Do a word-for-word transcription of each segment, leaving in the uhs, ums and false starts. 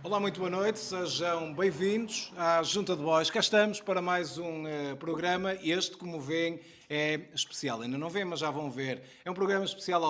Olá, muito boa noite, sejam bem-vindos à Junta de Bois. Cá estamos para mais um uh, programa. Este, como veem, é especial. Ainda não vêem, mas já vão ver. É um programa especial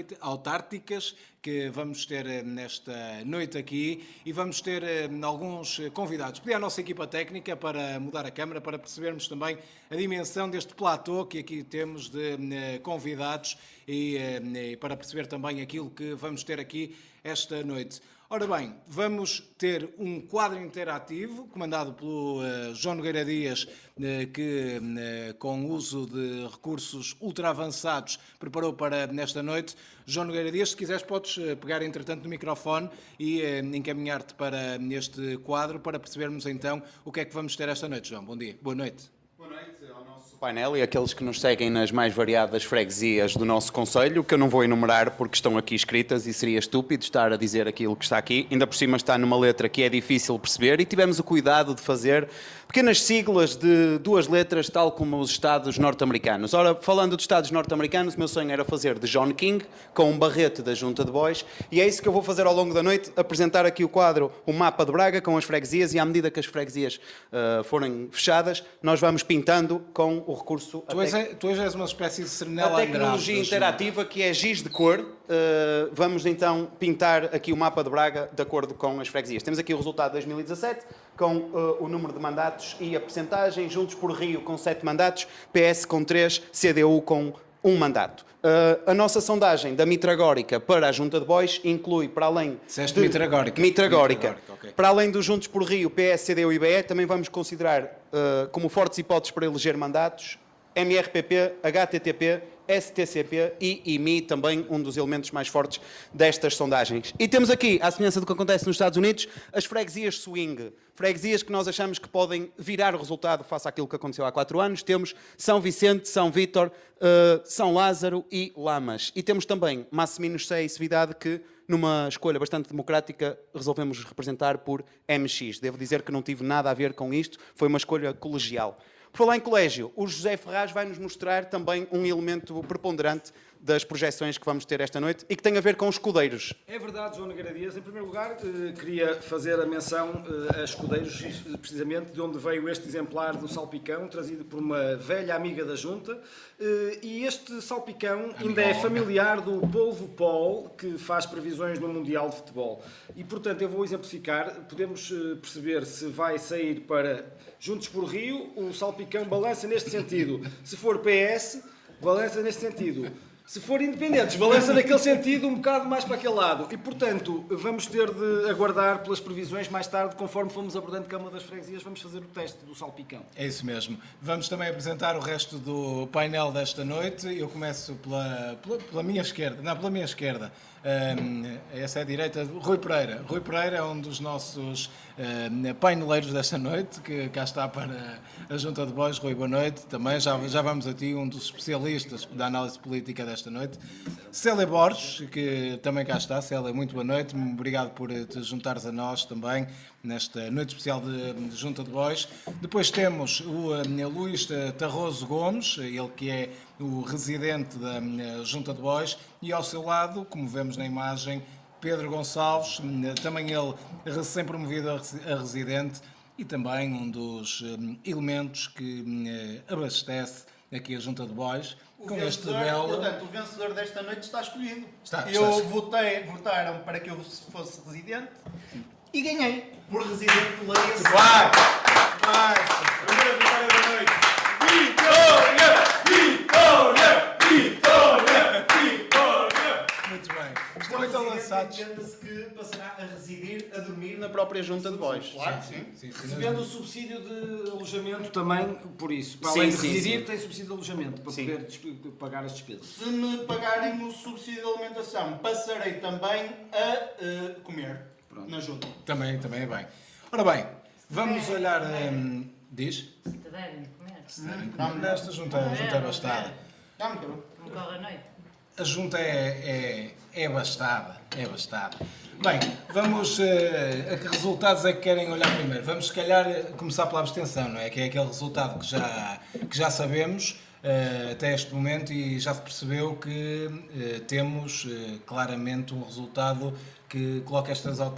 autárticas que vamos ter uh, nesta noite aqui e vamos ter uh, alguns convidados. Pedi à nossa equipa técnica para mudar a câmara, para percebermos também a dimensão deste platô que aqui temos de uh, convidados e, uh, e para perceber também aquilo que vamos ter aqui esta noite. Ora bem, vamos ter um quadro interativo comandado pelo uh, João Nogueira Dias, uh, que uh, com o uso de recursos ultra avançados preparou para nesta noite. João Nogueira Dias, se quiseres podes uh, pegar entretanto no microfone e uh, encaminhar-te para este quadro para percebermos então o que é que vamos ter esta noite. João, bom dia. Boa noite. Boa noite ao nosso painel e àqueles que nos seguem nas mais variadas freguesias do nosso concelho, que eu não vou enumerar porque estão aqui escritas e seria estúpido estar a dizer aquilo que está aqui. Ainda por cima está numa letra que é difícil perceber e tivemos o cuidado de fazer pequenas siglas de duas letras, tal como os Estados norte-americanos. Ora, falando de Estados norte-americanos, o meu sonho era fazer de John King, com um barrete da Junta de Bois, e é isso que eu vou fazer ao longo da noite, apresentar aqui o quadro, o mapa de Braga, com as freguesias, e à medida que as freguesias uh, forem fechadas, nós vamos pintando com o recurso... Tu hoje, tec... tu hoje és uma espécie de Serenela A tecnologia interativa, que é giz de cor. Uh, vamos então pintar aqui o mapa de Braga de acordo com as freguesias. Temos aqui o resultado de dois mil e dezassete, com uh, o número de mandatos e a percentagem. Juntos por Rio com sete mandatos, P S com três, C D U com um mandato. Uh, a nossa sondagem da Mitragórica para a Junta de Bois inclui, para além de... Mitragórica. Mitragórica. Mitragórica, okay. Para além dos Juntos por Rio, P S, C D U e I B E, também vamos considerar uh, como fortes hipóteses para eleger mandatos M R P P, H T T P, S T C P e I M I, também um dos elementos mais fortes destas sondagens. E temos aqui, à semelhança do que acontece nos Estados Unidos, as freguesias swing. Freguesias que nós achamos que podem virar o resultado face àquilo que aconteceu há quatro anos. Temos São Vicente, São Vítor, uh, São Lázaro e Lamas. E temos também Massimino Sé e Cividade, que numa escolha bastante democrática resolvemos representar por M X. Devo dizer que não tive nada a ver com isto, foi uma escolha colegial. Por falar em colégio, o José Ferraz vai nos mostrar também um elemento preponderante das projeções que vamos ter esta noite e que tem a ver com os escudeiros. É verdade, João Nogueira Dias. Em primeiro lugar, eh, queria fazer a menção eh, a escudeiros, precisamente de onde veio este exemplar do salpicão, trazido por uma velha amiga da Junta. Eh, e este salpicão ainda é familiar do polvo Paul, que faz previsões no Mundial de Futebol. E, portanto, eu vou exemplificar. Podemos eh, perceber se vai sair para Juntos por Rio, o salpicão balança neste sentido. Se for P S, balança neste sentido. Se for independentes, balança naquele sentido um bocado mais para aquele lado. E, portanto, vamos ter de aguardar pelas previsões mais tarde, conforme fomos abordando Câmara das Freguesias, vamos fazer o teste do salpicão. É isso mesmo. Vamos também apresentar o resto do painel desta noite. Eu começo pela, pela, pela minha esquerda. Não, pela minha esquerda. Um, essa é a direita. Rui Pereira. Rui Pereira é um dos nossos um, paineleiros desta noite, que cá está para a Junta de Bois. Rui, boa noite. Também já, já vamos a ti, um dos especialistas da análise política desta noite. Célia Borges, que também cá está. Célia, muito boa noite. Obrigado por te juntares a nós também nesta noite especial de, de Junta de Bois. Depois temos o um, Luís Tarroso Gomes, ele que é o residente da um, Junta de Bois, e ao seu lado, como vemos na imagem, Pedro Gonçalves, também ele recém-promovido a residente e também um dos um, elementos que um, abastece aqui a Junta de Bois. O com vencedor, este belo... Portanto, o vencedor desta noite está escolhido. Está, eu está. votei, votaram para que eu fosse residente e ganhei. Por residente, leia-se. Vai! Vai! Primeira vitória da noite. Vitória! Vitória! Vitória! Vitória! Muito bem. Estão então lançados. Entenda-se que passará a residir, a dormir Na própria Junta de Bois. Claro, sim. Sim, sim, Recebendo o subsídio de alojamento também, por isso. Para Sim, além de sim, residir, sim. tem subsídio de alojamento para Sim. poder despe- pagar as despesas. Se me pagarem o subsídio de alimentação, passarei também a eh, comer na junta. Também, também é bem. Ora bem, vamos olhar... hum, diz? Se te derem de comer. Se derem comer. Nesta junta, a junta é bastada. Dá-me, cabrão. Não corre a noite. A junta é, é, é bastada. É bastada. Bem, vamos... Uh, a que resultados é que querem olhar primeiro? Vamos, se calhar, começar pela abstenção, não é? Que é aquele resultado que já, que já sabemos uh, até este momento e já se percebeu que uh, temos uh, claramente um resultado que coloca estas autar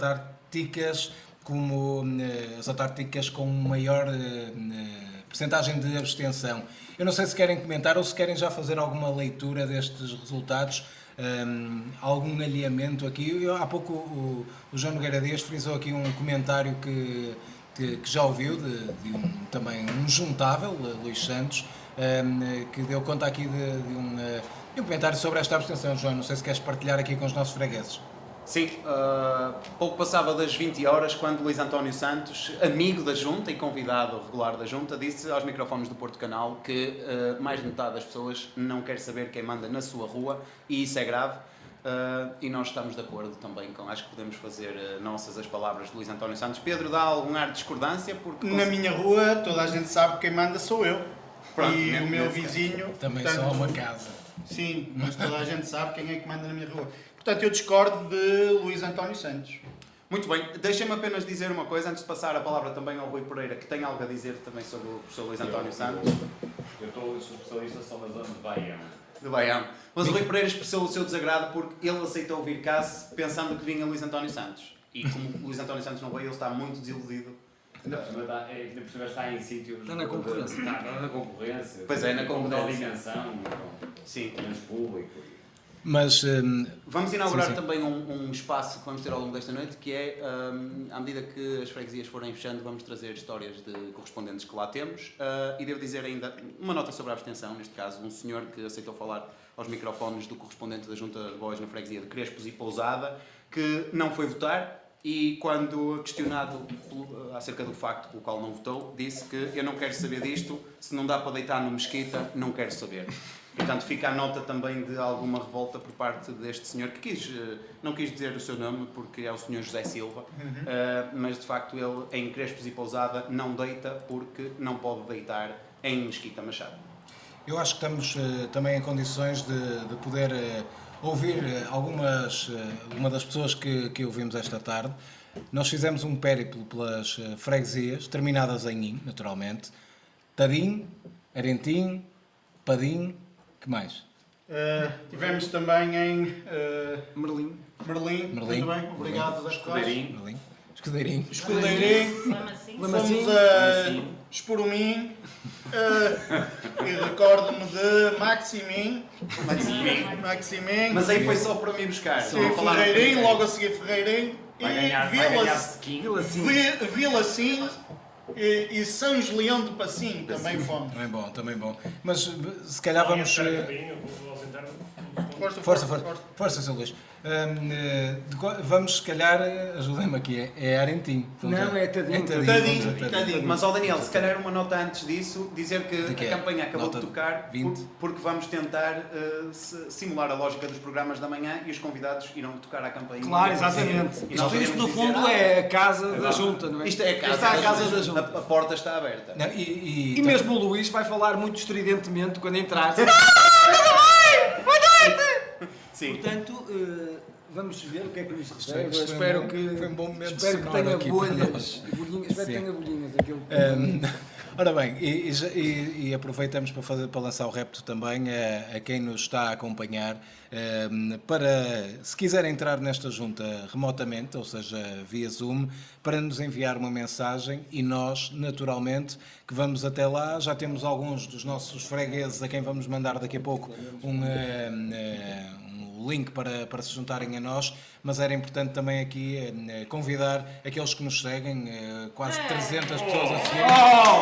autárquicas como uh, as autárquicas com maior uh, uh, percentagem de abstenção. Eu não sei se querem comentar ou se querem já fazer alguma leitura destes resultados, um, algum alinhamento aqui. Eu, há pouco o, o João Nogueira Dias frisou aqui um comentário que, que, que já ouviu, de, de um, também um juntável, Luís Santos, um, que deu conta aqui de, de, um, de um comentário sobre esta abstenção. João, não sei se queres partilhar aqui com os nossos fregueses. Sim, uh, pouco passava das vinte horas quando Luís António Santos, amigo da Junta e convidado regular da Junta, disse aos microfones do Porto Canal que uh, mais de metade das pessoas não quer saber quem manda na sua rua, e isso é grave. Uh, e nós estamos de acordo também com, acho que podemos fazer uh, nossas as palavras de Luís António Santos. Pedro, dá algum ar de discordância? Porque Na minha rua, toda a gente sabe que quem manda sou eu. Pronto, e nesse o meu caso. vizinho... Também portanto, só uma casa. Sim, mas toda a gente sabe quem é que manda na minha rua. Portanto, eu discordo de Luís António Santos. Muito bem, deixem-me apenas dizer uma coisa, antes de passar a palavra também ao Rui Pereira, que tem algo a dizer também sobre o professor Luís António Santos. Eu estou especialista só na zona de Baiano. De Baião. Mas o Rui Pereira expressou o seu desagrado porque ele aceitou vir cá pensando que vinha Luís António Santos. E como Luís António Santos não veio, ele está muito desiludido. Ainda por cima está, é, ainda por cima está em sítios... Está na concorrência. Está, está na concorrência. Pois é, na com concorrência. dimensão, Sim. com menos público. Mas... Um, Vamos inaugurar sim, sim. também um, um espaço que vamos ter ao longo desta noite, que é, um, à medida que as freguesias forem fechando, vamos trazer histórias de correspondentes que lá temos. Uh, e devo dizer ainda uma nota sobre a abstenção, neste caso, um senhor que aceitou falar aos microfones do correspondente da Junta de Bois na freguesia de Crespos e Pousada, que não foi votar. E quando questionado acerca do facto pelo qual não votou, disse que eu não quero saber disto, se não dá para deitar no Mesquita, não quero saber. Portanto, fica a nota também de alguma revolta por parte deste senhor, que quis, não quis dizer o seu nome, porque é o senhor José Silva, uhum. uh, mas de facto ele em Crespos e Pousada não deita porque não pode deitar em Mesquita Machado. Eu acho que estamos uh, também em condições de, de poder... Uh, ouvir algumas uma das pessoas que, que ouvimos esta tarde. Nós fizemos um périplo pelas freguesias, terminadas em in, naturalmente. Tadim, Arentim, Padim, que mais? Uh, tivemos também em uh, Merlim. Merlim. Merlim. Muito bem, obrigado das coisas. Merlim. Escudeirinho. Escudeirinho. Lamacinho. Fomos a Esporumim. Uh, e recordo-me de Maximim. Maximim. Maximim. Mas aí foi só para me buscar. Sim, Ferreirinho, logo a seguir Ferreirinho. Vai E ganhar, vai ganhar Vila, Sequim. Vi- Vila Sim e, e São Julião de Passim também fomos. Também bom, também bom. Mas se calhar vamos... Força, Força, força, força, seu Luís. Hum, eh, de co- vamos, se calhar, eh, ajuda-me aqui, é, é Arentim. Não, é Tadim. É Tadim. Tadim, vamos a Tadim. Mas, ó Daniel, se calhar uma nota antes disso, dizer que De quê? a campanha acabou Nota de tocar vinte. por- porque vamos tentar uh, se- simular a lógica dos programas da manhã e os convidados irão tocar a campanha. Claro, exatamente. E nós Isto, isto iremos no dizer, fundo ah, é a casa da junta, não é? Isto é a casa, Esta é a casa da a, junta. a porta está aberta. Não, e, e, E mesmo o Luís vai falar muito estridentemente quando entrar. Sim. Portanto, eh, vamos ver o que é que nos Isto reserva. foi um Espero bom- que, foi um bom momento espero que sonoro tenha aqui para bolhas. nós. e bolhinhas, espero que Sim. tenha bolhinhas. Aquilo que... Hum, ora bem, e, e já- e- e aproveitamos para, fazer, para lançar o repto também a, a quem nos está a acompanhar, hum, para, se quiser entrar nesta junta remotamente, ou seja, via Zoom, para nos enviar uma mensagem e nós, naturalmente, que vamos até lá. Já temos alguns dos nossos fregueses a quem vamos mandar daqui a pouco um, hum, hum, o link para, para se juntarem a nós, mas era importante também aqui eh, convidar aqueles que nos seguem, eh, quase trezentas pessoas a seguir.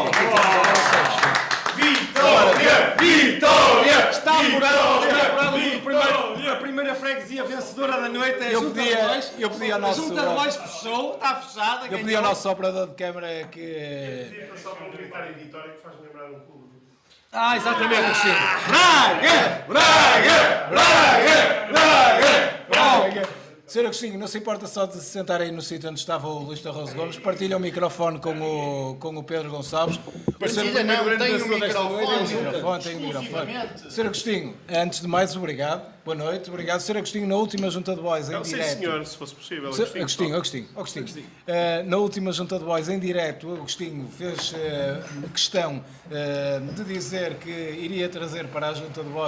Vitória! Vitória! Está apurado, está apurado o primeiro, a primeira freguesia vencedora da noite é a Eu Junta pedi de a- Bois. eu pedi ao A nosso- Junta de Bois fechou, está fechada. Eu pedi ganhou. ao nosso operador de câmara que... eh, Só para gritar em Vitória que faz-me lembrar um clube. Ah, exatamente, Cristina. Braga! Braga! Braga! Braga! senhor Agostinho, não se importa só de se sentar aí no sítio onde estava o Luís Tarroso Gomes, partilha o microfone com o, com o Pedro Gonçalves. Partilha não, tem o Tem microfone. o microfone, tem o microfone. Exclusivamente. senhor Agostinho, antes de mais, obrigado. Boa noite, obrigado. senhor Agostinho, na última junta de boys em Não, sim, direto. senhor, se fosse possível. Senhor Agostinho, Agostinho, Agostinho, Agostinho. Eh, na última junta de boys em direto, o Agostinho fez eh, questão eh, de dizer que iria trazer para a junta de boys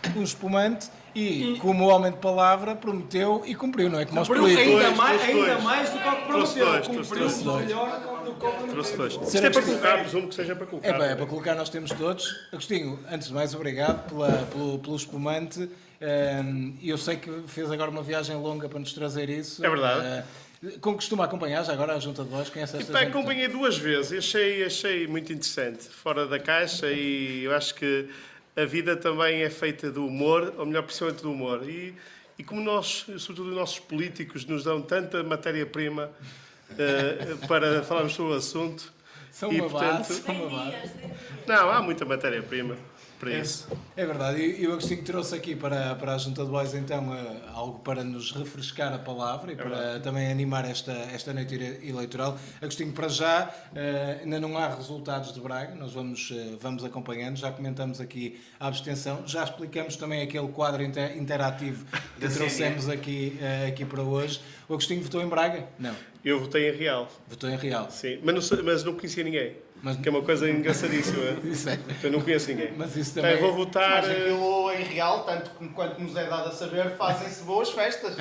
um espumante e, e, como homem de palavra, prometeu e cumpriu, não é? Como cumpriu aos políticos. Ainda, mais, dois. ainda mais do que o que Trouxe prometeu. dois, Cumpriu trouxe dois. melhor do que o que Trouxe prometeu. dois. Isto é para colocar, presumo que seja para colocar. É bem, é para colocar, nós temos todos. Agostinho, antes de mais, obrigado pela, pelo, pelo espumante. E eu sei que fez agora uma viagem longa para nos trazer isso. É verdade. Uh, como costuma acompanhar já agora a Junta de Voz? Conhece esta Pá, gente? acompanhei duas vezes e achei, achei muito interessante, fora da caixa, e eu acho que a vida também é feita do humor, ou melhor, principalmente do humor. E, e como nós, sobretudo os nossos políticos, nos dão tanta matéria-prima uh, para falarmos sobre o assunto. São e, uma portanto, base, são uma base. Não, há muita matéria-prima para É, isso. é verdade, e o Agostinho trouxe aqui para, para a Junta de Voz então uh, algo para nos refrescar a palavra e É para verdade. também animar esta, esta noite eleitoral. Agostinho, para já uh, ainda não há resultados de Braga, nós vamos, uh, vamos acompanhando, já comentamos aqui a abstenção, já explicamos também aquele quadro inter, interativo que trouxemos aqui, uh, aqui para hoje. O Agostinho votou em Braga? Não. Eu votei em Real, Votou em Real. sim, mas não, sei- mas não conhecia ninguém, Mas- que é uma coisa engraçadíssima. Isso é. Eu não conheço ninguém. Mas isso Então, também. eu vou votar. Mas eh, aquilo em real, tanto como quanto nos é dado a saber, fazem-se boas festas.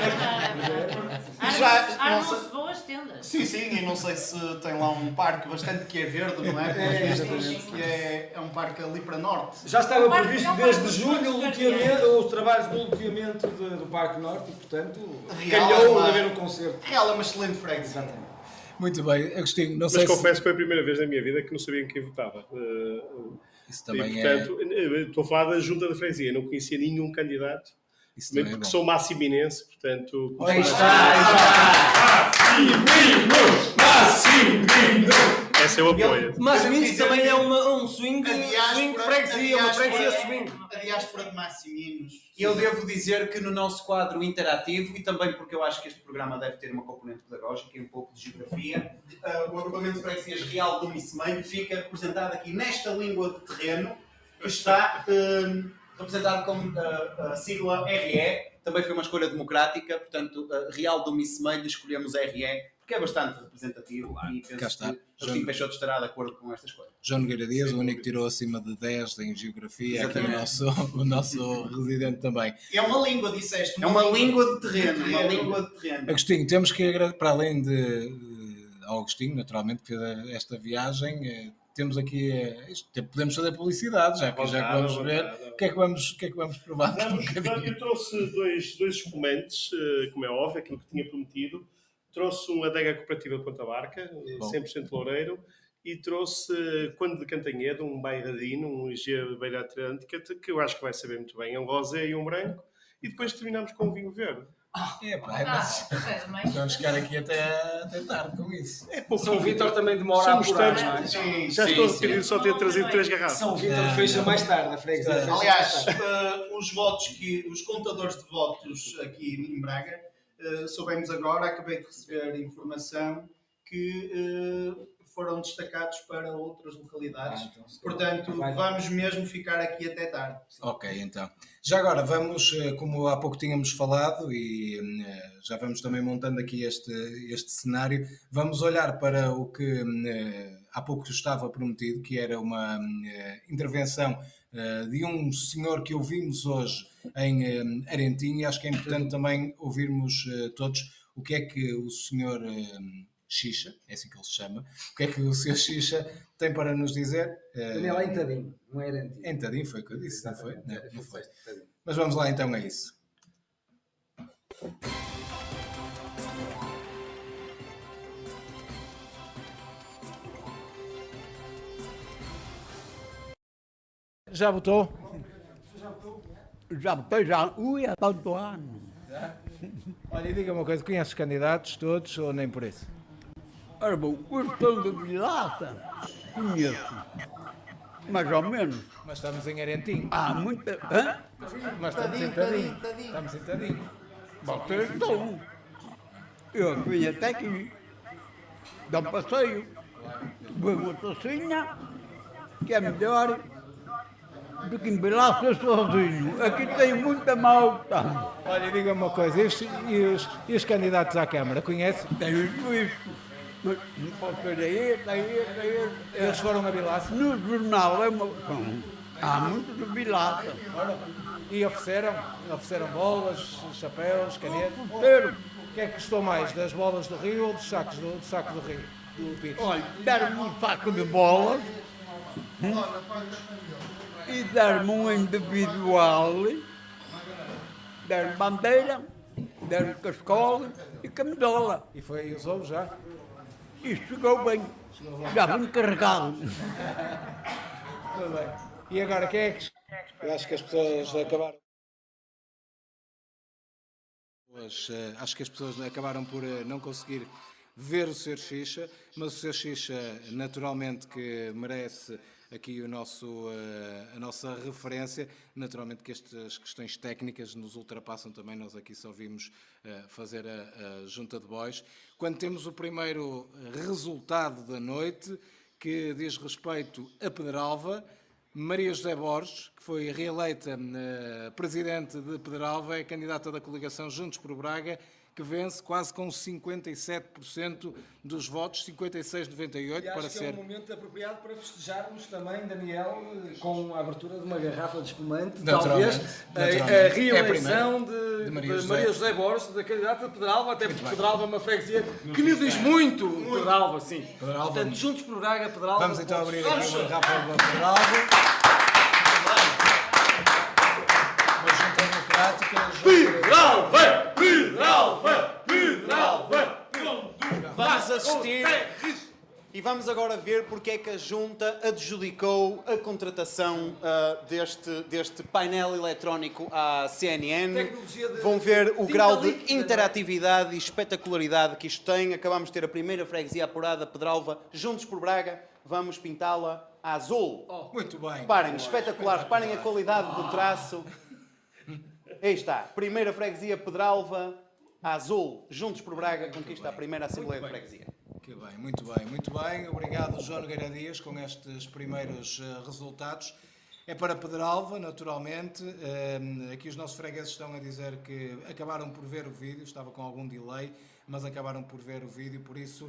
Já, não sei- Armam-se boas tendas. Sim, sim, e não sei se tem lá um parque bastante que é verde, não é? É, Exatamente. Que é, é um parque ali para norte. Já estava O Parque- previsto é o desde Parque julho dos o Guardiães. loteamento, os trabalhos do loteamento de- do Parque Norte e, portanto, Real, calhou lá. de haver um concerto. Real é uma excelente freguesia. Muito bem, Agostinho, não sei Mas se... confesso que foi a primeira vez na minha vida que não sabia em quem votava. Eh, Isso e, também portanto, eh, estou a falar da Junta da Freguesia, não conhecia nenhum candidato, é... Isso mesmo também é porque bom. sou massiminense, portanto... Aí está, Essa eu apoio. Mas Quero isso dizer também que é uma, um swing, A diáspora- swing a freguesia, uma diáspora- freguesia swing. A diáspora de Massiminos. Eu devo dizer que no nosso quadro interativo, e também porque eu acho que este programa deve ter uma componente pedagógica e um pouco de geografia, uh, o agrupamento de freguesias Real do Missemeio fica representado aqui nesta língua de terreno, que está um, representado com uh, a sigla R E. Também foi uma escolha democrática, portanto, uh, Real do Missemeio escolhemos R E, porque é bastante representativo e penso Cá está. que Agostinho Peixoto estará de acordo com esta escolha. João Nogueira Dias, o único que tirou acima de dez em geografia, aqui o Exatamente. nosso, o nosso residente também. É uma língua, disseste. É uma língua de terreno, uma É. língua de terreno. Agostinho, temos que agradecer, para além de eh, ao Agostinho, naturalmente, que fez esta viagem, eh, temos aqui, eh, isto, podemos fazer publicidade, já que, já que vamos ver, o que é que vamos, o que é que vamos provar daqui a um Vamos, bocadinho. eu trouxe dois, dois espumantes, eh, como é óbvio, aquilo que tinha prometido. Trouxe uma adega cooperativa de Ponta Barca, eh, Bom. cem por cento loureiro, e trouxe eh, Conde de Cantanhedo, um bairradino, um I G Beira Atlântica, que eu acho que vai saber muito bem. É um rosé e um branco. E depois terminamos com um vinho verde. É, pá, Ah, mas espera, mas... vamos ficar aqui até, até tarde com isso. É pouco. São Vítor também demora a Somos apurar, tantos. não é? Sim, Já sim, estou sim. arrependido de só ter trazido três garrafas. São Vítor Não, fecha não. mais tarde, a freguesia. fecha Aliás, mais tarde. eh, os votos que, os contadores de votos aqui em Braga, eh, soubemos agora, acabei de receber informação que eh, foram destacados para outras localidades. Ah, então, se calhar. Portanto, Vai. vamos mesmo ficar aqui até tarde. Ok, então. Já agora vamos, eh, como há pouco tínhamos falado, e eh, já vamos também montando aqui este, este cenário, vamos olhar para o que eh, há pouco estava prometido, que era uma eh, intervenção eh, de um senhor que ouvimos hoje em eh, Arentim, e acho que é importante também ouvirmos eh, todos o que é que o senhor eh, Xixa, é assim que ele se chama, o que é que o senhor Xixa tem para nos dizer. Eh, Daniel é entadinho, não é Arentim. Em Tadim foi o que eu disse, não foi? Não, Era não foi. Tadinho. Mas vamos lá então a isso. Já votou? Já votei, já. Ui, há tanto ano. Olha, e diga uma coisa, conhece os candidatos todos ou nem por isso? Ora bom, o Estão de Vilaça, conheço. Mais ou menos. Mas estamos em Arentim. Há muita. Hã? Mas estamos em Tadim. Estamos em Tadim. Vocês estão. Eu vim até aqui. Dá um passeio. Vou uma tocinha, que é melhor do que em Vilaça sozinho. Aqui tem muita malta. Olha, diga uma coisa, e os, e os, e os candidatos à Câmara, conhece? Tem os isso. Mas não posso ver aí, daí, daí. Eles foram a Vilaça? No jornal é uma. Bom, Há muito de bilata. E ofereceram? Ofereceram bolas, chapéus, canetas? Pero, O que é que custou mais, das bolas do Rio ou dos sacos do, do saco do Rio? Do Pires? olha, deram-me um saco de bolas hum, e deram-me um individual, deram bandeira, deram cascola e camisola. E foi, e usou já? E chegou bem. Já vim carregado. Tudo bem. E agora, quem é que... Eu acho que as pessoas acabaram... Pois, eh, acho que as pessoas acabaram por eh, não conseguir ver o senhor Xixa, mas o senhor Xixa naturalmente que merece aqui o nosso, eh, a nossa referência, naturalmente que estas questões técnicas nos ultrapassam também, nós aqui só vimos eh, fazer a, a junta de bois. Quando temos o primeiro resultado da noite, que diz respeito a Pedralva, Maria José Borges, que foi reeleita uh, presidente de Pedralva, é candidata da coligação Juntos por Braga, que vence quase com cinquenta e sete por cento dos votos, cinquenta e seis vírgula noventa e oito por cento para Acho que ser... é um momento apropriado para festejarmos também, Daniel, com a abertura de uma garrafa de espumante, Naturalmente, talvez naturalmente. a, a reeleição É a de, de Maria de José. Maria José Borges, da candidata de Pedralva, até porque Pedralva é uma freguesia que nos diz muito, Pedralva, sim. Pedralva. Portanto, Juntos por Braga, Pedralva... Vamos então abrir aqui Vamos. uma garrafa de Pedralva. Uma junta democrática. Pedralva! Pedralva! Pedralva! Vamos assistir e vamos agora ver porque é que a Junta adjudicou a contratação ah, deste, deste painel eletrónico à C N N. Tecnologia de Vão ver o tinta grau de líquida, não é? interatividade e espetacularidade que isto tem. Acabamos de ter a primeira freguesia apurada, Pedralva, Juntos por Braga. Vamos pintá-la a azul. Muito bem. Reparem, espetacular. Reparem a qualidade do traço. Aí está. Primeira freguesia, Pedralva, a azul. Juntos por Braga, conquista a primeira Assembleia de Freguesia. Que bem, muito bem, muito bem. Obrigado, João Nogueira Dias, com estes primeiros uh, resultados. É para Pedralva, naturalmente. Um, aqui os nossos fregueses estão a dizer que acabaram por ver o vídeo, estava com algum delay, mas acabaram por ver o vídeo, por isso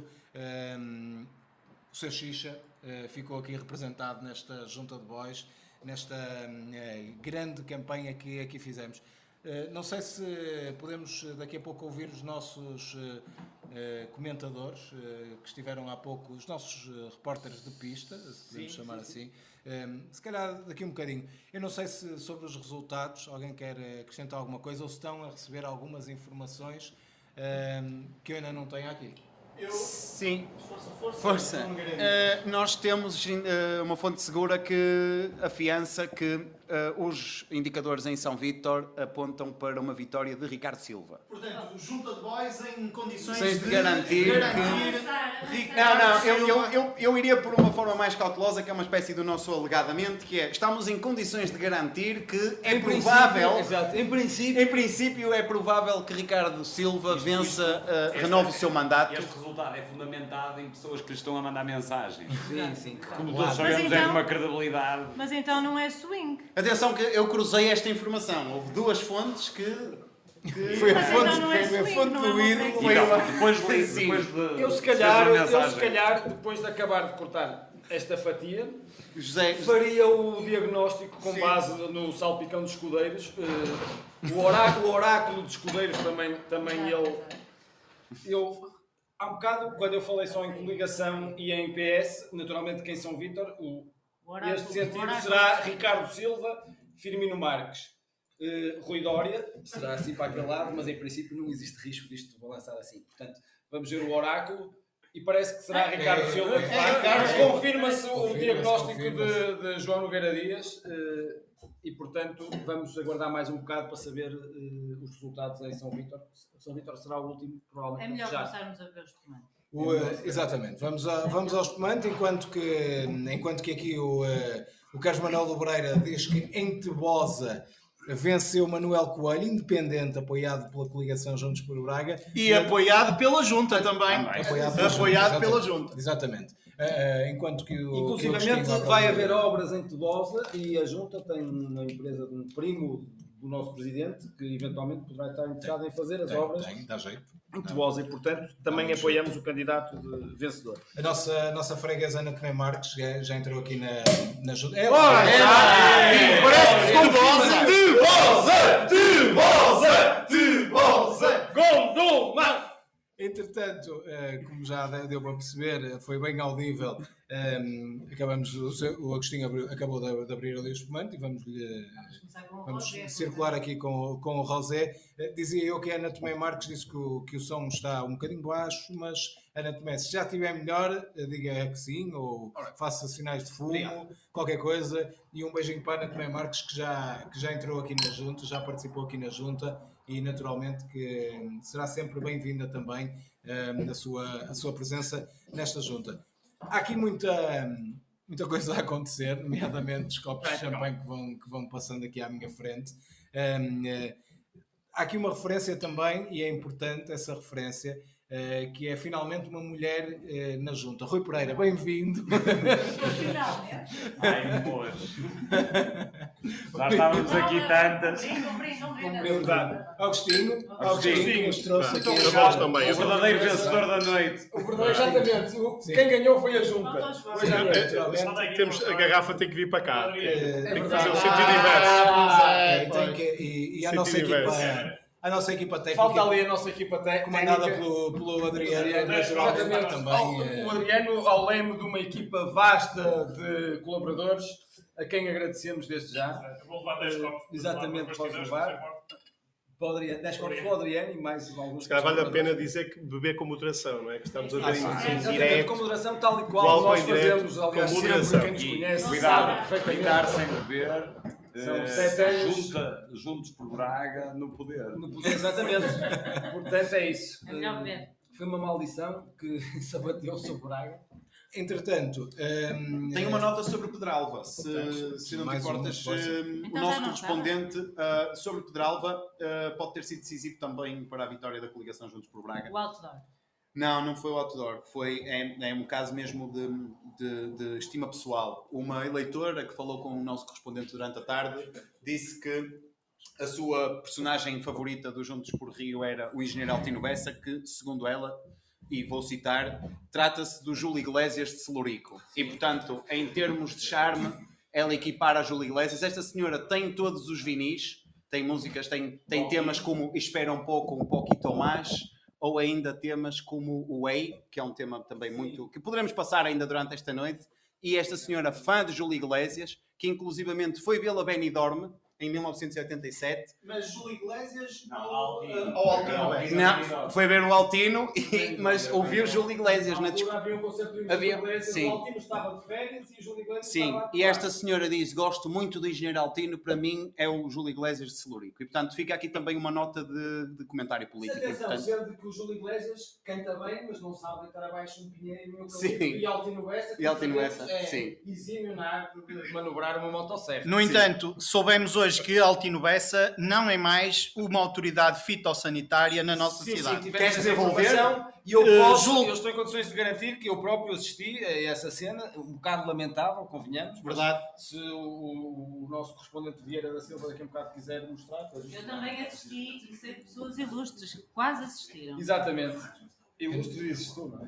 um, o seu Xixa uh, ficou aqui representado nesta junta de bois, nesta uh, grande campanha que aqui fizemos. Uh, não sei se podemos daqui a pouco ouvir os nossos uh, uh, comentadores uh, que estiveram há pouco, os nossos uh, repórteres de pista, se podemos sim, chamar sim, assim. Sim. Um, se calhar daqui um bocadinho. Eu não sei se sobre os resultados alguém quer acrescentar alguma coisa ou se estão a receber algumas informações um, que eu ainda não tenho aqui. Eu... Sim. Força, força. Força. Uh, nós temos uh, uma fonte segura que afiança que uh, os indicadores em São Vítor apontam para uma vitória de Ricardo Silva. Portanto, junta de bois em condições Sem de, de garantir, garantir que... Ricardo Não, não, eu, Silva. eu, eu, eu iria por uma forma mais cautelosa, que é uma espécie do nosso alegadamente, que é, estamos em condições de garantir que é Em provável... princípio, exato, em princípio... Em princípio é provável que Ricardo Silva vença, uh, renove o seu mandato. Este resultado é fundamentado em pessoas que lhe estão a mandar mensagens. Sim, sim. Como todos sabemos, então- é de uma credibilidade. Mas então não é swing. Atenção que eu cruzei esta informação. Houve duas fontes que... que... Foi a Mas fonte, então não é foi a swing, fonte não é do uma ídolo. freguesia. E não, depois, de, Sim. depois de. Eu se de calhar, fazer a eu mensagem. se calhar, depois de acabar de cortar esta fatia, José... faria o diagnóstico com base no salpicão de escudeiros. Eh, o, oráculo, o oráculo de escudeiros também, também ele... Eu, há um bocado, quando eu falei só em coligação e em P S, naturalmente que em São Vítor, o, O oráculo- este sentido o oráculo- será Ricardo Silva, Firmino Marques, eh, Rui Dória, será assim para aquele lado, mas em princípio não existe risco disto balançar assim. Portanto, vamos ver o oráculo e parece que será Ricardo Silva. de facto. Mas confirma-se o diagnóstico de, de João Nogueira Dias eh, e, portanto, vamos aguardar mais um bocado para saber eh, os resultados em São Vítor. São Vítor será o último, provavelmente. É melhor já. começarmos a ver os tomates. O, eh, exatamente, vamos, a, vamos ao espumante, enquanto que, enquanto que aqui o, eh, o Carlos Manuel do Breira diz que em Tebosa venceu Manuel Coelho, independente, apoiado pela coligação Juntos por Braga. E apoiado pela Junta também. Apoiado, Apoiado pela exatamente. Junta. Exatamente. Eh, eh, enquanto que o... Inclusivamente que o Agostinho vai Alcântara- haver obras em Tebosa e a Junta tem uma empresa de um primo do nosso presidente, que eventualmente poderá estar interessado em fazer as Tem, obras tem, dá jeito. em Tebosa e, portanto, também Vamos. apoiamos o candidato de vencedor. A nossa, a nossa freguesa Ana Tomé Marques já, já entrou aqui na, na junta. É, Parece que Tebosa! Tebosa! Tebosa! Gondoma! Entretanto, eh, como já de- deu para perceber, foi bem audível. ehm, acabamos, o, seu- o Agostinho abriu- acabou de, de abrir ali o espumante e vamos, lhe, vamos circular aqui com, o- com o Rosé. Eh, dizia eu que a Ana Tomé Marques disse que o, que o som está um bocadinho baixo, mas Ana Tomé, se já estiver melhor, eh, diga que sim, ou faça sinais de fumo, qualquer coisa. E um beijinho para a Ana Tomé Marques, que já, que já entrou aqui na junta, já participou aqui na junta. E naturalmente que hum, será sempre bem-vinda também hum, a, sua, a sua presença nesta junta. Há aqui muita, hum, muita coisa a acontecer, nomeadamente os copos de champanhe que vão, que vão passando aqui à minha frente. Hum, eh, há aqui uma referência também, e é importante essa referência, eh, que é finalmente uma mulher eh, na junta. Rui Pereira, bem-vindo. Ai, amor. Já estávamos aqui tantas. Verdade. Agostinho, Agostinho, que nos trouxe aqui. Muito bom também. O verdadeiro vencedor da noite. O verdadeiro, exatamente. O- Quem ganhou foi a junta. É, temos, a garrafa tem que vir para cá. Tem É que fazer o sentido inverso. É, tem que- e, e a, nossa Sentido equipa, inverso. a nossa equipa técnica, Falta ali a nossa equipa técnica. comandada pelo, pelo Adriano, naturalmente Exatamente. também. eh, O Adriano, ao leme de uma equipa vasta de colaboradores, a quem agradecemos desde já. Eu vou levar dez copos. Exatamente, pode levar. Para o Adriano, dez copos para o Adriano e mais alguns. Se calhar vale a pena dizer que beber com moderação, não é? Que estamos a ver Sim, em exatamente, direto. com moderação, tal e Com qual álcool nós em direto, fazemos, aliás, com sempre moderação. quem nos conhece. Cuidado, sabe perfeitamente. ficar sem beber. São eh, sete anos. junta- juntos por Braga no poder. No poder, exatamente. Portanto, é isso. É melhor beber. Foi uma maldição que se abateu sobre Braga. Entretanto, hum, Tenho uma nota sobre Pedralva, se, se não te Mais uma, importas. força. hum, Então o nosso já não correspondente ah, sobre Pedralva ah, pode ter sido decisivo também para a vitória da coligação Juntos por Braga. O outdoor. Não, não foi o outdoor. Foi, é, é um caso mesmo de, de, de estima pessoal. Uma eleitora que falou com o nosso correspondente durante a tarde disse que a sua personagem favorita do Juntos por Rio era o engenheiro Altino Bessa, que, segundo ela, e vou citar, trata-se do Júlio Iglesias de Celurico. E, portanto, em termos de charme, ela equipara a Júlio Iglesias. Esta senhora tem todos os vinis, tem músicas, tem, tem temas como Espera um pouco, um pouquito mais, ou ainda temas como o Ei, que é um tema também muito... que poderemos passar ainda durante esta noite. E esta senhora, fã de Júlio Iglesias, que inclusivamente foi vê-la Benidorm, em mil novecentos e oitenta e sete. Mas Júlio Iglesias Não, ou Altino. ou Altino Bessa? Não, foi ver o Altino, e, mas ouviu Júlio Iglesias na discussão. Havia um concerto do Havia- Júlio Iglesias, sim. o Altino estava de férias e o Júlio Iglesias Sim, estava... e esta senhora diz, gosto muito do engenheiro Altino, para mim é o Júlio Iglesias de Celurico. E, portanto, fica aqui também uma nota de, de comentário político. E, Atenção, portanto, sendo que o Júlio Iglesias canta bem, mas não sabe deitar abaixo um pinheiro no eucalipto. Sim. E Altino Bessa, que E Altino por Bessa, vezes, é sim. exímio na arte de manobrar uma motosserra. No entanto, soubemos hoje que Altino Bessa não é mais uma autoridade fitossanitária na nossa Sim, cidade. sim, tivemos Queres essa desenvolver? informação e eu, Eh, posso, julgo- eu estou em condições de garantir que eu próprio assisti a essa cena, um bocado lamentável, convenhamos. mas Verdade. Se o, o nosso correspondente Vieira da Silva daqui a um bocado quiser mostrar. pois- Eu também assisti e sei de pessoas ilustres que quase assistiram. Exatamente. Ilustre dizes tu, não é?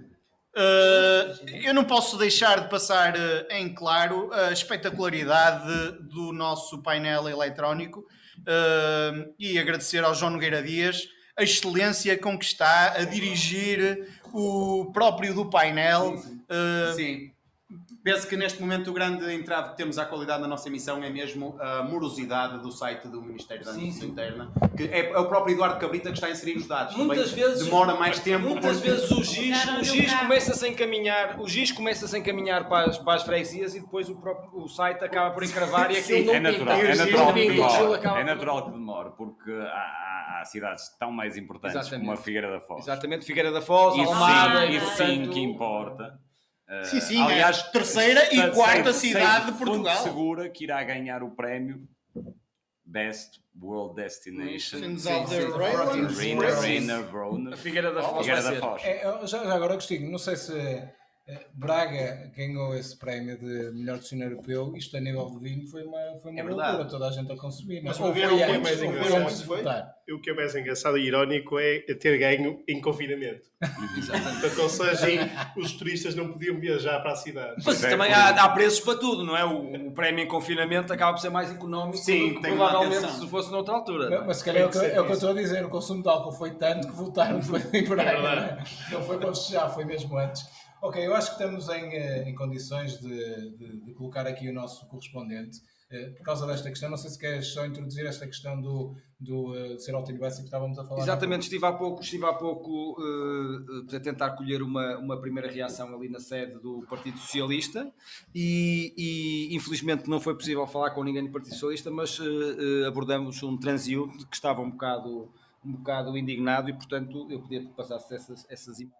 Uh, eu não posso deixar de passar uh, em claro a espetacularidade do nosso painel eletrónico uh, e agradecer ao João Nogueira Dias a excelência com que está a dirigir o próprio do painel. Uh, sim. Penso que neste momento o grande entrave que temos à qualidade da nossa emissão é mesmo a morosidade do site do Ministério da Sim, Administração sim. Interna, que é, é o próprio Eduardo Cabrita que está a inserir os dados. Muitas Também vezes demora mais tempo. Muitas porque- vezes o giz, Tiraram-lhe o o giz carro. começa-se a encaminhar, o giz começa-se a encaminhar para as, para as freguesias e depois o próprio o site acaba por encravar e aquilo Sim, não É natural, pinta. é E o giz natural não que pinta, aquilo demore. acaba É por- natural que demore, porque há, há- há cidades tão mais importantes Exatamente. como a Figueira da Foz. Exatamente, Figueira da Foz, Isso Almada, sim, e, isso sim portanto, que importa. Uh, Sim, sim, aliás, é a terceira e sei- quarta sei- cidade sei de Portugal. fonte segura que irá ganhar o prémio Best World Destination. Nations Sim, of the sim. Railways. Rainer, Rainer, Broner. a Figueira da Foz Figueira vai da ser. Foz. É, já, já agora, Agostinho, não sei se Braga ganhou esse prémio de melhor destino europeu. Isto a nível de vinho foi uma, foi uma É loucura, verdade. toda a gente a consumir. Mas Mas ou foi o que é antes, mais ou foi engraçado antes de foi- votar. O que é mais engraçado e irónico é ter ganho em confinamento. Portanto, ou seja, os turistas não podiam viajar para a cidade. Mas também há, há preços para tudo, não é? O, o prémio em confinamento acaba por ser mais económico Sim, do que tem uma provavelmente atenção. se fosse noutra altura. Mas, mas se calhar é o, que, é o que eu estou a dizer, o consumo de álcool foi tanto que votaram em Braga. Não é? Não foi para festejar, foi mesmo antes. Ok, eu acho que estamos em, eh, em condições de, de, de colocar aqui o nosso correspondente. Eh, por causa desta questão, não sei se queres só introduzir esta questão do, do uh, ser Altinibense que estávamos a falar. Exatamente, estive há pouco, estive há pouco uh, a tentar colher uma, uma primeira reação ali na sede do Partido Socialista e, e infelizmente não foi possível falar com ninguém do Partido Socialista, mas uh, uh, abordamos um transeúnte que estava um bocado, um bocado indignado e, portanto, eu podia que passasse essas, essas imagens.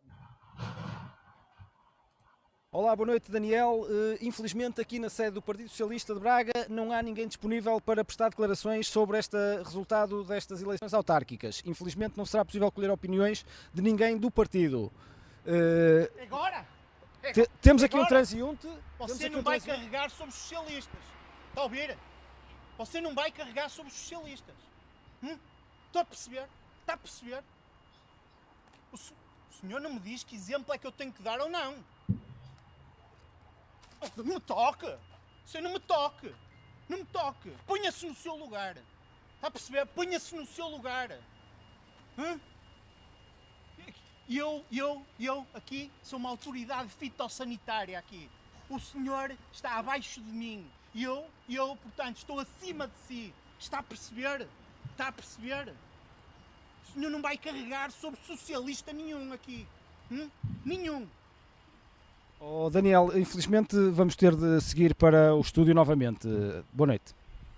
Olá, boa noite, Daniel. Uh, infelizmente, aqui na sede do Partido Socialista de Braga não há ninguém disponível para prestar declarações sobre este resultado destas eleições autárquicas. Infelizmente, não será possível colher opiniões de ninguém do partido. Uh, Agora? te, temos aqui Agora? um transeunte. Você não vai carregar sobre os socialistas. Está a ouvir? Você não vai carregar sobre os socialistas. Hum? Estou a perceber? Está a perceber? O, se- o senhor não me diz que exemplo é que eu tenho que dar ou não. Não me toque! Você não me toque! Não me toque! Ponha-se no seu lugar! Está a perceber? Ponha-se no seu lugar! Hã? E eu, eu, eu, aqui, sou uma autoridade fitossanitária aqui. O senhor está abaixo de mim. E eu, eu, portanto, estou acima de si. Está a perceber? Está a perceber? O senhor não vai carregar sobre socialista nenhum aqui. Hum? Nenhum. Oh, Daniel, infelizmente vamos ter de seguir para o estúdio novamente. Boa noite.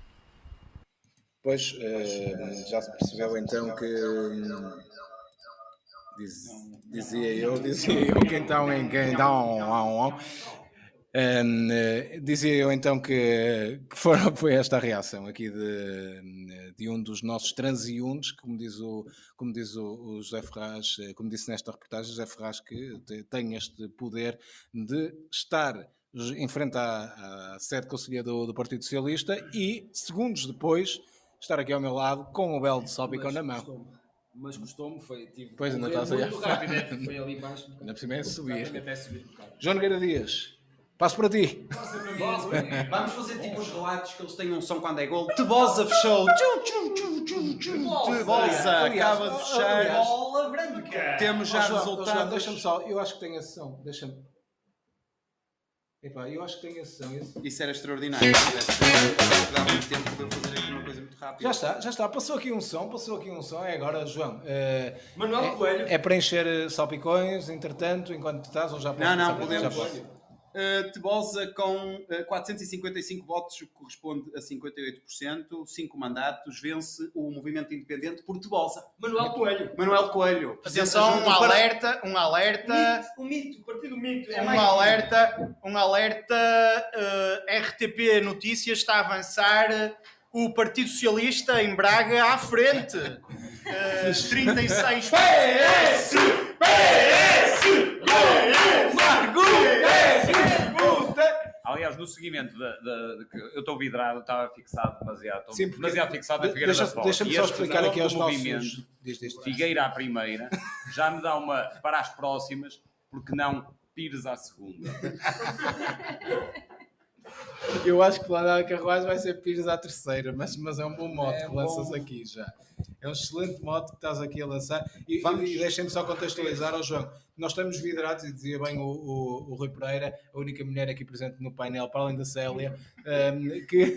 Pois, eh, já se percebeu então que hum, diz- dizia eu, dizia eu que então em quem dá um, um, um, Hum, eh, dizia eu então que, que foram- foi esta a reação aqui de, de um dos nossos transeuntes, como diz o, como diz o, o José Ferraz, eh, como disse nesta reportagem, José Ferraz que te- tem este poder de estar em frente à, à sede conselhia do, do Partido Socialista e, segundos depois, estar aqui ao meu lado com o belo de Salpicão na mão. Mas gostou-me, foi. Tive Pois, ainda correr estás aí à muito rápido, é, foi ali embaixo. Ainda por cima é subir. Exatamente, até subir um bocado. João Nogueira Dias, passo para ti. Vamos fazer tipo os relatos que eles têm um som quando é gol. Tebosa fechou. Tchu, tchu, tchu, tchu, tchu. Tebosa acaba de fechar. Bola branca. Temos já Ó, João, ó, resultados. João, deixa-me só, eu acho que tenho esse som. Deixa-me. Epá, eu acho que tenho esse som. Esse... Isso era extraordinário. Dava muito tempo para eu fazer aqui uma coisa muito rápida. Já está, já está. Passou aqui um som, passou aqui um som. É agora, João. eh, Manuel é, Coelho. É para encher eh, salpicões, entretanto, enquanto tu estás, ou já podes Não, não, passar? podemos. Já podes. Uh, Tebosa com uh, quatrocentos e cinquenta e cinco votos, o que corresponde a cinquenta e oito por cento, cinco mandatos, vence o movimento independente por Tebosa. Manuel Coelho. Manuel Coelho. Atenção, um Junto para- alerta, um alerta, O mito, o partido mito. É um mais alerta, um alerta, uh, R T P Notícias está a avançar uh, o Partido Socialista em Braga à frente. Uh, trinta e seis por cento. Aliás, no seguimento da, da- de que eu estou vidrado, estava fixado demasiado, estou Sim, porque- demasiado fixado na de- Figueira deixa- da Foz. deixa-me E só este explicar aqui aos nossos- movimento, Diz, diz, diz. Figueira à primeira, já me dá uma para as próximas, porque não Pires à segunda. Eu acho que lá na Carruagem vai ser Pires à terceira, mas, mas é um bom mote É que bom. lanças aqui já. É um excelente mote que estás aqui a lançar. E, Vamos- e deixem-me só contextualizar ao João. Nós estamos vidrados, e dizia bem o, o, o Rui Pereira, a única mulher aqui presente no painel, para além da Célia, um, que,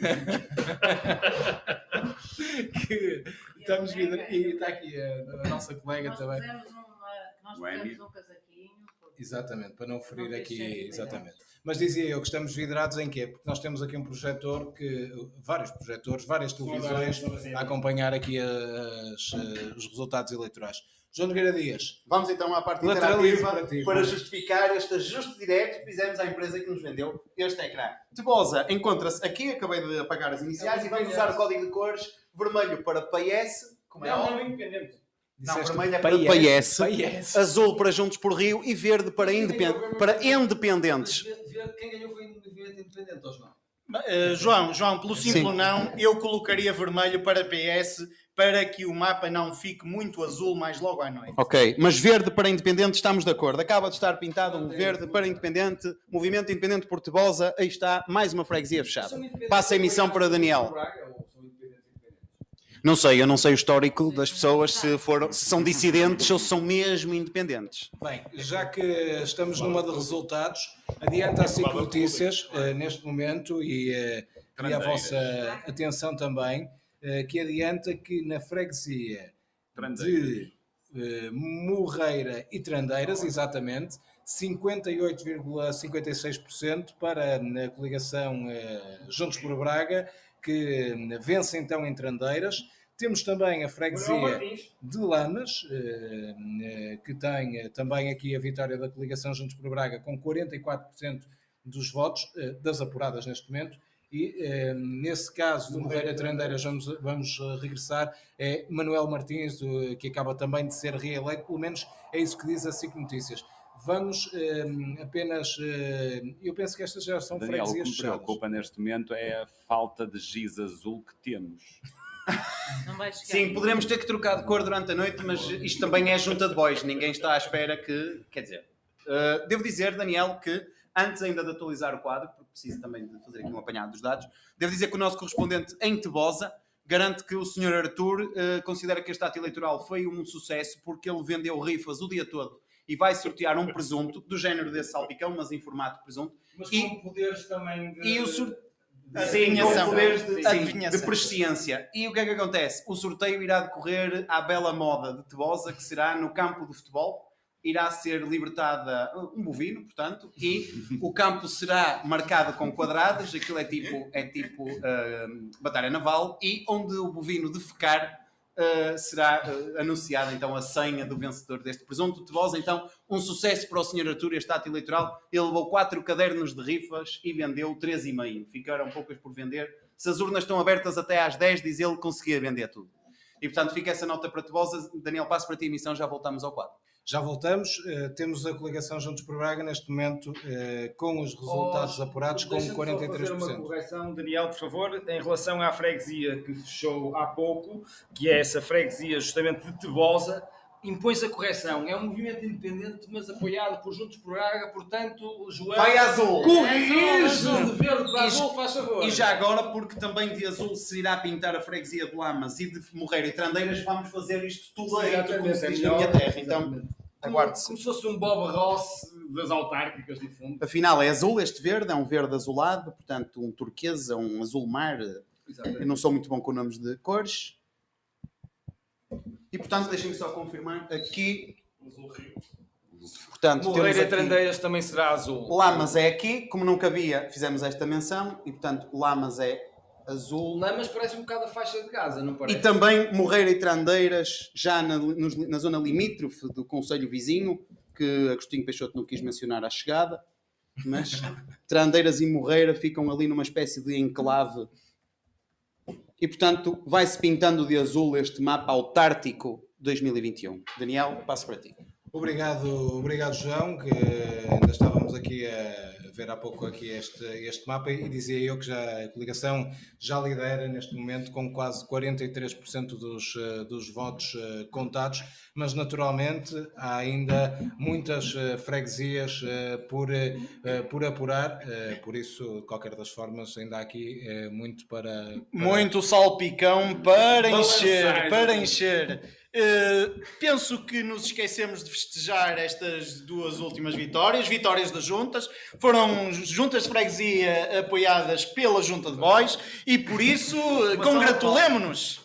que estamos vidrados. E está aqui a, a nossa colega Nós também. pusemos um, eh, nós Noémia. pusemos um casaquinho. porque- Exatamente, para não ferir Não aqui. deixei de Exatamente. Mas dizia eu que estamos vidrados em quê? Porque nós temos aqui um projetor, que, vários projetores, várias televisões a acompanhar aqui as, eh, os resultados eleitorais. João Nogueira Dias. Vamos então à parte Lateralize interativa para ti. para justificar este ajuste direto que fizemos à empresa que nos vendeu este ecrã. Tebosa encontra-se aqui, acabei de apagar as iniciais, e vamos usar o código de cores vermelho para P S, como é Não, óbvio. não, independente. Não, Disseste vermelho é para P P S. S, azul para Juntos por Rio e verde para, independ... para independentes. Quem ganhou foi independente, ou não? Uh, João, João, pelo simples Sim. não, eu colocaria vermelho para P S para que o mapa não fique muito azul mais logo à noite. Ok, mas verde para independente estamos de acordo. Acaba de estar pintado um verde para independente. Movimento Independente Portebosa, aí está, mais uma freguesia fechada. Passa a emissão para Daniel. Não sei, eu não sei o histórico das pessoas, se, foram, se são dissidentes ou se são mesmo independentes. Bem, já que estamos numa de resultados, adianta a S I C Notícias, uh, neste momento, e uh, queria a vossa atenção também, uh, que adianta que na freguesia de uh, Morreira e Trandeiras, exatamente, cinquenta e oito vírgula cinquenta e seis por cento para a coligação uh, Juntos por Braga, que uh, vence então em Trandeiras. Temos também a freguesia de Lamas, que tem também aqui a vitória da coligação Juntos por Braga com quarenta e quatro por cento dos votos, das apuradas neste momento, e nesse caso de Morreira Trandeiras vamos, vamos regressar, é Manuel Martins, que acaba também de ser reeleito, pelo menos é isso que diz a S I C Notícias. Vamos apenas, eu penso que estas já são Daniel, freguesias o que me fechadas. preocupa neste momento é a falta de giz azul que temos. Não vai chegar. Sim, poderemos ter que trocar de cor durante a noite, mas isto também é junta de boys. Ninguém está à espera que... Quer dizer, uh, devo dizer, Daniel, que antes ainda de atualizar o quadro, porque preciso também de fazer aqui um apanhado dos dados, devo dizer que o nosso correspondente em Tebosa garante que o senhor Artur uh, considera que este ato eleitoral foi um sucesso porque ele vendeu rifas o dia todo e vai sortear um presunto do género desse salpicão, mas em formato de presunto. Mas e, com poderes também de... E o sorteio... Sim, com poderes de, sim, adivinhação. de presciência. E o que é que acontece? O sorteio irá decorrer à Bela Moda de Tebosa, que será no campo de futebol. Irá ser libertada um bovino, portanto, e o campo será marcado com quadradas, aquilo é tipo, é tipo uh, batalha naval, e onde o bovino defecar uh, será uh, anunciada então a senha do vencedor deste presunto. Tebosa, então, um sucesso para o senhor Artur este ato eleitoral. Ele levou quatro cadernos de rifas e vendeu três e meio. Ficaram poucas por vender. Se as urnas estão abertas até às dez, diz ele, conseguia vender tudo. E, portanto, fica essa nota para Tebosa. Daniel, passo para ti a emissão, já voltamos ao quadro. Já voltamos, uh, temos a coligação Juntos por Braga neste momento uh, com os resultados oh, apurados com quarenta e três por cento. Fazer uma correção, Daniel, por favor, em relação à freguesia que fechou há pouco, que é essa freguesia justamente de Tebosa, impõe-se a correção. É um movimento independente, mas apoiado por Juntos por Braga, portanto, João... Vai azul! Corrige! De verde para azul, faz favor. E já agora, porque também de azul se irá pintar a freguesia de Lamas e de Morreira e Trandeiras, vamos fazer isto tudo aí, como se diz na minha terra. Então, aguarde-se. Como se fosse um Bob Ross das autárquicas, no fundo. Afinal, é azul este verde, é um verde azulado, portanto, um turquesa, um azul mar. Exatamente. Eu não sou muito bom com nomes de cores. E, portanto, deixem-me só confirmar aqui. Portanto, Morreira e aqui... Trandeiras também será azul. Lamas é aqui, como não cabia, fizemos esta menção. E, portanto, Lamas é azul. Lamas parece um bocado a faixa de Gaza, não parece? E também Morreira e Trandeiras, já na, nos, na zona limítrofe do concelho vizinho, que Agostinho Peixoto não quis mencionar à chegada. Mas Trandeiras e Morreira ficam ali numa espécie de enclave. E, portanto, vai-se pintando de azul este mapa autártico dois mil e vinte e um. Daniel, passo para ti. Obrigado, obrigado, João, que ainda estávamos aqui a ver há pouco aqui este, este mapa e dizia eu que já, a coligação já lidera neste momento com quase quarenta e três por cento dos, dos votos contados, mas naturalmente há ainda muitas freguesias por, por apurar, por isso, de qualquer das formas, ainda há aqui muito para... para... Muito salpicão para encher, para encher. Uh, penso que nos esquecemos de festejar estas duas últimas vitórias, vitórias das juntas, foram juntas de freguesia apoiadas pela Junta de Bois e por isso congratulemo-nos.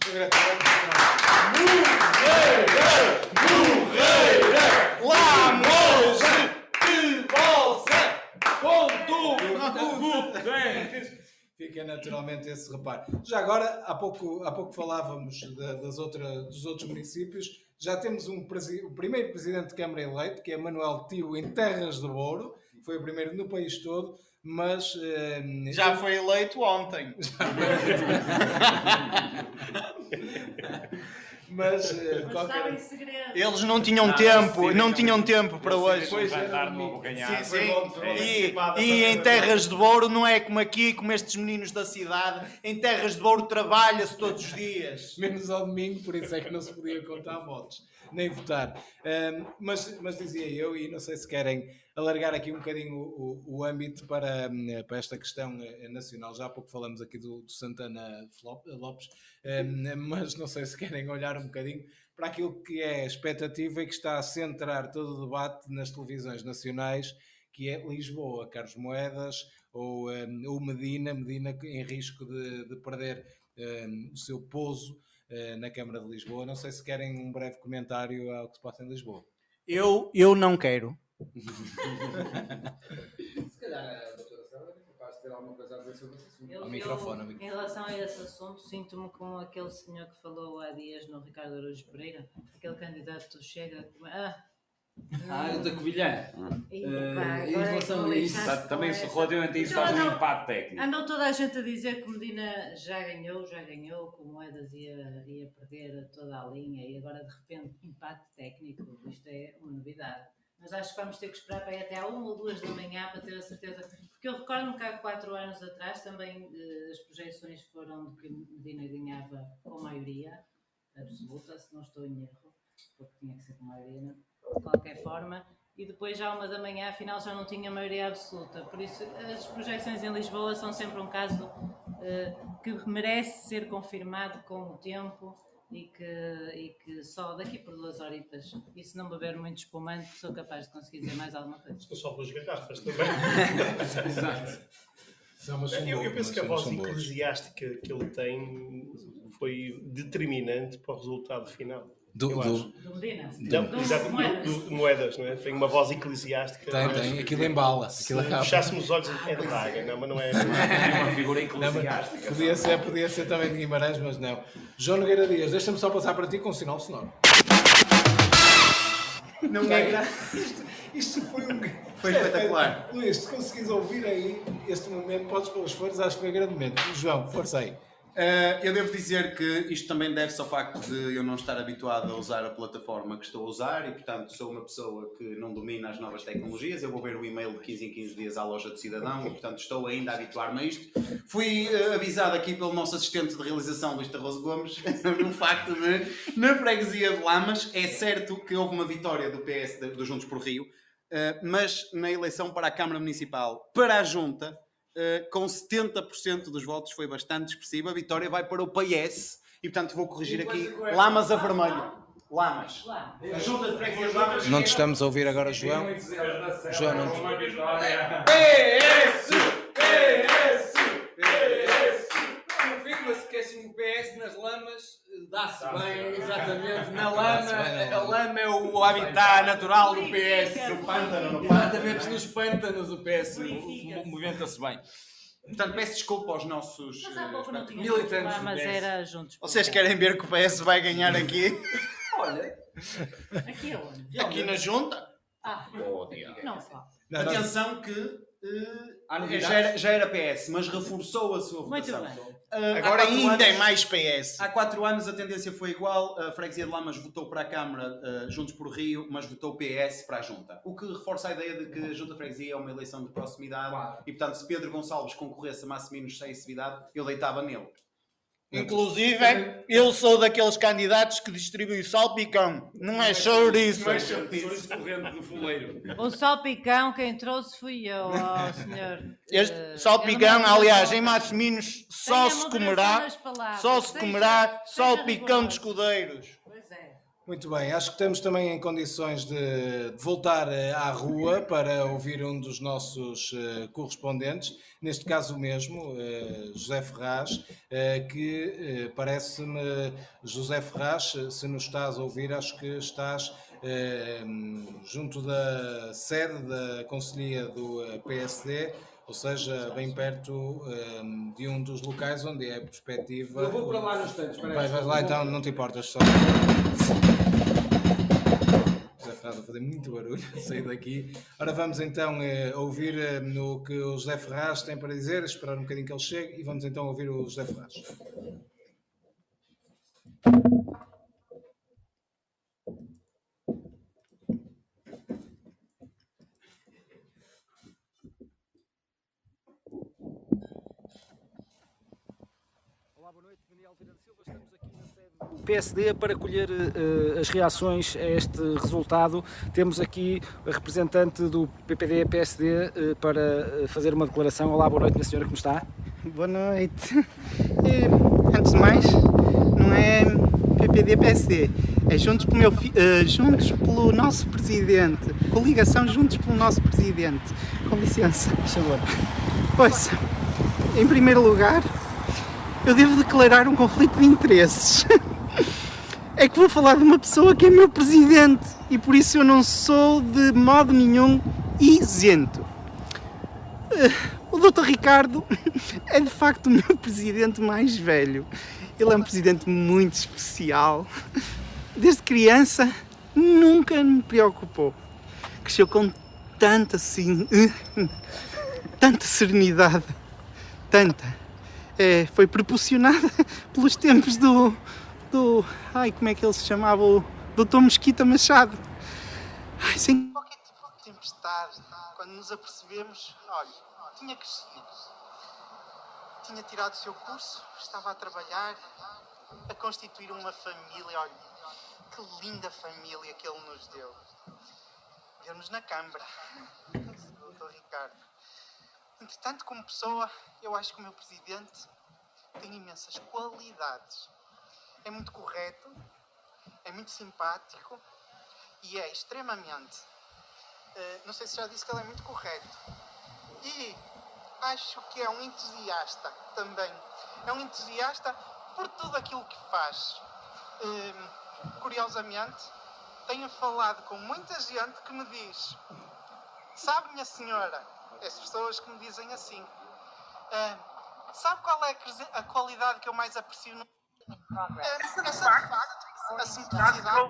Morreira, Morreira, Lamas de Bolsa, ponto. Fica naturalmente esse reparo. Já agora, há pouco, há pouco falávamos da, das outra, dos outros municípios. Já temos um presi- o primeiro presidente de Câmara eleito, que é Manuel Tio, em Terras do Ouro. Foi o primeiro no país todo, mas... Eh, Já foi eleito ontem. Mas, uh, Mas qualquer... estava em segredo. Eles não tinham Não, tempo, sim, não não, tinham tempo para hoje. Depois jantar no abocanhado. Sim, sim. E, e em terras de Douro não é como aqui, como estes meninos da cidade. Em terras de Douro trabalha-se todos os dias. Menos ao domingo, por isso é que não se podia contar votos, nem votar. Um, mas, mas dizia eu, e não sei se querem alargar aqui um bocadinho o, o, o âmbito para, para esta questão nacional. Já há pouco falamos aqui do, do Santana Lopes, um, mas não sei se querem olhar um bocadinho para aquilo que é a expectativa e que está a centrar todo o debate nas televisões nacionais, que é Lisboa, Carlos Moedas ou, um, ou Medina, Medina em risco de, de perder um, o seu pouso uh, na Câmara de Lisboa. Não sei se querem um breve comentário ao que se passa em Lisboa. Eu, eu não quero. Se calhar a doutora Sara é capaz de ter alguma coisa a dizer sobre esse assunto. Eu, Ao microfone, eu, ao microfone. Em relação a esse assunto, sinto-me como aquele senhor que falou há dias no Ricardo Araújo Pereira, aquele candidato chega. Ah, Ah, da Covilhã. e, Eh, pá, em agora relação é que a isso, lixaste Tá, também com se essa. relativamente a isso Então, faz um andou- empate técnico. Andou toda a gente a dizer que Medina já ganhou, já ganhou, que o Moedas ia, ia perder toda a linha e agora de repente empate técnico. Isto é uma novidade. Mas acho que vamos ter que esperar para ir até à uma ou duas da manhã para ter a certeza. Porque eu recordo-me que há quatro anos atrás também eh, as projeções foram de que Medina ganhava com maioria absoluta, se não estou em erro, porque tinha que ser com maioria, né? De qualquer forma. E depois, já uma da manhã, afinal já não tinha maioria absoluta. Por isso, as projeções em Lisboa são sempre um caso eh, que merece ser confirmado com o tempo. E que, e que só daqui por duas horitas, e se não beber muito espumante, sou capaz de conseguir dizer mais alguma coisa. São só duas garrafas também. Exato. Eu, eu penso que a voz eclesiástica que ele tem foi determinante para o resultado final. Do, eu do... acho. Do Medina? Não, do, exato, do do- Moedas? do- do Moedas, não é? Tem uma voz eclesiástica. Tem, mas tem, aquilo embala. Se Aquilo acaba. fechássemos os olhos, é de Braga, não, mas não é. É uma figura Não, mas eclesiástica. podia ser, podia ser também de Guimarães, mas não. João Nogueira Dias, deixa-me só passar para ti com um sinal sonoro. Não é Isto, isto foi um... Foi espetacular. Luís, se conseguires ouvir aí este momento, podes pôr os fones, acho que foi um grande momento. João, força aí. Uh, eu devo dizer que isto também deve-se ao facto de eu não estar habituado a usar a plataforma que estou a usar e, portanto, sou uma pessoa que não domina as novas tecnologias. Eu vou ver o e-mail de quinze em quinze dias à loja de cidadão e, portanto, estou ainda a habituar-me a isto. Fui uh, avisado aqui pelo nosso assistente de realização, Luís Tarroso Gomes, no facto de, na freguesia de Lamas, é certo que houve uma vitória do P S, de, do Juntos por Rio, uh, mas na eleição para a Câmara Municipal, para a Junta, Uh, com setenta por cento dos votos foi bastante expressiva. A vitória vai para o P S e, portanto, vou corrigir aqui. Lamas a vermelho. Lamas. A Junta de Freguesia de Lamas. Não te estamos a ouvir agora, João. João, não te... P S! P S! P S! Confirma-se que assim o P S nas lamas dá-se bem, exatamente. Na lama, a lama é o habitat natural do P S. No pântano, no pântano. Exatamente, nos pântanos o P S movimenta-se bem. Portanto, peço desculpa aos nossos Mas há pouco não tinha Militantes lá, mas do P S. era juntos. Vocês querem ver que o P S vai ganhar aqui? Olha, Aqui é onde? Aqui na junta? Ah, não fala. Não, não. Atenção que uh, Há novidades? já, era, já era P S, mas reforçou a sua Muito votação. bem. Uh, há Agora quatro ainda é anos- mais P S. Há quatro anos a tendência foi igual. A Freguesia de Lamas votou para a Câmara uh, Juntos por Rio, mas votou P S para a Junta. O que reforça a ideia de que a Junta Freguesia é uma eleição de proximidade. Claro. E, portanto, se Pedro Gonçalves concorresse a Massiminos sem civilidade, eu deitava nele. Inclusive, eu sou daqueles candidatos que distribui salpicão. Não é chouriço. não é chouriço correndo do fuleiro. O salpicão quem trouxe fui eu, ó senhor. Este Eh, salpicão, eu não- aliás, em Massiminos só Tenha se moderação comerá, nas palavras, só se seja- comerá seja salpicão de rigoroso. escudeiros. Pois é. Muito bem, acho que estamos também em condições de voltar eh, à rua para ouvir um dos nossos eh, correspondentes, neste caso o mesmo, eh, José Ferraz, eh, que eh, parece-me, José Ferraz, se nos estás a ouvir, acho que estás eh, junto da sede da Conselhia do eh, P S D, ou seja, bem perto eh, de um dos locais onde é a perspectiva... Eu vou para lá nos tantos. Vais, vais lá então, não te importas, só... José Ferraz a fazer muito barulho, sair daqui. Ora, vamos então eh, ouvir eh, o que o José Ferraz tem para dizer, esperar um bocadinho que ele chegue e vamos então ouvir o José Ferraz. O P S D, para colher uh, as reações a este resultado, temos aqui a representante do P P D-P S D uh, para fazer uma declaração. Olá, boa noite, minha senhora, como está? Boa noite. É, antes de mais, não é P P D-P S D, é Juntos pelo, meu, uh, Juntos pelo nosso Presidente, coligação Juntos pelo nosso Presidente. Com licença. Por favor. Pois, em primeiro lugar, eu devo declarar um conflito de interesses. É que vou falar de uma pessoa que é meu presidente e por isso eu não sou de modo nenhum isento. O doutor Ricardo é de facto o meu presidente mais velho. Ele é um presidente muito especial. Desde criança nunca me preocupou. Cresceu com tanta assim, tanta serenidade, tanta. É, foi proporcionada pelos tempos do, do... Ai, como é que ele se chamava? O doutor Mesquita Machado. Ai, sem qualquer tipo de tempestade, quando nos apercebemos, olha, tinha crescido. Tinha tirado o seu curso, estava a trabalhar, a constituir uma família. Olha, que linda família que ele nos deu. Deu-nos na Câmara, doutor Ricardo. Entretanto, como pessoa, eu acho que o meu presidente tem imensas qualidades. É muito correto, é muito simpático e é extremamente... Uh, não sei se já disse que ele é muito correto. E acho que é um entusiasta também. É um entusiasta por tudo aquilo que faz. Uh, curiosamente, tenho falado com muita gente que me diz: sabe, minha senhora... As pessoas que me dizem assim, uh, sabe qual é a qualidade que eu mais aprecio no... Uh, essa facto, a simplicidade,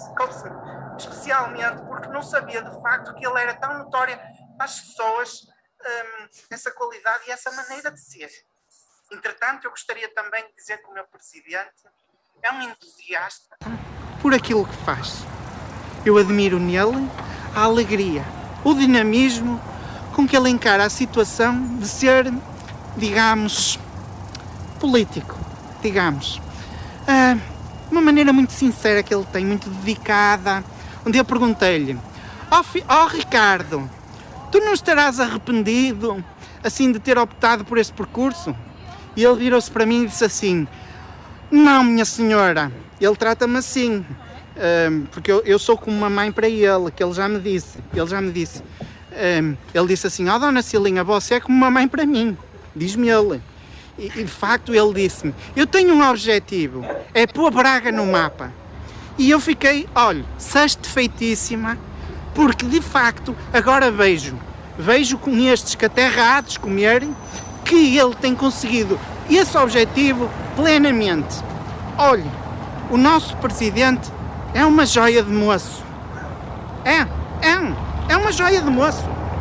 especialmente porque não sabia de facto que ele era tão notório às pessoas, um, essa qualidade e essa maneira de ser. Entretanto, eu gostaria também de dizer que o meu presidente é um entusiasta por aquilo que faz. Eu admiro nele a alegria, o dinamismo com que ele encara a situação de ser, digamos, político, digamos. Ah, uma maneira muito sincera que ele tem, muito dedicada, onde eu perguntei-lhe: ó oh, oh, Ricardo, tu não estarás arrependido, assim, de ter optado por este percurso? E ele virou-se para mim e disse assim: não, minha senhora, ele trata-me assim, ah, porque eu, eu sou como uma mãe para ele, que ele já me disse, ele já me disse. Um, ele disse assim: ó, oh, dona Cilinha, você é como uma mãe para mim, diz-me ele. E, e de facto ele disse-me: eu tenho um objetivo, é pôr Braga no mapa. E eu fiquei, olha, satisfeitíssima, porque de facto agora vejo, vejo com estes que até há de comerem, que ele tem conseguido esse objetivo plenamente. Olha, o nosso presidente é uma joia de moço. É, é um. É uma joia de moço.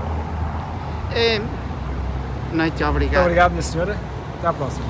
É... Noite, obrigado. Muito obrigado, minha senhora. Até à próxima.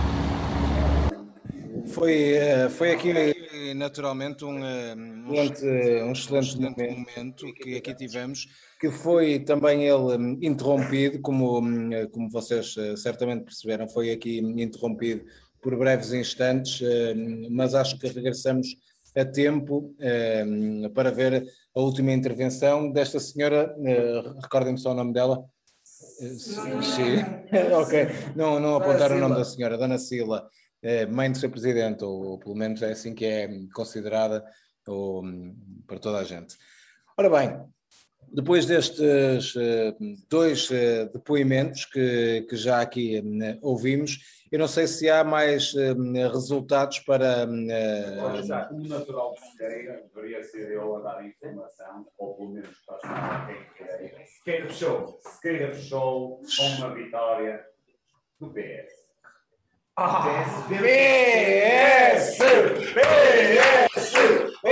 Foi, foi aqui naturalmente um, um excelente, um excelente momento que aqui tivemos, que foi também ele interrompido, como, como vocês certamente perceberam, foi aqui interrompido por breves instantes, mas acho que regressamos a tempo para ver a última intervenção desta senhora. Recordem-me só o nome dela. Sim. Ok, não, não apontaram o nome da senhora, Dona Sila, mãe do seu presidente, ou pelo menos é assim que é considerada ou, para toda a gente. Ora bem, depois destes dois depoimentos que, que já aqui ouvimos, eu não sei se há mais resultados para... Como natural de Sequeira, deveria ser eu a dar informação, ou pelo menos para quem queira. Sequeira fechou, Sequeira fechou com uma vitória do P S. Ah, P S! P S! P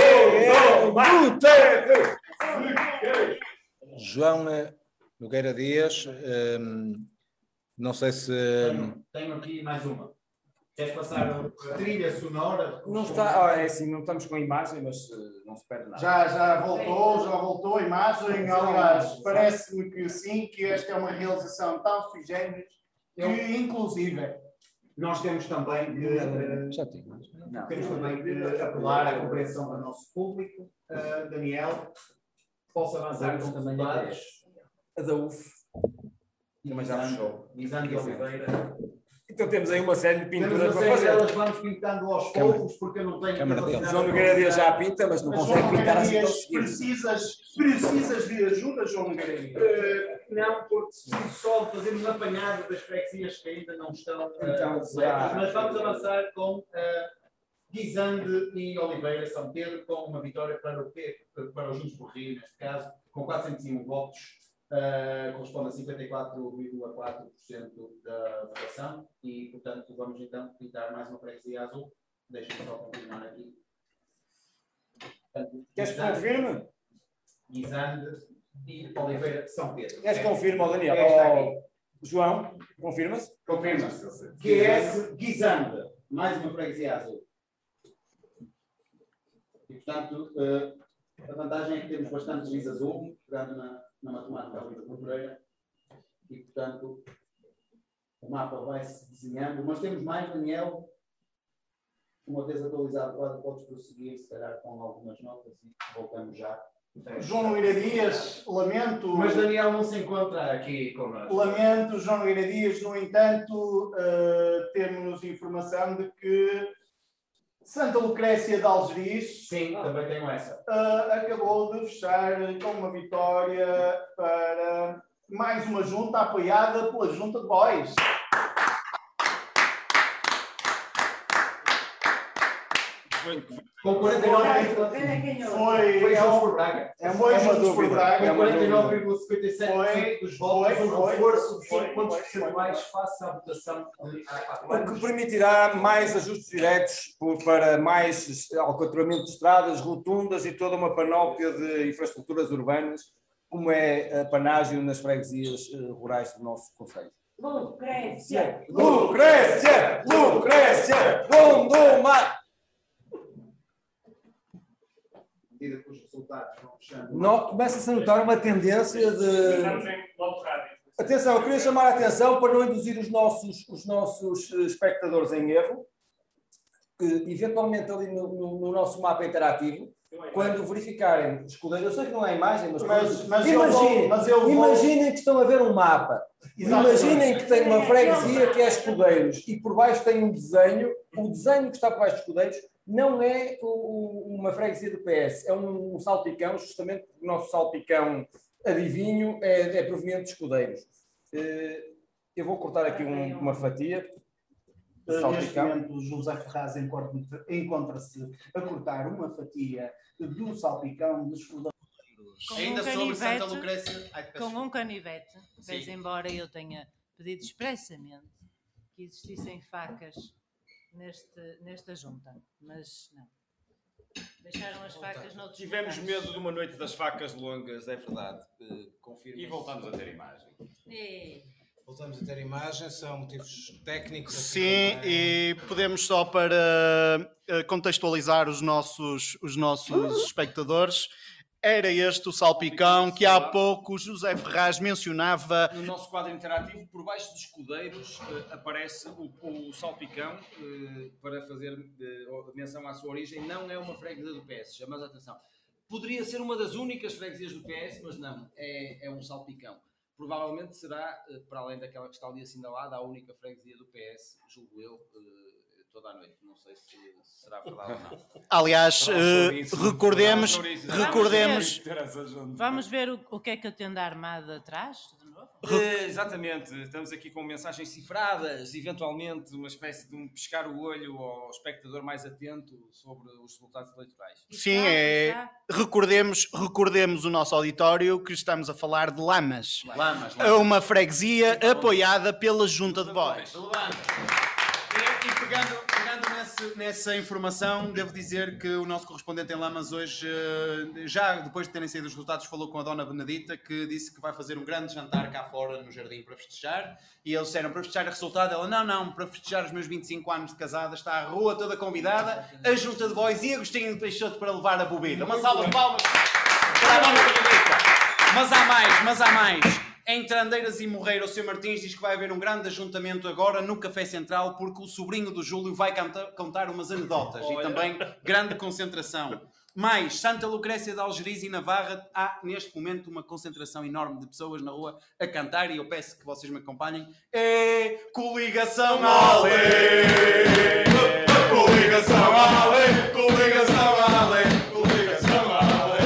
S! João Nogueira Dias, um, não sei se... Tenho, tenho aqui mais uma. Queres passar a trilha sonora? Não está, ah, é assim, não estamos com a imagem, mas uh, não se perde nada. Já, já voltou, já voltou a imagem. Aliás, parece-me que sim, que esta é uma realização tão sui generis que, inclusive, nós temos também que, uh, Já tenho. temos também que apelar à compreensão do nosso público. Uh, Daniel, posso avançar com os dados? A da U F. Também já fechou. Guisando e Oliveira. Então temos aí uma série de pinturas Temos uma para série fazer. delas, vamos pintando aos poucos, porque eu não tenho capacidade. João Nogueira Dias já pinta, mas não Mas, consegue João pintar Nogueira assim tão Dias, seguido. precisas, precisas de ajuda, João Nogueira Dias? Uh, não, porque preciso só de fazer um apanhado das freguesias que ainda não estão uh, Então, será- mas vamos avançar com uh, Guisande e Oliveira São Pedro, com uma vitória para o, P, para o Juntos por Rio, neste caso, com quatrocentos e um votos. Uh, corresponde a cinquenta e quatro vírgula quatro por cento da votação e, portanto, vamos então pintar mais uma freguesia azul. Deixem-me só confirmar aqui. Portanto, Queres que Guisande- confirme? Guisande e Oliveira São Pedro. Queres que confirme, ó Daniel? Quem está Ó, aqui? João, confirma-se? Confirma-se. Q S Guisande, mais uma freguesia azul. E, portanto, uh, a vantagem é que temos bastante giz azul, pegando na, na matemática ali da cultureira, e, portanto, o mapa vai-se desenhando. Mas temos mais, Daniel. Uma vez atualizado o quadro, podes prosseguir, se calhar, com algumas notas e voltamos já. João Nogueira Dias, lamento. Mas Daniel não se encontra aqui connosco. Lamento, João Nogueira Dias, no entanto, uh, temos informação de que Santa Lucrécia de Algeriz Sim, também tenho essa. uh, acabou de fechar com uma vitória para mais uma junta apoiada pela Junta de Bois. Com quarenta e nove Foi, foi é Juntos um- por Braga. é foi Juntos por Braga. Com quarenta e nove vírgula cinquenta e sete por cento dos votos, foi um foi, reforço de foi, cinco pontos foi, percentuais face à votação de há quatro O anos. que permitirá mais ajustes diretos por- para mais alcatramento de estradas, rotundas e toda uma panóplia de infraestruturas urbanas, como é a panágio nas freguesias eh, rurais do nosso concelho. Lucrécia! Lucrécia! Lucrécia! Gondomar! À medida que os resultados vão fechando. Não, começa-se a notar uma tendência de... Estamos em modo rádio. Atenção, eu queria chamar a atenção para não induzir os nossos, os nossos eh, espectadores em erro, que eventualmente ali no, no- no nosso mapa interativo, quando verificarem escudeiros, eu sei que não há imagem, mas, Mas- mas eu imaginem, vou- mas eu vou- imaginem que estão a ver um mapa. Exatamente. Imaginem que tem uma freguesia que é escudeiros e por baixo tem um desenho. O desenho que está por baixo de escudeiros não é o- o- uma freguesia do P S, é um, um salpicão, justamente porque o nosso salpicão adivinho é, é proveniente de escudeiros. Eh, Eu vou cortar aqui um- uma fatia. de Neste salpicão. momento, José Ferraz encontra- encontra-se a cortar uma fatia do salpicão de escudeiros. Com Ainda um sobre Santa canivete- Lucrécia. Ai, peço Com um canivete, fez Sim. embora eu tenha pedido expressamente que existissem facas neste, nesta junta, mas não. Deixaram as facas noutros Tivemos lugares. medo de uma noite das facas longas, é verdade. Eh, Confirmo. E voltamos a ter imagem. E- Voltamos a ter imagem, são motivos técnicos. aqui Sim, também. e podemos só para eh, contextualizar os nossos, os nossos espectadores. Era este o salpicão que há pouco José Ferraz mencionava. No nosso quadro interativo, por baixo dos escudeiros, eh, aparece o, o salpicão, eh, para fazer eh, menção à sua origem. Não é uma freguesia do P S, chamamos a atenção. Poderia ser uma das únicas freguesias do P S, mas não, é, é um salpicão. Provavelmente será, eh, para além daquela que está ali assinalada, a única freguesia do P S, julgo eu, eh, toda a noite. Não sei se será verdade ou não. Aliás, Para o eh, chouriço, recordemos, para o chouriço. recordemos, Vamos ver o, o que é que eu tenho da armada atrás, de novo? Eh, exatamente, estamos aqui com mensagens cifradas, eventualmente uma espécie de um pescar o olho ao espectador mais atento sobre os resultados eleitorais. sim, é, recordemos, recordemos o nosso auditório que estamos a falar de Lamas. Lamas, É uma freguesia apoiada pela Junta de Bois. E, e pegando, pegando nesse, nessa informação, devo dizer que o nosso correspondente em Lamas hoje, eh, já depois de terem saído os resultados, falou com a Dona Benedita, que disse que vai fazer um grande jantar cá fora no jardim para festejar. E eles disseram para festejar o resultado. Ela, não, não, para festejar os meus vinte e cinco anos de casada, está a rua toda convidada, a Junta de Bois e Agostinho de Peixoto para levar a bebida. Uma salva de palmas para a Dona Benedita. Mas há mais, mas há mais. Entre Andeiras e Morreira, o senhor Martins diz que vai haver um grande ajuntamento agora no Café Central, porque o sobrinho do Júlio vai contar, contar umas anedotas e também grande concentração. Mais, Santa Lucrécia de Algeriz e Navarra, há neste momento uma concentração enorme de pessoas na rua a cantar e eu peço que vocês me acompanhem. É coligação Ale! Coligação Ale! Coligação Ale! Coligação Ale!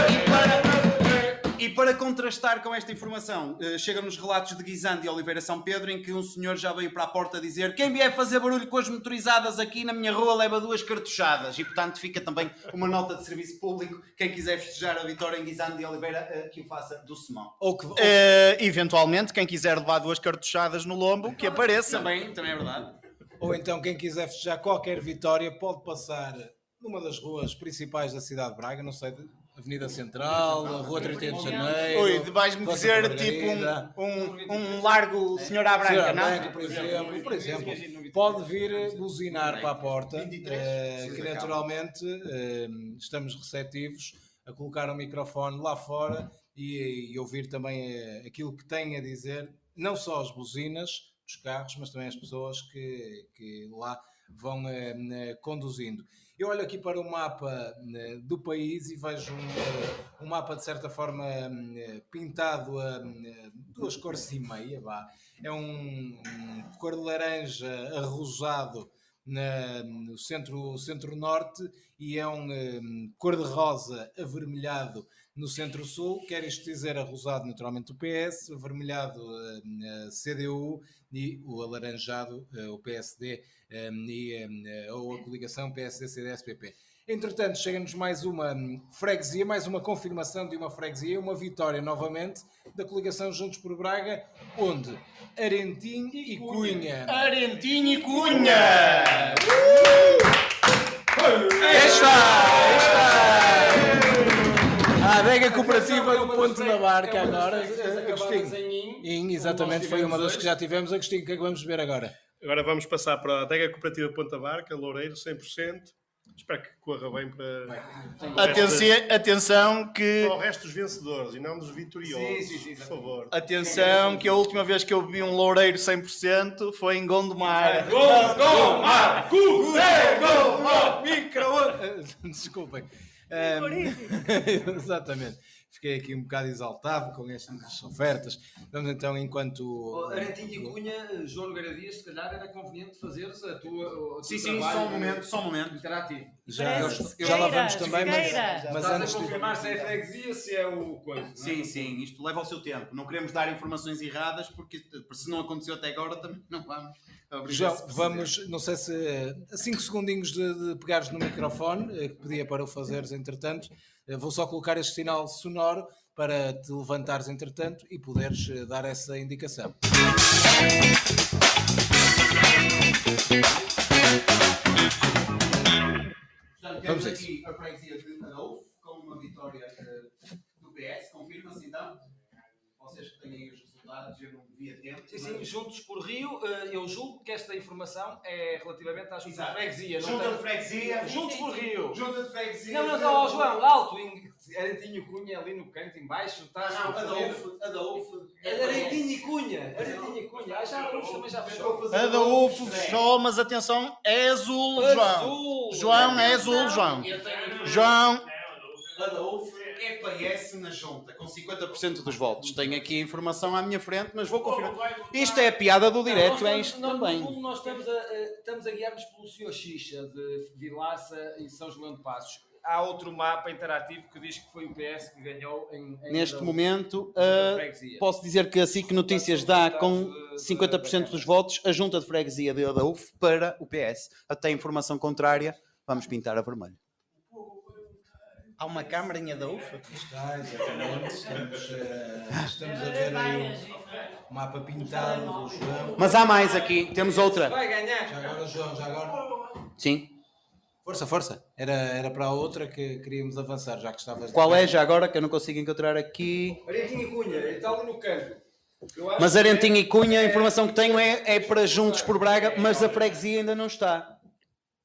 E para contrastar com esta informação, chegam-nos relatos de Guisande e Oliveira São Pedro, em que um senhor já veio para a porta dizer: quem vier fazer barulho com as motorizadas aqui na minha rua leva duas cartuchadas. E, portanto, fica também uma nota de serviço público. Quem quiser festejar a vitória em Guisande e Oliveira, que o faça do Semão. Ou que, ou... Uh, eventualmente, quem quiser levar duas cartuchadas no lombo, que apareça. Também, também é verdade. Ou então, quem quiser festejar qualquer vitória, pode passar numa das ruas principais da cidade de Braga, não sei... Avenida Central, a Rua trinta e oito de Janeiro... Oi, vais-me dizer tipo um, um, um largo Senhor à Branca, não? Branca, por exemplo, por exemplo, pode vir buzinar para a porta, eh, que naturalmente eh, estamos receptivos a colocar o microfone lá fora e, e ouvir também eh, aquilo que tem a dizer, não só as buzinas dos carros, mas também as pessoas que, que lá vão eh, eh, conduzindo. Eu olho aqui para o mapa uh, do país e vejo um, uh, um mapa de certa forma uh, pintado a uh, duas cores e meia, vá. É um, um cor de laranja arrosado na, no centro, centro-norte e é um, um cor de rosa avermelhado no centro-sul, quer isto dizer arrosado naturalmente o P S, avermelhado uh, a C D U e o alaranjado uh, o P S D um, e, um, ou a coligação P S D C D S P P. Entretanto, chega-nos mais uma freguesia, mais uma confirmação de uma freguesia, uma vitória novamente da coligação Juntos por Braga, onde Arentim e Cunha. Arentim e Cunha! Aí está! A adega cooperativa do Ponte da Barca agora. Agostinho. Em, exatamente, foi uma das que já tivemos. Agostinho, o que é que vamos ver agora? Agora vamos passar para a adega cooperativa Ponte da Barca, Loureiro, cem por cento. Espero que corra bem para... Atenção, atenção que... Para o resto dos vencedores e não dos vitoriosos, sim, sim, sim, por favor. Atenção que a última vez que eu vi um Loureiro cem por cento foi em Gondomar. Gondomar! Gondomar! Micro... Desculpem. Um, exatamente. Fiquei aqui um bocado exaltado com estas ofertas. Vamos então, enquanto... Oh, Arentim e Cunha, João Nogueira Dias, se calhar era conveniente fazeres a tua... O sim, sim, só um momento, só um momento. Interativo. Já, eu, já lá vamos também, mas, mas Estás antes a confirmar de... se é freguesia, se é o coisa. Sim, é? Sim, isto leva ao seu tempo. Não queremos dar informações erradas, porque se não aconteceu até agora, também não vamos. João, vamos, não sei se a cinco segundinhos de, de pegares no microfone, que pedia para o fazeres entretanto, vou só colocar este sinal sonoro para te levantares entretanto e poderes dar essa indicação. Portanto, temos aqui a freguesia de Adolfo com uma vitória uh, do P S, confirma-se então? Vocês que têm aí os resultados, eu não vi a tempo. Sim, sim, mas... Juntos por Rio, eu julgo que esta informação é relativamente à junta de freguesia. Junta de freguesia. Juntos por Rio. Junta de freguesia. Não, não, não, João, alto, Arentim e Cunha ali no canto, em baixo. Não, não, Adolfo, Adolfo. Arentim e Cunha, Arentim e Cunha. Ah, já, também já fechou. Adolfo fechou, mas atenção, é azul, João. João, é azul, João. João. Adolfo é P S na junta, com cinquenta por cento dos votos. Tenho aqui a informação à minha frente, mas vou confirmar. Isto é a piada do direto, é isto também. No fundo, nós estamos a, estamos a guiar-nos pelo senhor Xixa, de Vilaça e São João de Passos. Há outro mapa interativo que diz que foi o P S que ganhou em... em Neste momento, uh, posso dizer que a S I C Notícias dá com cinquenta por cento dos votos a junta de freguesia de Adolfo para o P S. Até informação contrária, vamos pintar a vermelho. Há uma câmara em Adolfo? Está, exatamente. Estamos, uh, estamos a ver aí o mapa pintado do João. Mas há mais aqui, temos outra. Vai ganhar. Já agora, João, já agora. Sim. Força, força. Era, era para a outra que queríamos avançar, já que estavas... Qual é já agora, que eu não consigo encontrar aqui? Arentim e Cunha, está ali no canto. Mas Arentim e Cunha, a informação que tenho é, é para Juntos por Braga, mas a freguesia ainda não está.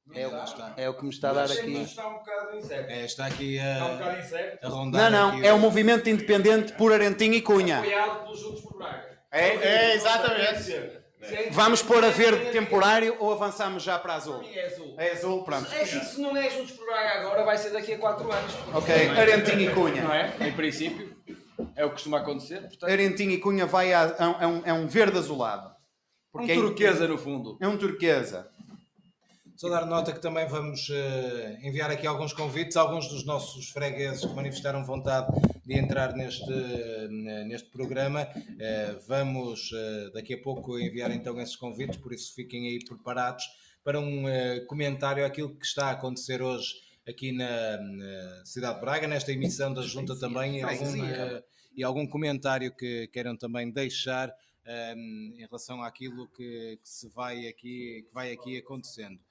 É o, está. é o que me está a dar Achei que aqui. Está um bocado incerto. É, está aqui a, Está um bocado incerto. a rondar. Não, não, aqui é o movimento independente por Arentim e Cunha. Apoiado pelos Juntos por Braga. É? É, exatamente. Se é- Vamos pôr a verde temporário ou avançamos já para azul? Para mim é azul. É azul, pronto. É assim, se não é Juntos por Braga agora, vai ser daqui a quatro anos. Ok, Não é? Arentim e Cunha. Não é? Em princípio. É o que costuma acontecer. Portanto, Arentim e Cunha vai a, a, a um, é um verde azulado. um é- turquesa no fundo. É um turquesa. Só dar nota que também vamos uh, enviar aqui alguns convites. Alguns dos nossos fregueses que manifestaram vontade de entrar neste, uh, neste programa. Uh, vamos uh, daqui a pouco enviar então esses convites, por isso fiquem aí preparados para um uh, comentário àquilo que está a acontecer hoje aqui na, na cidade de Braga, nesta emissão da Junta também, e algum, uh, e algum comentário que queiram também deixar um, em relação àquilo que, que se vai aqui, que vai aqui acontecendo.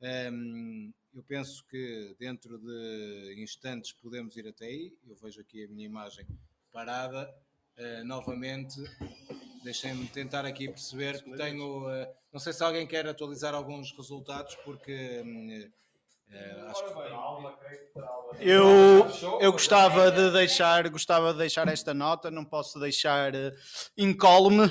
Um, eu penso que dentro de instantes podemos ir até aí. Eu vejo aqui a minha imagem parada uh, novamente. Deixem-me tentar aqui perceber que tenho. Uh, não sei se alguém quer atualizar alguns resultados, porque uh, uh, acho que. Eu, eu gostava de deixar, gostava de deixar esta nota, não posso deixar uh, incólume.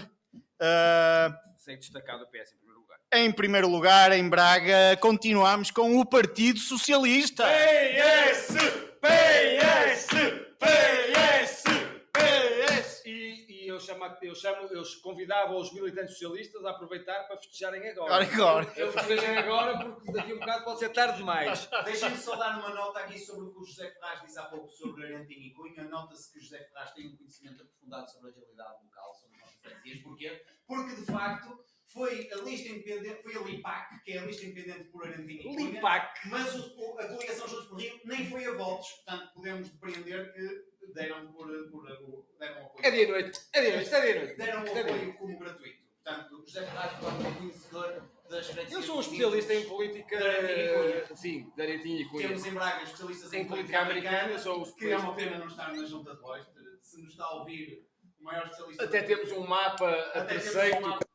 Uh, Sem destacar do P S em primeiro lugar. Em primeiro lugar, em Braga, continuamos com o Partido Socialista. P S! P S! P S! P S! E, e eu, chamo, eu, chamo, eu convidava os militantes socialistas a aproveitar para festejarem agora. Agora. Eu festejem agora porque daqui a um bocado pode ser tarde demais. Deixem-me só dar uma nota aqui sobre o que o José Ferraz disse há pouco sobre Arentim e Cunha. Nota-se que o José Ferraz tem um conhecimento aprofundado sobre a realidade local, sobre as nossas freguesias. Porquê? Porque, de facto, foi a lista independente, foi a LIPAC, que é a lista independente por Arentim e Cunha. Lipac. Mas o, o, a coligação Juntos por Rio nem foi a votos. Portanto, podemos depreender que deram por, por, por deram apoio. É dia-noite. É dia-noite. É dia-noite. Deram É apoio dia-noite. como gratuito. Portanto, o José Ferraz é um conhecedor das freguesias. Eu sou um especialista em política. Da Arentim e Cunha. Sim, da Arentim e Cunha. Temos em Braga especialistas em, Em política americana, eu sou o que é uma pena não estar na junta de voz. Se nos está a ouvir o maior especialista. Até temos um mapa a Até temos terceiro. um mapa.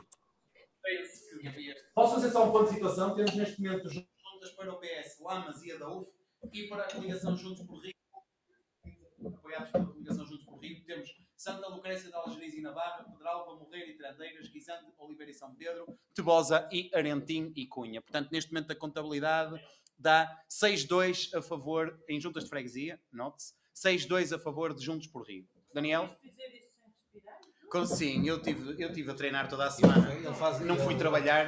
Posso fazer só um ponto de situação? Temos neste momento Juntas para o P S, Lamas e a da U F e para a coligação Juntos por Rio, apoiados pela coligação Juntos por Rio, temos Santa Lucrécia de Algeriz e Navarra, Pedralva, Morreira e Trandeiras, Guisante, Oliveira e São Pedro, Tebosa e Arentim e Cunha. Portanto, neste momento a contabilidade dá seis dois a favor em juntas de freguesia, note-se, seis dois a favor de Juntos por Rio. Daniel? Com- Sim, eu tive, eu tive a treinar toda a semana. Ele faz- Não fui ele- trabalhar.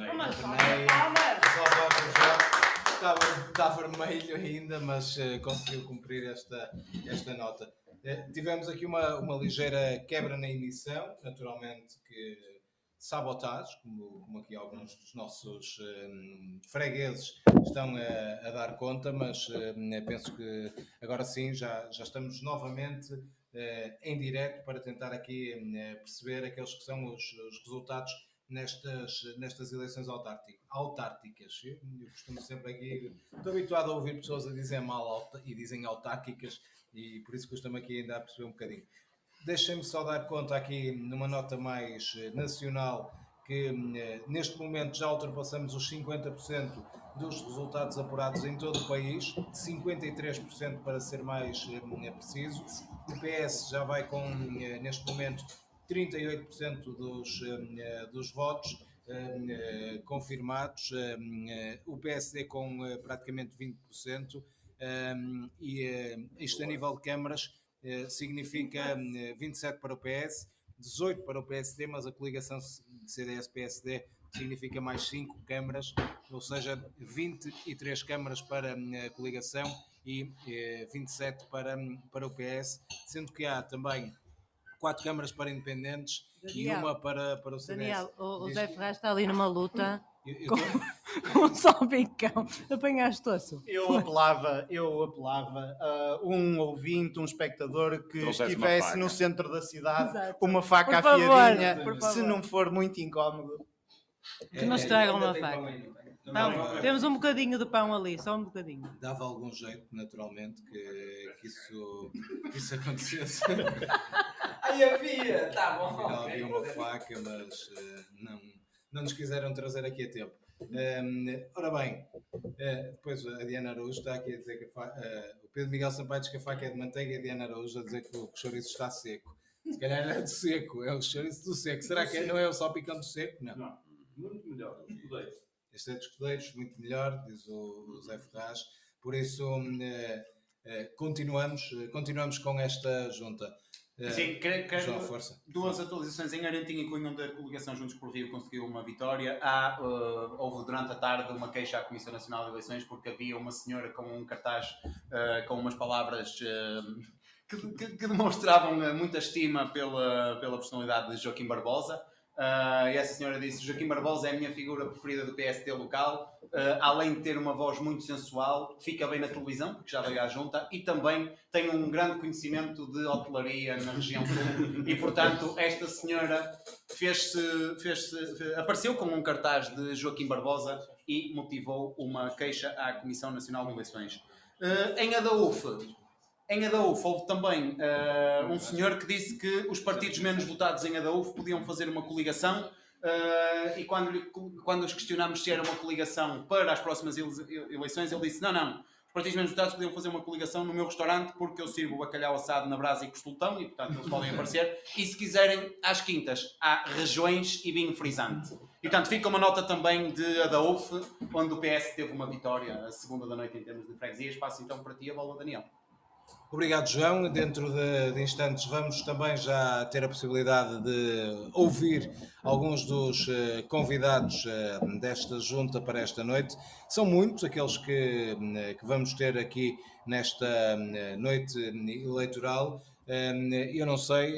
Está, está vermelho ainda, mas uh, conseguiu cumprir esta, esta nota. Uh, tivemos aqui uma, uma ligeira quebra na emissão, naturalmente que sabotagem, como, como aqui alguns dos nossos um, fregueses estão a, a dar conta, mas uh, penso que agora sim já, já estamos novamente uh, em direto para tentar aqui uh, perceber aqueles que são os, os resultados nestas, nestas eleições autárticas. autárticas. Eu, eu costumo sempre aqui, estou habituado a ouvir pessoas a dizer mal auta, e dizem autárquicas, e por isso custa-me aqui ainda a perceber um bocadinho. Deixem-me só dar conta aqui numa nota mais eh, nacional que eh, neste momento já ultrapassamos os cinquenta por cento dos resultados apurados em todo o país, cinquenta e três por cento para ser mais eh, preciso. O P S já vai com, eh, neste momento, trinta e oito por cento dos, eh, dos votos eh, confirmados, eh, o P S D com eh, praticamente vinte por cento, eh, e eh, isto a nível de câmaras eh, significa eh, vinte e sete para o P S, dezoito para o P S D, mas a coligação C D S P S D significa mais cinco câmaras, ou seja, vinte e três câmaras para a coligação e eh, vinte e sete para, para o P S, sendo que há também quatro câmaras para independentes Daniel, e uma para, para o C D S. Daniel, o, o Diz- Zé Ferraz está ali numa luta Eu- eu com, tô- com um salpicão. Apanhaste osso. Eu apelava, eu apelava a um ouvinte, um espectador que Trouxesse uma estivesse faca. no centro da cidade Exato. com uma faca Por favor, afiadinha, por se favor. não for muito incómodo. Que nos tragam uma faca. Pão, temos um bocadinho de pão ali, só um bocadinho. Dava algum jeito, naturalmente, que, que, isso, que isso acontecesse. Aí havia, tá bom. Afinal, havia uma faca, mas eh, não, não nos quiseram trazer aqui a tempo. Um, ora bem, uh, depois a Diana Araújo está aqui a dizer que a fa... uh, o Pedro Miguel Sampaio diz que a faca é de manteiga e a Diana Araújo a dizer que o, que o chouriço está seco. Se calhar não é do seco, é o chouriço do seco. Será que é, não é o salpicão do seco? Não. Não, muito melhor, os escudeiros. Este é dos escudeiros, muito melhor, diz o, o Zé Ferraz. Por isso, uh, uh, continuamos, uh, continuamos com esta junta. Uh, Sim, quero, quero João, força. Duas atualizações. Em Arentinho e Cunha, onde a coligação Juntos por Rio conseguiu uma vitória. Há, uh, houve durante a tarde uma queixa à Comissão Nacional de Eleições porque havia uma senhora com um cartaz uh, com umas palavras uh, que, que, que demonstravam uh, muita estima pela, pela personalidade de Joaquim Barbosa. Uh, e essa senhora disse: Joaquim Barbosa é a minha figura preferida do P S D local, uh, além de ter uma voz muito sensual, fica bem na televisão, porque já veio à junta, e também tem um grande conhecimento de hotelaria na região sul, e portanto esta senhora fez-se, fez-se, apareceu com um cartaz de Joaquim Barbosa e motivou uma queixa à Comissão Nacional de Eleições. Uh, em Adaúf, Em Adaúf houve também uh, um senhor que disse que os partidos menos votados em Adaúf podiam fazer uma coligação uh, e quando, lhe, quando os questionámos se era uma coligação para as próximas eleições, ele disse: não, não, os partidos menos votados podiam fazer uma coligação no meu restaurante porque eu sirvo bacalhau assado na brasa e costoltão e portanto eles podem aparecer, e se quiserem às quintas há regiões e vinho frisante. E portanto fica uma nota também de Adaúf, onde o P S teve uma vitória a segunda da noite em termos de freguesias. Passo então para ti a bola, Daniel. Obrigado, João. Dentro de, de instantes vamos também já ter a possibilidade de ouvir alguns dos uh, convidados uh, desta junta para esta noite. São muitos aqueles que, uh, que vamos ter aqui nesta uh, noite eleitoral. Uh, eu não sei,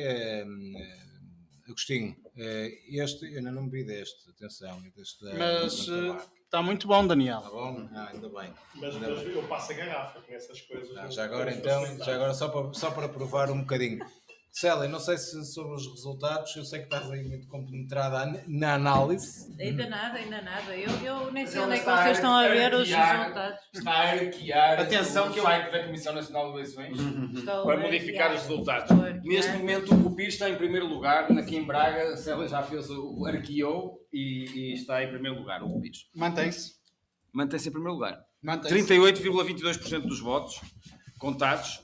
uh, Agostinho, uh, este, eu ainda não me vi deste, atenção. Deste, Mas uh, está muito bom, Daniel. Está bom? Ah, ainda bem. Mas, ainda mas bem. eu passo a garrafa com essas coisas. Ah, já agora então, já agora só para, só para provar um bocadinho. Célia, não sei se sobre os resultados, eu sei que estás aí muito compenetrada na análise. Ainda nada, ainda nada. Eu, eu nem sei onde é que vocês estão a ver os resultados. Está a arquear Atenção o que eu- site da Comissão Nacional de Eleições Estou para a modificar arquear. os resultados. Estou a arquear. Neste momento o Pires está em primeiro lugar, aqui em Braga, a Célia já fez o arqueou e, e está em primeiro lugar o Pires. Mantém-se. Mantém-se em primeiro lugar. Mantém-se. trinta e oito vírgula vinte e dois por cento dos votos contados.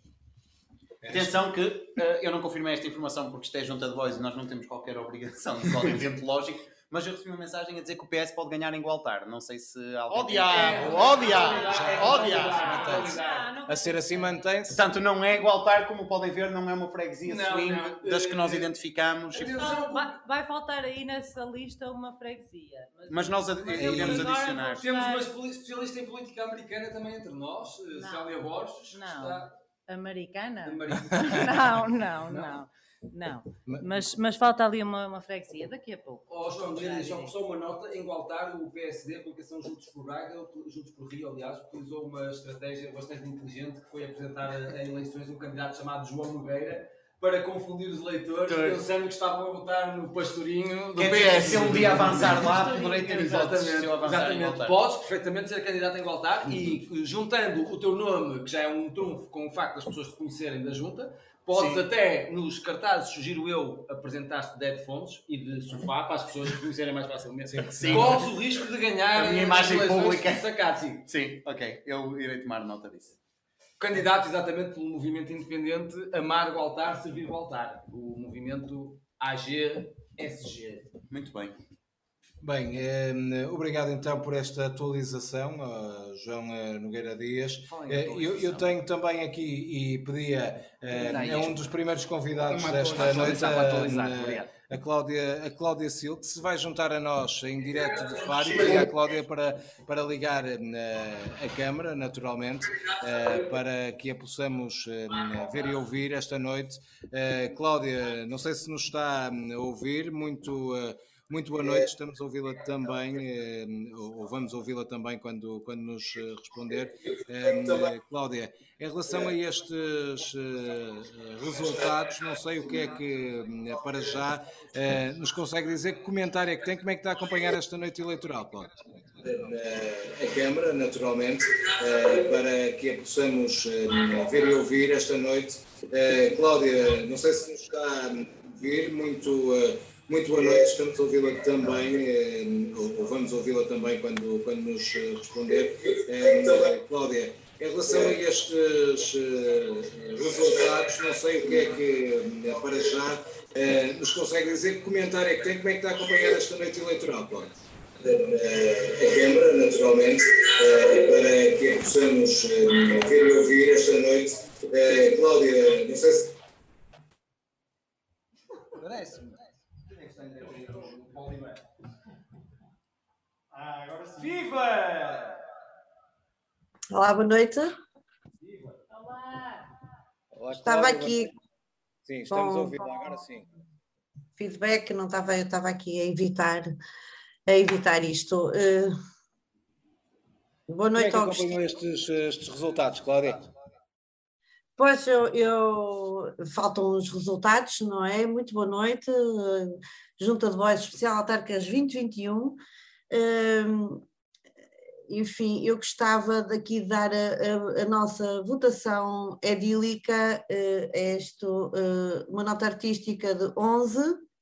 Atenção que uh, eu não confirmei esta informação porque isto é junta de voz e nós não temos qualquer obrigação de qualquer evento lógico, mas eu recebi uma mensagem a dizer que o P S pode ganhar em Gualtar. Não sei se alguém... Ó diabo, ó diabo, ó diabo. Ah, não A ser assim mantém-se. Portanto, não é Gualtar, como podem ver, não é uma freguesia Não, swing não. das que nós identificamos. E- Não, vai, vai faltar aí nessa lista uma freguesia. Mas nós ad- eu iremos agora adicionar. vou Temos buscar- uma espoli- especialista em política americana também entre nós, eh, Não. Célia Borges, que Não. está Americana? de marido. Não, não, não. Não. Mas, mas falta ali uma, uma freguesia daqui a pouco. Ó João, dizer só, só uma nota, em Gualtar o P S D, a coligação Juntos por Braga, Juntos por Rio, aliás, utilizou uma estratégia bastante inteligente que foi apresentar a- em eleições um candidato chamado João Nogueira para confundir os eleitores, pensando que estavam a votar no pastorinho do Quer P dizer, S. se um dia avançar lá, poderei ter votos se eu avançar em Exatamente. Gualtar. Podes perfeitamente ser candidato em Gualtar e juntando o teu nome, que já é um trunfo com o facto das pessoas te conhecerem da junta, podes Sim. até nos cartazes, sugiro eu, apresentar-te de headphones e de sofá para as pessoas te conhecerem mais facilmente. Sim. Corres o risco de ganhar A minha imagem as eleições pública. sacado, sim. Sim, ok. Eu irei tomar nota disso. Candidato exatamente pelo movimento independente Amar Gualtar, Servir Gualtar. O movimento A G S G. Muito bem. Bem, eh, obrigado então por esta atualização, uh, João eh, Nogueira Dias. Fala em Eh, eu, eu atualização. tenho também aqui e pedia, eh, Não, é um dos primeiros convidados Uma desta noite, atualização para atualizar, a, obrigado. a Cláudia, a Cláudia Sil, que se vai juntar a nós em direto de Faro, e pedir à Cláudia para, para ligar eh, a câmara, naturalmente, eh, para que a possamos eh, ver e ouvir esta noite. Eh, Cláudia, não sei se nos está a ouvir, muito... eh, Muito boa noite, estamos a ouvi-la também, eh, ou vamos ouvi-la também quando, quando nos eh, responder. Eh, Cláudia, em relação a estes eh, resultados, não sei o que é que, eh, para já, eh, nos consegue dizer, que comentário é que tem, como é que está a acompanhar esta noite eleitoral, Cláudia? A Câmara, naturalmente, eh, para que a possamos eh, ver e ouvir esta noite. Eh, Cláudia, não sei se nos está a ouvir, muito... eh, Muito boa noite, estamos a ouvi-la também, eh, ou vamos ouvi-la também quando, quando nos eh, responder. Eh, Cláudia, em relação a estes eh, resultados, não sei o que é que, eh, para já, eh, nos consegue dizer, que comentário é que tem, como é que está a acompanhar esta noite eleitoral, Cláudia? A Câmara, naturalmente, para que possamos ver e ouvir esta noite. Cláudia, não sei se... Ah, agora sim. Viva! Olá, boa noite. Olá! Olá, Estava Cláudia, aqui. Sim, estamos com a ouvi-la agora sim. Feedback, não estava, eu estava aqui a evitar, a evitar isto. Uh, boa Como é noite que ao acompanhou estes, estes resultados, Cláudia? Pois eu, eu faltam os resultados, não é? Muito boa noite. Uh, Junta de Voz Especial Autárquicas vinte vinte e um. Uh, enfim, eu gostava daqui de dar a, a, a nossa votação edílica, uh, é isto, uh, uma nota artística de onze.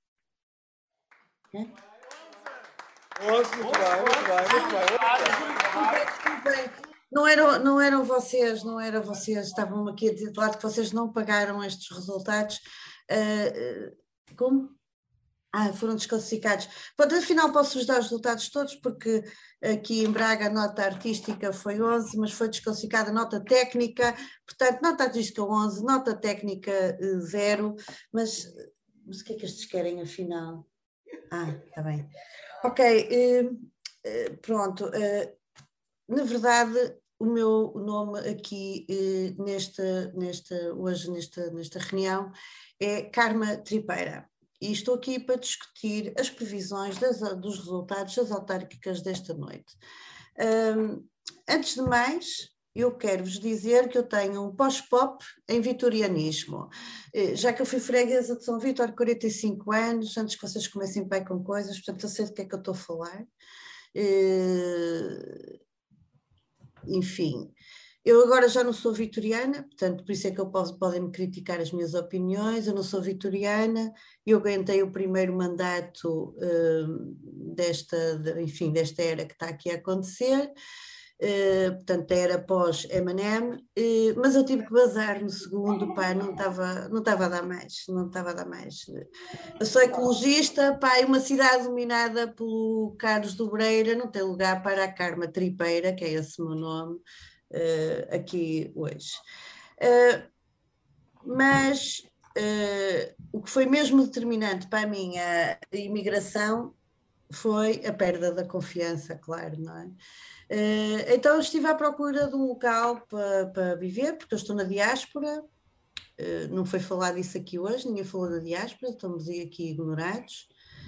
É? onze, muito bem, muito bem, muito bem. Desculpem, não eram, não eram vocês, não eram vocês, estavam aqui a dizer de lado que vocês não pagaram estes resultados. Uh, uh, como? Ah, foram desclassificados. Pronto, afinal posso-vos dar os resultados todos, porque aqui em Braga a nota artística foi onze, mas foi desclassificada a nota técnica, portanto, nota artística onze, nota técnica zero, mas, mas o que é que estes querem afinal? Ah, está bem. Ok, uh, uh, pronto. Uh, na verdade, o meu nome aqui uh, nesta, nesta, hoje nesta, nesta reunião é Carma Tripeira. E estou aqui para discutir as previsões das, dos resultados das autárquicas desta noite. Um, antes de mais, eu quero-vos dizer que eu tenho um pós-pop em vitorianismo. Já que eu fui freguesa de São Vítor há quarenta e cinco anos, antes que vocês comecem bem com coisas, portanto eu sei do que é que eu estou a falar. Uh, enfim... Eu agora já não sou vitoriana, portanto, por isso é que eu posso, podem me criticar as minhas opiniões, eu não sou vitoriana, eu aguentei o primeiro mandato uh, desta, de, enfim, desta era que está aqui a acontecer, uh, portanto, a era pós-M and M, uh, mas eu tive que bazar no segundo, pá, não estava não estava a dar mais, não estava a dar mais. Eu sou ecologista, pá, e uma cidade dominada pelo Carlos Dobreira não tem lugar para a Carma Tripeira, que é esse o meu nome, Uh, aqui hoje. Uh, mas uh, o que foi mesmo determinante para a minha imigração foi a perda da confiança, claro, não é? Uh, então eu estive à procura de um local para, para viver, porque eu estou na diáspora, uh, não foi falado isso aqui hoje, ninguém falou da diáspora, estamos aqui ignorados,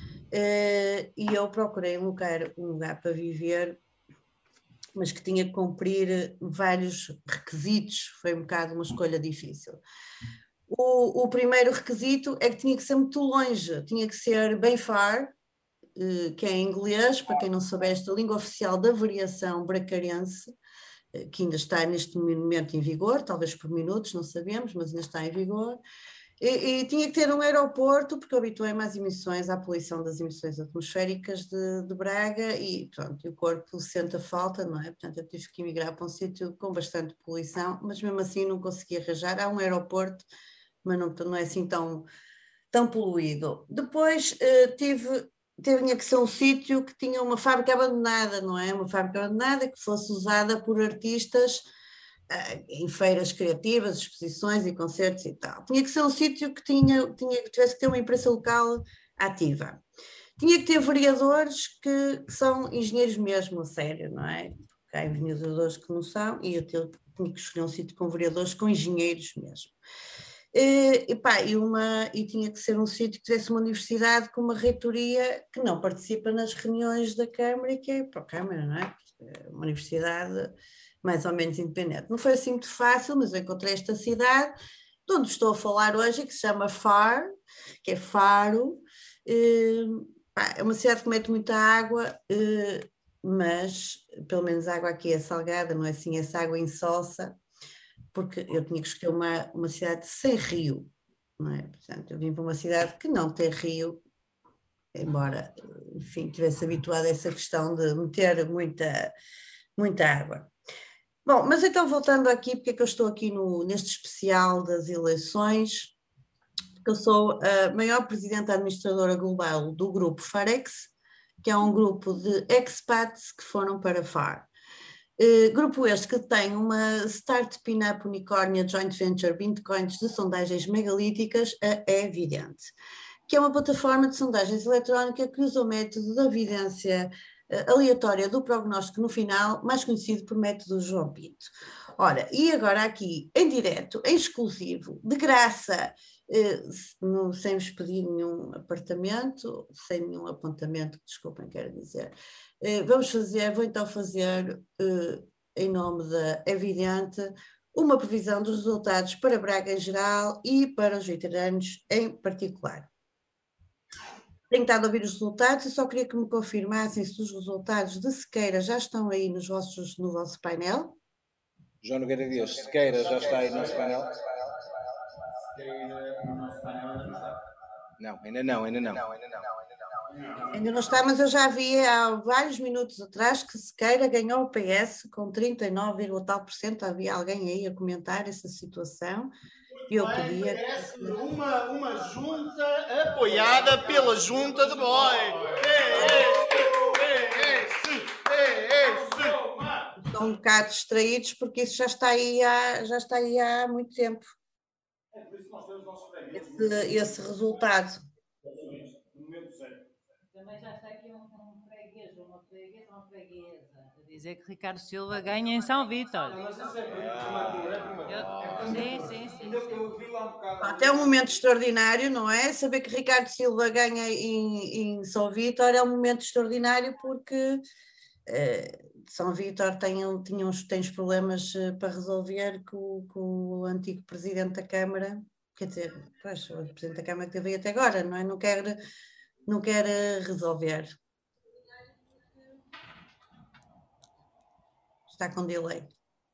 uh, e eu procurei um lugar, um lugar para viver, mas que tinha que cumprir vários requisitos, foi um bocado uma escolha difícil. O, o primeiro requisito é que tinha que ser muito longe, tinha que ser bem far, que é em inglês, para quem não souber, esta língua oficial da variação bracarense, que ainda está neste momento em vigor, talvez por minutos, não sabemos, mas ainda está em vigor. E, e tinha que ter um aeroporto, porque eu habituei-me às emissões, à poluição das emissões atmosféricas de, de Braga, e pronto, o corpo sente a falta, não é? Portanto, eu tive que emigrar para um sítio com bastante poluição, mas mesmo assim não consegui arranjar. Há um aeroporto, mas não, não é assim tão, tão poluído. Depois uh, tive, tinha que ser um sítio que tinha uma fábrica abandonada, não é? Uma fábrica abandonada que fosse usada por artistas em feiras criativas, exposições e concertos e tal. Tinha que ser um sítio que tinha, tinha, tivesse que ter uma imprensa local ativa. Tinha que ter vereadores que, que são engenheiros mesmo, a sério, não é? Porque há vereadores que não são, e eu tinha que escolher um sítio com vereadores, com engenheiros mesmo. E, e, pá, e, uma, e tinha que ser um sítio que tivesse uma universidade com uma reitoria que não participa nas reuniões da Câmara, e que é para a Câmara, não é? Uma universidade mais ou menos independente. Não foi assim muito fácil, mas eu encontrei esta cidade, de onde estou a falar hoje, que se chama Far, que é Faro. É uma cidade que mete muita água, mas pelo menos a água aqui é salgada, não é assim essa água insossa, porque eu tinha que escolher uma, uma cidade sem rio, não é? Portanto, eu vim para uma cidade que não tem rio, embora, enfim, estivesse habituada a essa questão de meter muita, muita água. Bom, mas então voltando aqui, porque é que eu estou aqui no, neste especial das eleições, porque eu sou a maior presidente administradora global do grupo Farex, que é um grupo de expats que foram para F A R. Uh, grupo este que tem uma Startup Up Unicórnia Joint Venture Bitcoins de sondagens megalíticas, a Evident, que é uma plataforma de sondagens eletrónica que usa o método da evidência uh, aleatória do prognóstico no final, mais conhecido por método João Pinto. Ora, e agora aqui, em direto, em exclusivo, de graça, uh, no, sem vos pedir nenhum apartamento, sem nenhum apontamento, desculpem, quero dizer, uh, vamos fazer, vou então fazer, uh, em nome da Evidente, uma previsão dos resultados para Braga em geral e para os veteranos em particular. Tenho estado a ouvir os resultados e só queria que me confirmassem se os resultados de Sequeira já estão aí nos vossos, no vosso painel. João Nogueira Dias, Sequeira já está aí no nosso painel? Não, ainda não, ainda não. Ainda não está, mas eu já vi há vários minutos atrás que Sequeira ganhou o P S com trinta e nove, tal por cento. Havia alguém aí a comentar essa situação. Eu podia. Parece uma, uma junta apoiada pela junta de boy. Estão um bocado distraídos porque isso já está aí há, já está aí há muito tempo. Esse, esse resultado. Também já está aqui um, um freguês, uma freguesa, uma freguesa, a dizer que Ricardo Silva ganha em São Vítor. Mas isso é prematuro, é prematuro. Sim, sim, sim. sim. Até um momento extraordinário, não é? Saber que Ricardo Silva ganha em, em São Vítor é um momento extraordinário porque eh, São Vítor tem, tem, uns, tem uns problemas para resolver com, com o antigo presidente da Câmara, quer dizer, pois, o presidente da Câmara que teve até agora, não é? Não quer, não quer resolver. Está com delay.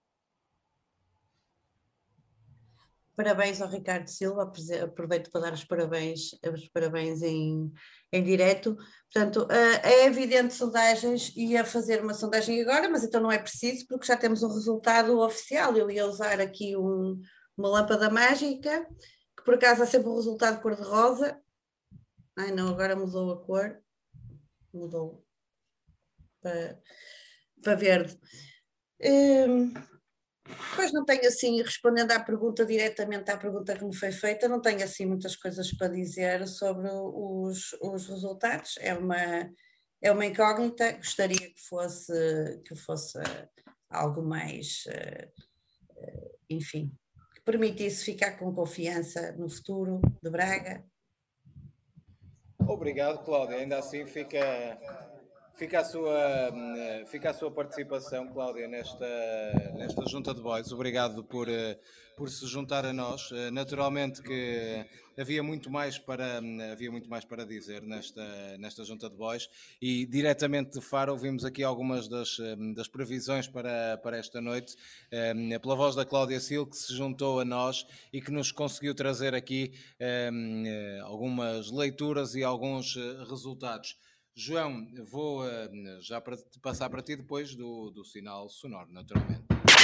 Parabéns ao Ricardo Silva, aproveito para dar os parabéns, os parabéns em, em direto. Portanto, é evidente sondagens, ia fazer uma sondagem agora, mas então não é preciso, porque já temos um resultado oficial. Eu ia usar aqui um, uma lâmpada mágica, que por acaso há sempre um resultado cor-de-rosa. Ai não, agora mudou a cor, mudou para, para verde. Hum, Pois não tenho assim, respondendo à pergunta diretamente à pergunta que me foi feita, não tenho assim muitas coisas para dizer sobre os, os resultados. É uma, é uma incógnita, gostaria que fosse, que fosse algo mais, enfim, que permitisse ficar com confiança no futuro de Braga. Obrigado, Cláudia. Ainda assim fica... Fica a, sua, fica a sua participação, Cláudia, nesta, nesta junta de boys. Obrigado por, por se juntar a nós. Naturalmente que havia muito mais para, havia muito mais para dizer nesta, nesta junta de boys e diretamente de Faro ouvimos aqui algumas das, das previsões para, para esta noite, pela voz da Cláudia Sil, que se juntou a nós e que nos conseguiu trazer aqui algumas leituras e alguns resultados. João, vou uh, já para passar para ti depois do, do sinal sonoro, naturalmente.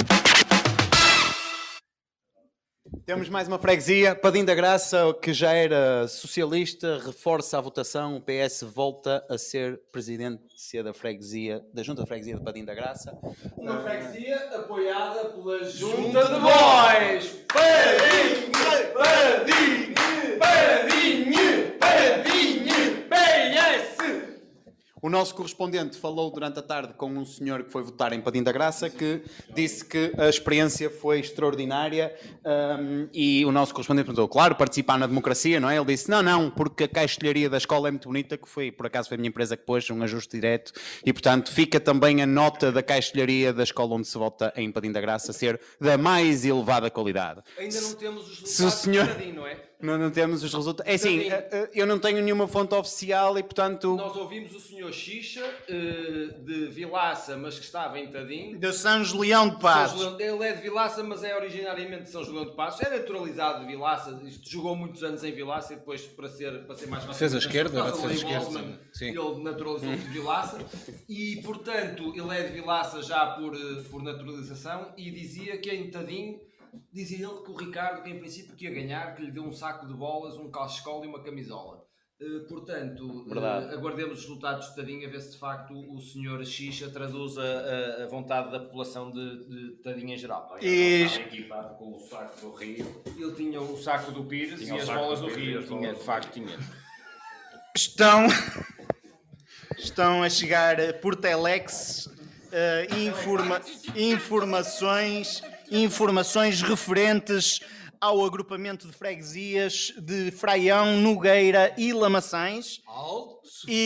Temos mais uma freguesia, Padim da Graça, que já era socialista, reforça a votação, o P S volta a ser presidência da freguesia, da Junta de Freguesia de Padim da Graça. Uma freguesia apoiada pela Junta, Junta de de Boys. Padim, Padim, Padim, Padim, P S. O nosso correspondente falou durante a tarde com um senhor que foi votar em Padim da Graça, que disse que a experiência foi extraordinária um, e o nosso correspondente perguntou, claro, participar na democracia, não é? Ele disse, não, não, porque a caixilharia da escola é muito bonita, que foi, por acaso foi a minha empresa que pôs um ajuste direto e, portanto, fica também a nota da caixilharia da escola onde se vota em Padim da Graça ser da mais elevada qualidade. Ainda não temos os Se o resultados senhor... de Padim, não é? Não, não temos os resultados. É assim, eu não tenho nenhuma fonte oficial e, portanto... Nós ouvimos o senhor Xixa, eh, de Vilaça, mas que estava em Tadim. De São Julião de Passos. São Julião- Ele é de Vilaça, mas é originariamente de São Julião de Passos. É naturalizado de Vilaça. Isto jogou muitos anos em Vilaça e depois, para ser, para ser mais fácil... Defesa esquerda, por causa era do defesa Lee esquerda, Boltzmann, sim. Ele naturalizou-se de Vilaça. E, portanto, ele é de Vilaça já por, eh, por naturalização e dizia que em Tadim... Dizia ele que o Ricardo, que em princípio que ia ganhar, que lhe deu um saco de bolas, um cachecol e uma camisola. Uh, portanto, uh, aguardemos os resultados de Tadinho a ver se de facto o senhor Xixa traduz a, a, a vontade da população de, de Tadinho em geral. E estava equipado com o saco do Rio. Ele tinha o saco do Pires Tinha e o as saco bolas do do Pires e Rio. as Tinha, bolas de do facto, tinha. Estão, estão a chegar por telex uh, informa, informações, informações referentes ao agrupamento de freguesias de Fraião, Nogueira e Lamaçães. Alto.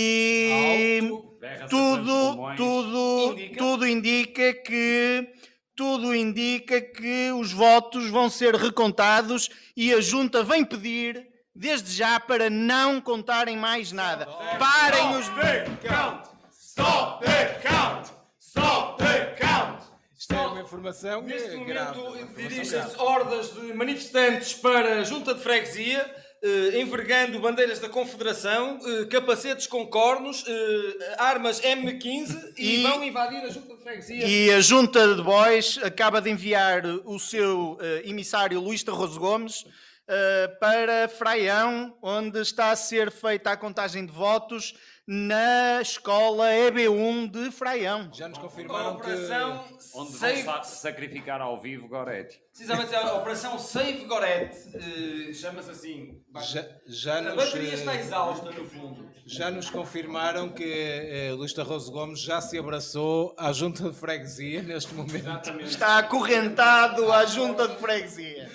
E Alto. tudo, tudo, Indica. tudo indica que tudo indica que os votos vão ser recontados e a Junta vem pedir desde já para não contarem mais nada. Parem os count! Stop the count! Stop the count! Isto é uma informação Neste eh, momento grave. uma informação dirigem-se grave. hordas de manifestantes para a Junta de Freguesia, eh, envergando bandeiras da Confederação, eh, capacetes com cornos, eh, armas M quinze e, E- vão invadir a Junta de Freguesia. E a Junta de Bois acaba de enviar o seu eh, emissário Luís Tarroso Gomes eh, para Fraião, onde está a ser feita a contagem de votos na escola E B um de Fraião. Já nos A confirmaram que... Operação Onde Save... vão sa- sacrificar ao vivo Goretti. Precisamente a Operação Save Gorete, eh, chama-se assim. Já, já A nos, bateria eh, está exausta, no fundo. já nos confirmaram que eh, Luís Tarroso Gomes já se abraçou à Junta de Freguesia neste momento. Está acorrentado à Junta de Freguesia.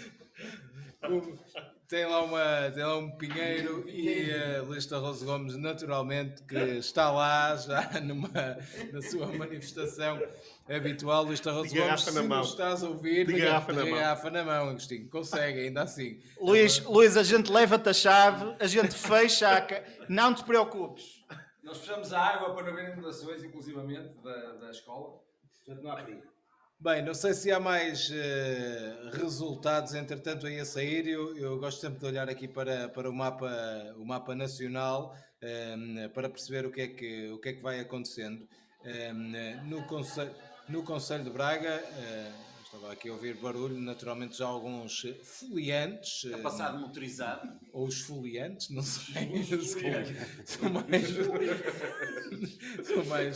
Tem lá, uma, tem lá um pinheiro e uh, Luís Tarroso Gomes, naturalmente, que está lá já numa, na sua manifestação habitual. Luís Tarroso De Gomes, garrafa se na mão. nos estás a ouvir, De de garrafa na de mão. garrafa na mão, Agostinho. Consegue, ainda assim. Luís, Luís, a gente leva-te a chave, a gente fecha a... ca- Não te preocupes. Nós fechamos a água para não haver inundações, inclusivamente, da, da escola. Portanto, não há perigo. Bem, não sei se há mais eh, resultados, entretanto, aí a sair. Eu, eu gosto sempre de olhar aqui para, para o, mapa, o mapa nacional eh, para perceber o que é que, o que, é que vai acontecendo. Eh, no, Conselho, no Conselho de Braga, eh, estava aqui a ouvir barulho, naturalmente já alguns foliantes. A passar motorizado. Ou os foliantes, não sei. São mais... São mais...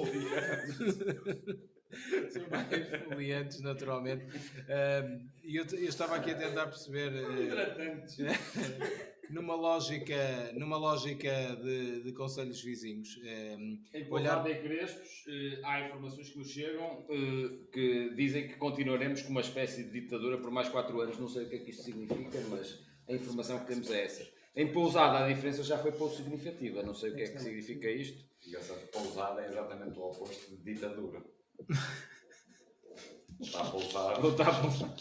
São mais foliantes, naturalmente. Um, E eu, eu estava aqui a tentar perceber, eh, numa lógica, numa lógica de, de conselhos vizinhos. Um, Em Pousada e Crespos, eh, há informações que nos chegam eh, que dizem que continuaremos com uma espécie de ditadura por mais quatro anos. Não sei o que é que isto significa, mas a informação que temos é essa. Em Pousada a diferença já foi pouco significativa. Não sei o que é que significa isto. Engraçado, Pousada é exatamente o oposto de ditadura. Está pousado. Não está pousado.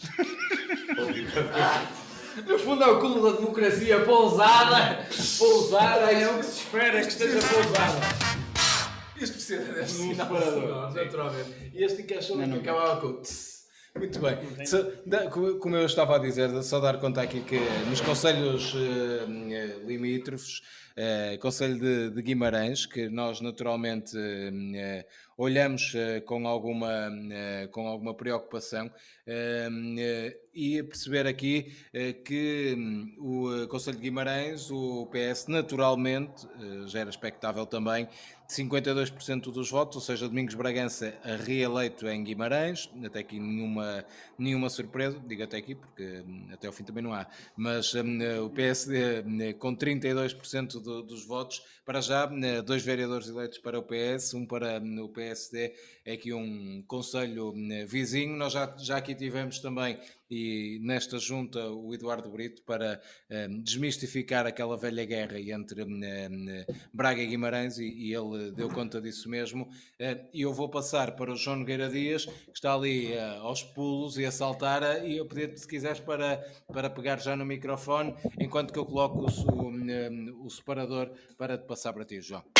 No fundo é o cúmulo da democracia. Pousada. Pousada é o que se espera que esteja pousada. Isto precisa desse Num sinal separador. sonoro, naturalmente. E este encaixou que acabava com tss. Muito bem. Só- da- co- como eu estava a dizer, só dar conta aqui que nos conselhos eh, eh, limítrofes, eh, Conselho de, de Guimarães, que nós naturalmente eh, olhamos eh, com, alguma, eh, com alguma preocupação, eh, eh, e perceber aqui eh, que hum, o eh, Conselho de Guimarães, o P S naturalmente, eh, já era expectável também, cinquenta e dois por cento dos votos, ou seja, Domingos Bragança reeleito em Guimarães, até aqui nenhuma, nenhuma surpresa, digo até aqui porque hum, até ao fim também não há, mas hum, o P S D hum, com trinta e dois por cento do, dos votos, para já, hum, dois vereadores eleitos para o P S, um para hum, o P S D, é aqui um conselho hum, vizinho. Nós já, já aqui tivemos também e nesta junta o Eduardo Brito para um, desmistificar aquela velha guerra entre um, Braga e Guimarães, e, e ele deu conta disso mesmo. Uh, e eu vou passar para o João Nogueira Dias, que está ali uh, aos pulos e a saltar, uh, e eu pedir-te, se quiseres, para, para pegar já no microfone, enquanto que eu coloco o, o, um, o separador para te passar para ti, João.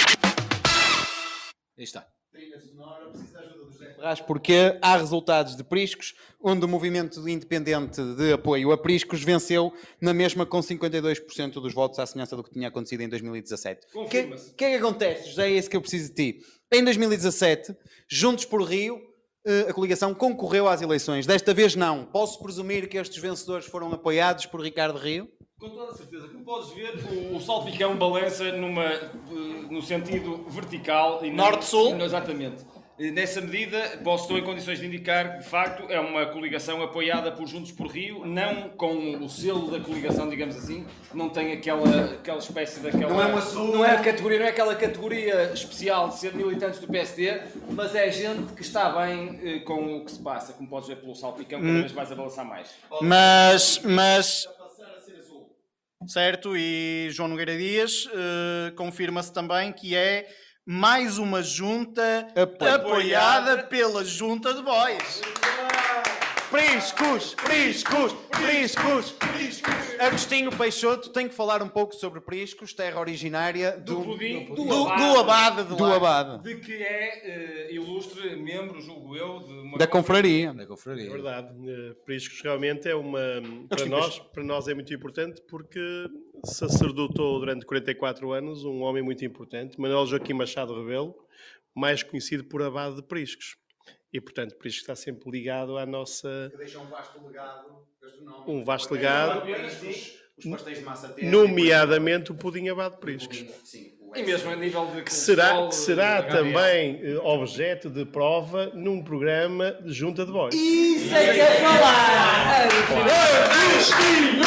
Aí está. Porque há resultados de Priscos, onde o movimento independente de apoio a Priscos venceu na mesma com cinquenta e dois por cento dos votos, à semelhança do que tinha acontecido em dois mil e dezassete. O que, que é que acontece, José? É isso que eu preciso de ti. Em dois mil e dezassete, Juntos por Rio, a coligação concorreu às eleições. Desta vez não. Posso presumir que estes vencedores foram apoiados por Ricardo Rio? Com toda a certeza. Como podes ver, o, o salpicão balança numa, no sentido vertical. Norte-sul? Exatamente. Nessa medida, posso estou em condições de indicar que, de facto, é uma coligação apoiada por Juntos por Rio, não com o selo da coligação, digamos assim, não tem aquela, aquela espécie daquela... Não é uma segunda... Não é a categoria, não é aquela categoria especial de ser militantes do P S D, mas é gente que está bem eh, com o que se passa, como podes ver pelo salpicão, cada Hum. vez vais a balançar mais. Mas, mas... Certo, e João Nogueira Dias uh, confirma-se também que é mais uma junta Apoiada. apoiada pela Junta de Bois. Priscos, Priscos, Priscos, Priscos. Agostinho Peixoto tem que falar um pouco sobre Priscos, terra originária do, do pudim, do, do, do, abade, do abade. De do lá. abade. De que é uh, ilustre membro, julgo eu, de uma Da confraria. Da confraria. É verdade. Uh, Priscos realmente é uma... Para nós, para nós é muito importante porque sacerdotou durante quarenta e quatro anos um homem muito importante, Manuel Joaquim Machado Rebelo, mais conhecido por Abade de Priscos. E, portanto, por isso está sempre ligado à nossa... Que deixa um vasto legado gastronómico. Um vasto legado. Os pastéis de massa terra. Nomeadamente o pudim Abade de Priscos. Sim. E mesmo a nível de... Que será, que de será H D L. também eh, objeto de prova num programa de Junta de Bois. Isso é que é falar! Agostinho!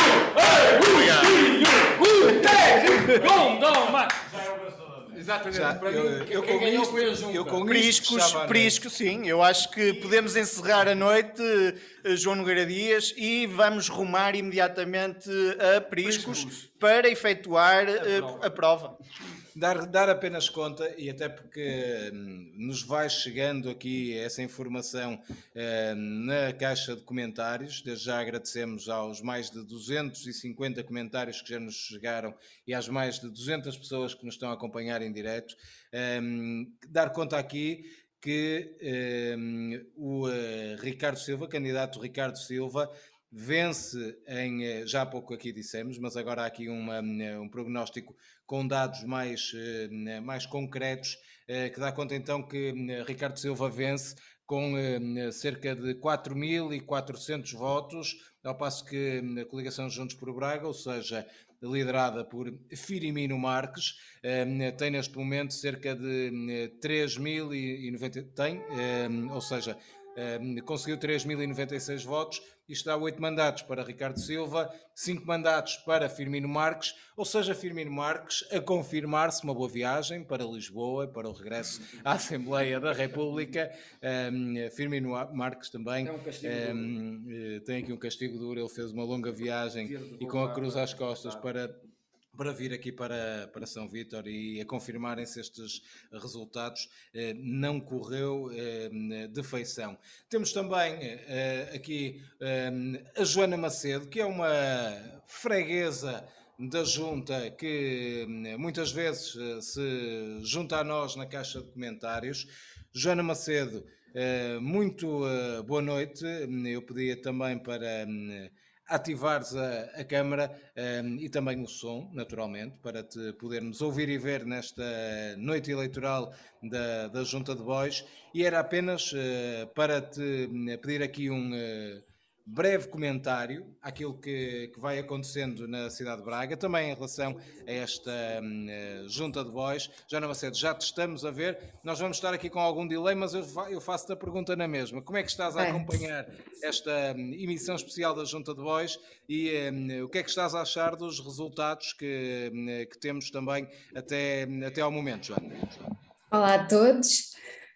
Agostinho! Guterres! Gondoma! Exatamente. Já, Para eu- mim, eu quem com ganhou isto- foi a Junta. eu com Priscos, Priscos, sim. Eu acho que podemos encerrar a noite, eh, João Nogueira Dias, e vamos rumar imediatamente a Priscos para efetuar eh, a prova. Dar, dar apenas conta, e até porque hum, nos vai chegando aqui essa informação hum, na caixa de comentários, desde já agradecemos aos mais de duzentos e cinquenta comentários que já nos chegaram e às mais de duzentas pessoas que nos estão a acompanhar em direto, hum, dar conta aqui que hum, o uh, Ricardo Silva, candidato Ricardo Silva, vence em, eh, já há pouco aqui dissemos, mas agora há aqui uma, um prognóstico com dados mais, eh, mais concretos, eh, que dá conta então que eh, Ricardo Silva vence com eh, cerca de quatro mil e quatrocentos votos, ao passo que a coligação Juntos por Braga, ou seja, liderada por Firimino Marques, eh, tem neste momento cerca de eh, três mil e noventa, tem, eh, ou seja, eh, conseguiu três mil e noventa e seis votos. Isto dá oito mandatos para Ricardo Silva, cinco mandatos para Firmino Marques, ou seja, Firmino Marques a confirmar-se uma boa viagem para Lisboa, para o regresso à Assembleia da República. Um, Firmino Marques também É um castigo um, tem aqui um castigo duro, ele fez uma longa viagem e com a cruz às costas para... para vir aqui para, para São Vítor e a confirmarem-se estes resultados, eh, não correu eh, de feição. Temos também eh, aqui eh, a Joana Macedo, que é uma freguesa da Junta que eh, muitas vezes eh, se junta a nós na caixa de comentários. Joana Macedo, eh, muito eh, boa noite. Eu pedia também para... Eh, ativares a, a câmara um, e também o som, naturalmente, para te podermos ouvir e ver nesta noite eleitoral da, da Junta de Bois. E era apenas uh, para te pedir aqui um uh, breve comentário àquilo que, que vai acontecendo na cidade de Braga, também em relação a esta um, Junta de Bois. Joana Macedo, já te estamos a ver. Nós vamos estar aqui com algum delay, mas eu, eu faço-te a pergunta na mesma. Como é que estás a acompanhar esta um, emissão especial da Junta de Bois e um, o que é que estás a achar dos resultados que, um, que temos também até, até ao momento, Joana? Olá a todos.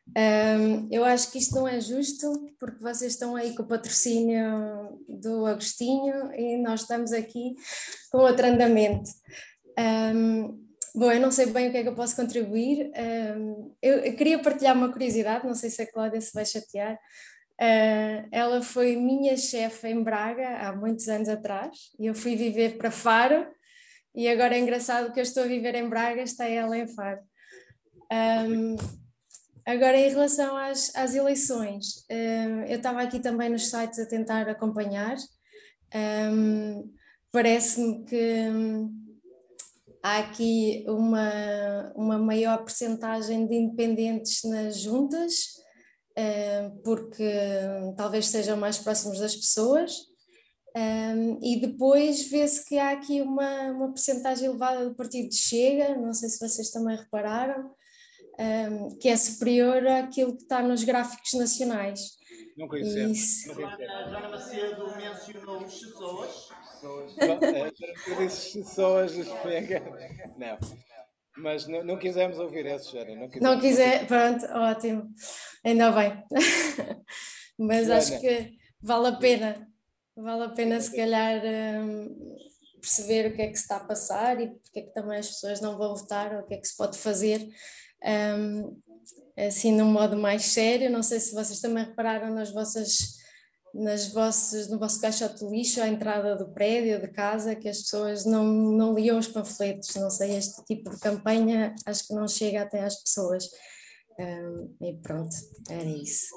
Um, eu acho que isto não é justo, porque vocês estão aí com o patrocínio do Agostinho e nós estamos aqui com outro andamento. Um, bom, eu não sei bem o que é que eu posso contribuir. Um, eu, eu queria partilhar uma curiosidade, não sei se a Cláudia se vai chatear. Uh, ela foi minha chefe em Braga há muitos anos atrás e eu fui viver para Faro e agora é engraçado que eu estou a viver em Braga, está ela em Faro. Um, Agora, em relação às, às eleições, um, eu estava aqui também nos sites a tentar acompanhar. Um, parece-me que um, há aqui uma, uma maior percentagem de independentes nas juntas, um, porque um, talvez sejam mais próximos das pessoas. Um, e depois vê-se que há aqui uma, uma percentagem elevada do partido de Chega, não sei se vocês também repararam, Um, que é superior àquilo que está nos gráficos nacionais. Não conhecemos. Isso. A Joana Macedo mencionou os pessoas. Eu disse pessoas. Não. Mas não, não quisemos ouvir esse, Joana. Não, quisemos não quiser, pronto, ótimo. Ainda bem. Mas Joana. acho que vale a pena. Vale a pena, se calhar, um, perceber o que é que se está a passar e porque é que também as pessoas não vão votar, ou o que é que se pode fazer. Um, assim num modo mais sério. Não sei se vocês também repararam nas vossas, nas vossas, no vosso caixote de lixo à entrada do prédio, de casa, que as pessoas não, não liam os panfletos. Não sei, este tipo de campanha acho que não chega até às pessoas. Um, e pronto, era isso.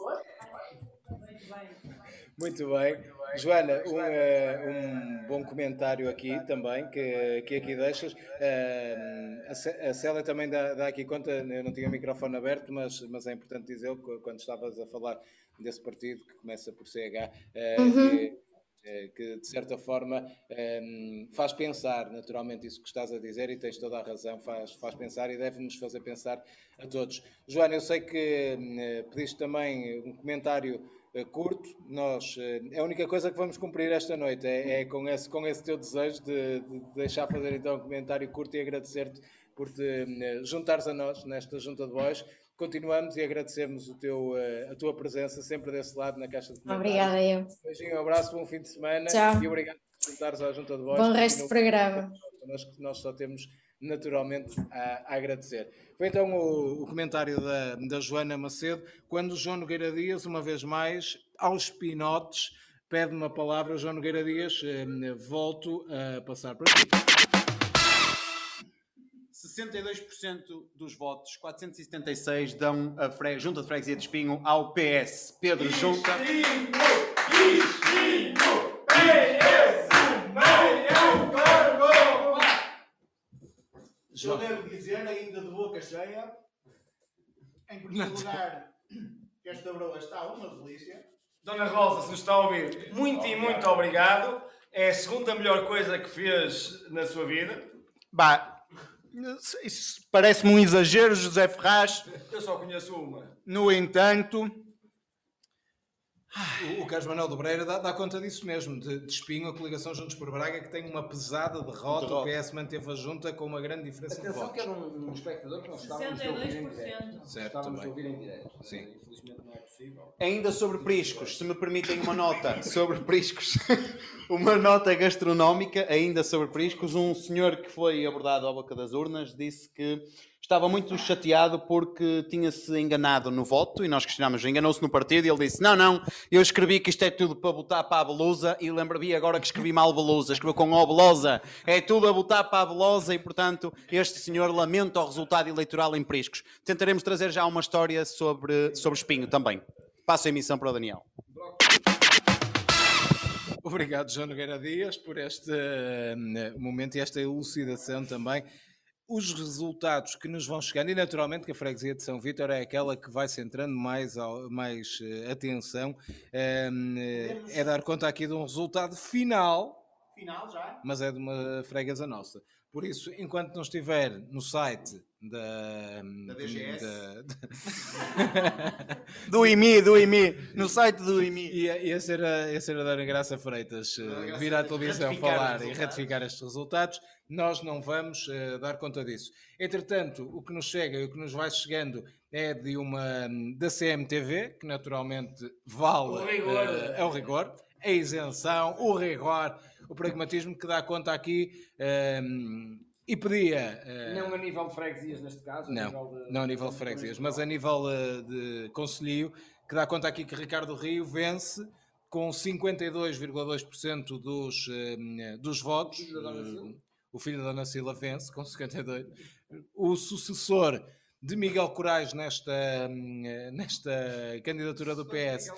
Muito bem. Joana, um, uh, um bom comentário aqui também, que, que aqui deixas. Uh, a Célia também dá, dá aqui conta, eu não tinha o microfone aberto, mas, mas é importante dizer que quando estavas a falar desse partido, que começa por C H, uh, uhum. que, uh, que de certa forma um, faz pensar, naturalmente, isso que estás a dizer, e tens toda a razão, faz, faz pensar e deve-nos fazer pensar a todos. Joana, eu sei que uh, pediste também um comentário curto. Nós, é a única coisa que vamos cumprir esta noite, é, é com, esse, com esse teu desejo de, de deixar fazer então um comentário curto e agradecer-te por te juntares a nós nesta junta de voz. Continuamos e agradecemos o teu, a tua presença sempre desse lado na caixa de comentários. Obrigada, eu. Um beijinho, um abraço, bom fim de semana. Tchau. E obrigado por juntares à junta de voz. Bom resto do programa. Nós, nós só temos naturalmente a, a agradecer. Foi então o, o comentário da, da Joana Macedo, quando o João Nogueira Dias, uma vez mais, aos pinotes, pede uma palavra. João Nogueira Dias, eh, volto a passar para ti. sessenta e dois por cento dos votos, quatrocentos e setenta e seis, dão a fre... Junta de Freguesia de Espinho ao P S. Pedro Junta. Espinho! Espinho! P S! Meio cargo! Eu devo dizer, ainda de boca cheia, em primeiro lugar, que esta broa está uma delícia. Dona Rosa, se nos está a ouvir, muito e muito obrigado. É a segunda melhor coisa que fez na sua vida. Bah, isso parece-me um exagero, José Ferraz. Eu só conheço uma. No entanto... O, o Carlos Manuel de Breira dá, dá conta disso mesmo, de, de Espinho, a coligação Juntos por Braga, que tem uma pesada derrota, derrota. O P S manteve a junta com uma grande diferença. Atenção, de votos. que era um, um espectador que nós estávamos a ouvir em direto. Certo, estávamos também. a ouvir em direto. Sim. Infelizmente não é possível. Ainda sobre Priscos, se me permitem uma nota sobre Priscos, uma nota gastronómica, ainda sobre Priscos, um senhor que foi abordado à boca das urnas disse que estava muito chateado porque tinha-se enganado no voto, e nós questionámos, enganou-se no partido, e ele disse, não, não, eu escrevi que isto é tudo para botar para a Belusa, e lembro-me agora que escrevi mal Belusa, escrevi com O Belosa, é tudo a botar para a Belosa, e portanto este senhor lamenta o resultado eleitoral em Priscos. Tentaremos trazer já uma história sobre, sobre Espinho também. Passo a emissão para o Daniel. Obrigado, João Nogueira Dias, por este uh, momento e esta elucidação também. Os resultados que nos vão chegando, e naturalmente que a freguesia de São Vítor é aquela que vai centrando mais, mais uh, atenção, uh, é dar conta aqui de um resultado final, final já, mas é de uma freguesa nossa. Por isso, enquanto não estiver no site da, da D G S, da, da... do I M I, do I M I, no site do I M I. Ia, ia, ser a, ia ser a Dona Graça Freitas uh, vir à televisão falar e ratificar estes resultados. Nós não vamos uh, dar conta disso. Entretanto, o que nos chega e o que nos vai chegando é de uma da C M T V, que naturalmente vale o rigor, uh, é o rigor, a isenção, o rigor, o pragmatismo que dá conta aqui um, e pedia... Uh, não a nível de freguesias neste caso. Não, a nível de, não a nível de freguesias, mas a nível uh, de concelho, que dá conta aqui que Ricardo Rio vence com cinquenta e dois vírgula dois por cento dos, uh, dos votos. O filho da Dona Sila, uh, o filho da Dona Sila vence com cinquenta e dois por cento. O sucessor de Miguel Corais nesta, uh, nesta candidatura do P S...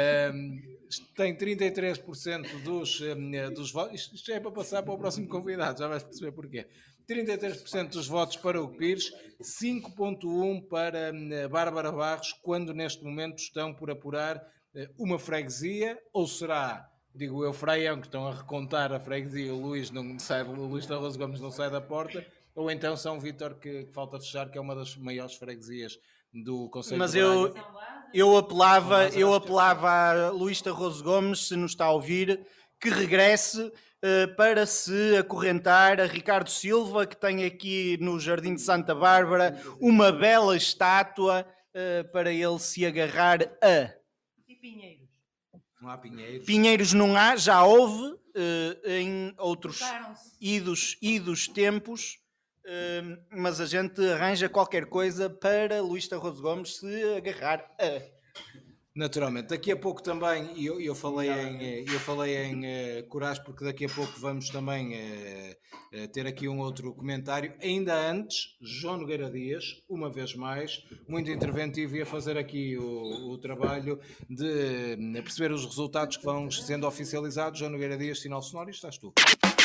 Uh, tem trinta e três por cento dos, um, dos votos. Isto é para passar para o próximo convidado, já vais perceber porquê. trinta e três por cento dos votos para o Pires, cinco vírgula um por cento para um, Bárbara Barros, quando neste momento estão por apurar uh, uma freguesia, ou será, digo eu, Fraião, que estão a recontar a freguesia, o Luís, não sai, o Luís Tarroso Gomes não sai da porta, ou então São Vítor, que, que falta fechar, que é uma das maiores freguesias do Conselho Mas de eu, Braga. eu apelava, eu apelava a Luís Tarroso Gomes, se nos está a ouvir, que regresse uh, para se acorrentar a Ricardo Silva, que tem aqui no Jardim de Santa Bárbara uma bela estátua uh, para ele se agarrar a. E Pinheiros? Não há Pinheiros. Pinheiros não há, já houve uh, em outros idos, idos tempos. Uh, mas a gente arranja qualquer coisa para Luís Tarroso Gomes se agarrar a. Naturalmente. Daqui a pouco também, e eu, eu falei em, eu falei em uh, Coragem, porque daqui a pouco vamos também uh, uh, ter aqui um outro comentário. Ainda antes, João Nogueira Dias, uma vez mais, muito interventivo, ia fazer aqui o, o trabalho de uh, perceber os resultados que vão sendo oficializados. João Nogueira Dias, sinal sonoro, e estás tu.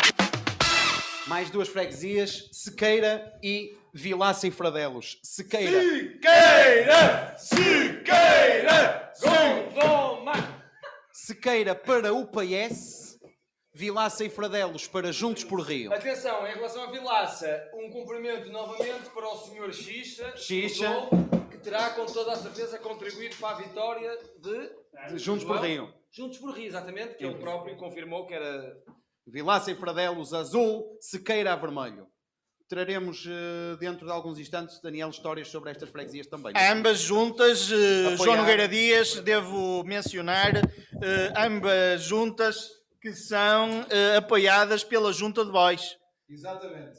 Mais duas freguesias, Sequeira e Vilaça e Fradelos. Sequeira! Sequeira! Sequeira! Gondoma! Sequeira para o P S, Vilaça e Fradelos para Juntos por Rio. Atenção, em relação a Vilaça, um cumprimento novamente para o senhor Xixa, Xixa. que terá com toda a certeza contribuído para a vitória de... de Juntos por Rio. Juntos por Rio, exatamente, que ele próprio confirmou que era... Vilaça e Fradelos azul, Sequeira a vermelho. Traremos uh, dentro de alguns instantes, Daniel, histórias sobre estas freguesias também. Ambas juntas, uh, João Nogueira Dias, devo mencionar, uh, ambas juntas que são uh, apoiadas pela Junta de Bois. Exatamente.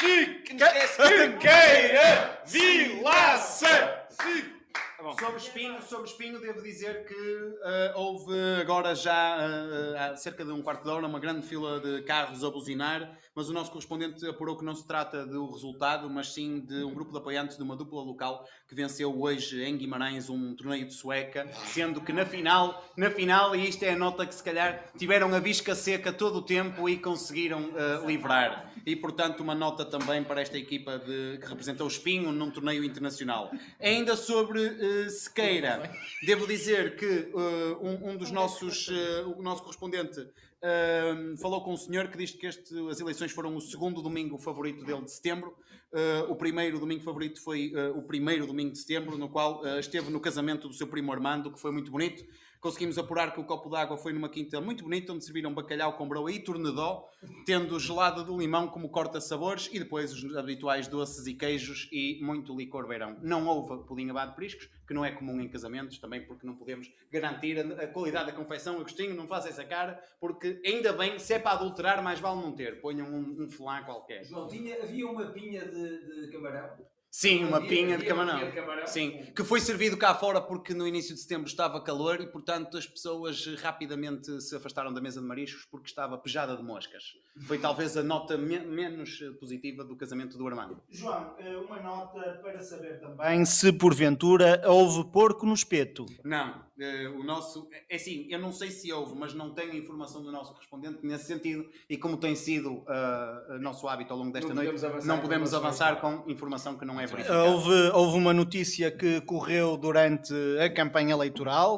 Sequeira! Vilaça! Sobre Espinho, sobre Espinho, devo dizer que uh, houve agora já uh, há cerca de um quarto de hora uma grande fila de carros a buzinar, mas o nosso correspondente apurou que não se trata do resultado, mas sim de um grupo de apoiantes de uma dupla local que venceu hoje em Guimarães um torneio de sueca, sendo que na final, na final, e isto é a nota que se calhar tiveram a bisca seca todo o tempo e conseguiram uh, livrar. E portanto uma nota também para esta equipa de, que representou o Espinho num torneio internacional. Ainda sobre uh, Sequeira, devo dizer que uh, um, um dos nossos, uh, o nosso correspondente uh, falou com um senhor que diz que este, as eleições foram o segundo domingo favorito dele de setembro. Uh, o primeiro domingo favorito foi uh, o primeiro domingo de setembro, no qual uh, esteve no casamento do seu primo Armando, que foi muito bonito. Conseguimos apurar que o copo d'água foi numa quinta muito bonita, onde serviram bacalhau com broa e tornedó, tendo gelada de limão como corta-sabores e depois os habituais doces e queijos e muito licor beirão. Não houve pudim abado de periscos, que não é comum em casamentos, também porque não podemos garantir a, a qualidade da confeição. Agostinho, não faça essa cara, porque ainda bem, se é para adulterar, mais vale não ter. Ponham um, um flan qualquer. João, tinha, havia uma pinha de, de camarão? Sim, uma Havia- pinha de havia camarão. uma pinha de camarão. Sim, que foi servido cá fora porque no início de setembro estava calor e, portanto, as pessoas rapidamente se afastaram da mesa de mariscos porque estava pejada de moscas. Foi talvez a nota me- menos eh, positiva do casamento do Armando. João, eh, uma nota para saber também se porventura houve porco no espeto. Não, eh, o nosso... É assim, eu não sei se houve, mas não tenho a informação do nosso correspondente nesse sentido e como tem sido uh, o nosso hábito ao longo desta Não noite, podemos avançar não com podemos informações, avançar com informação que não é verificada. Houve, houve uma notícia que correu durante a campanha eleitoral,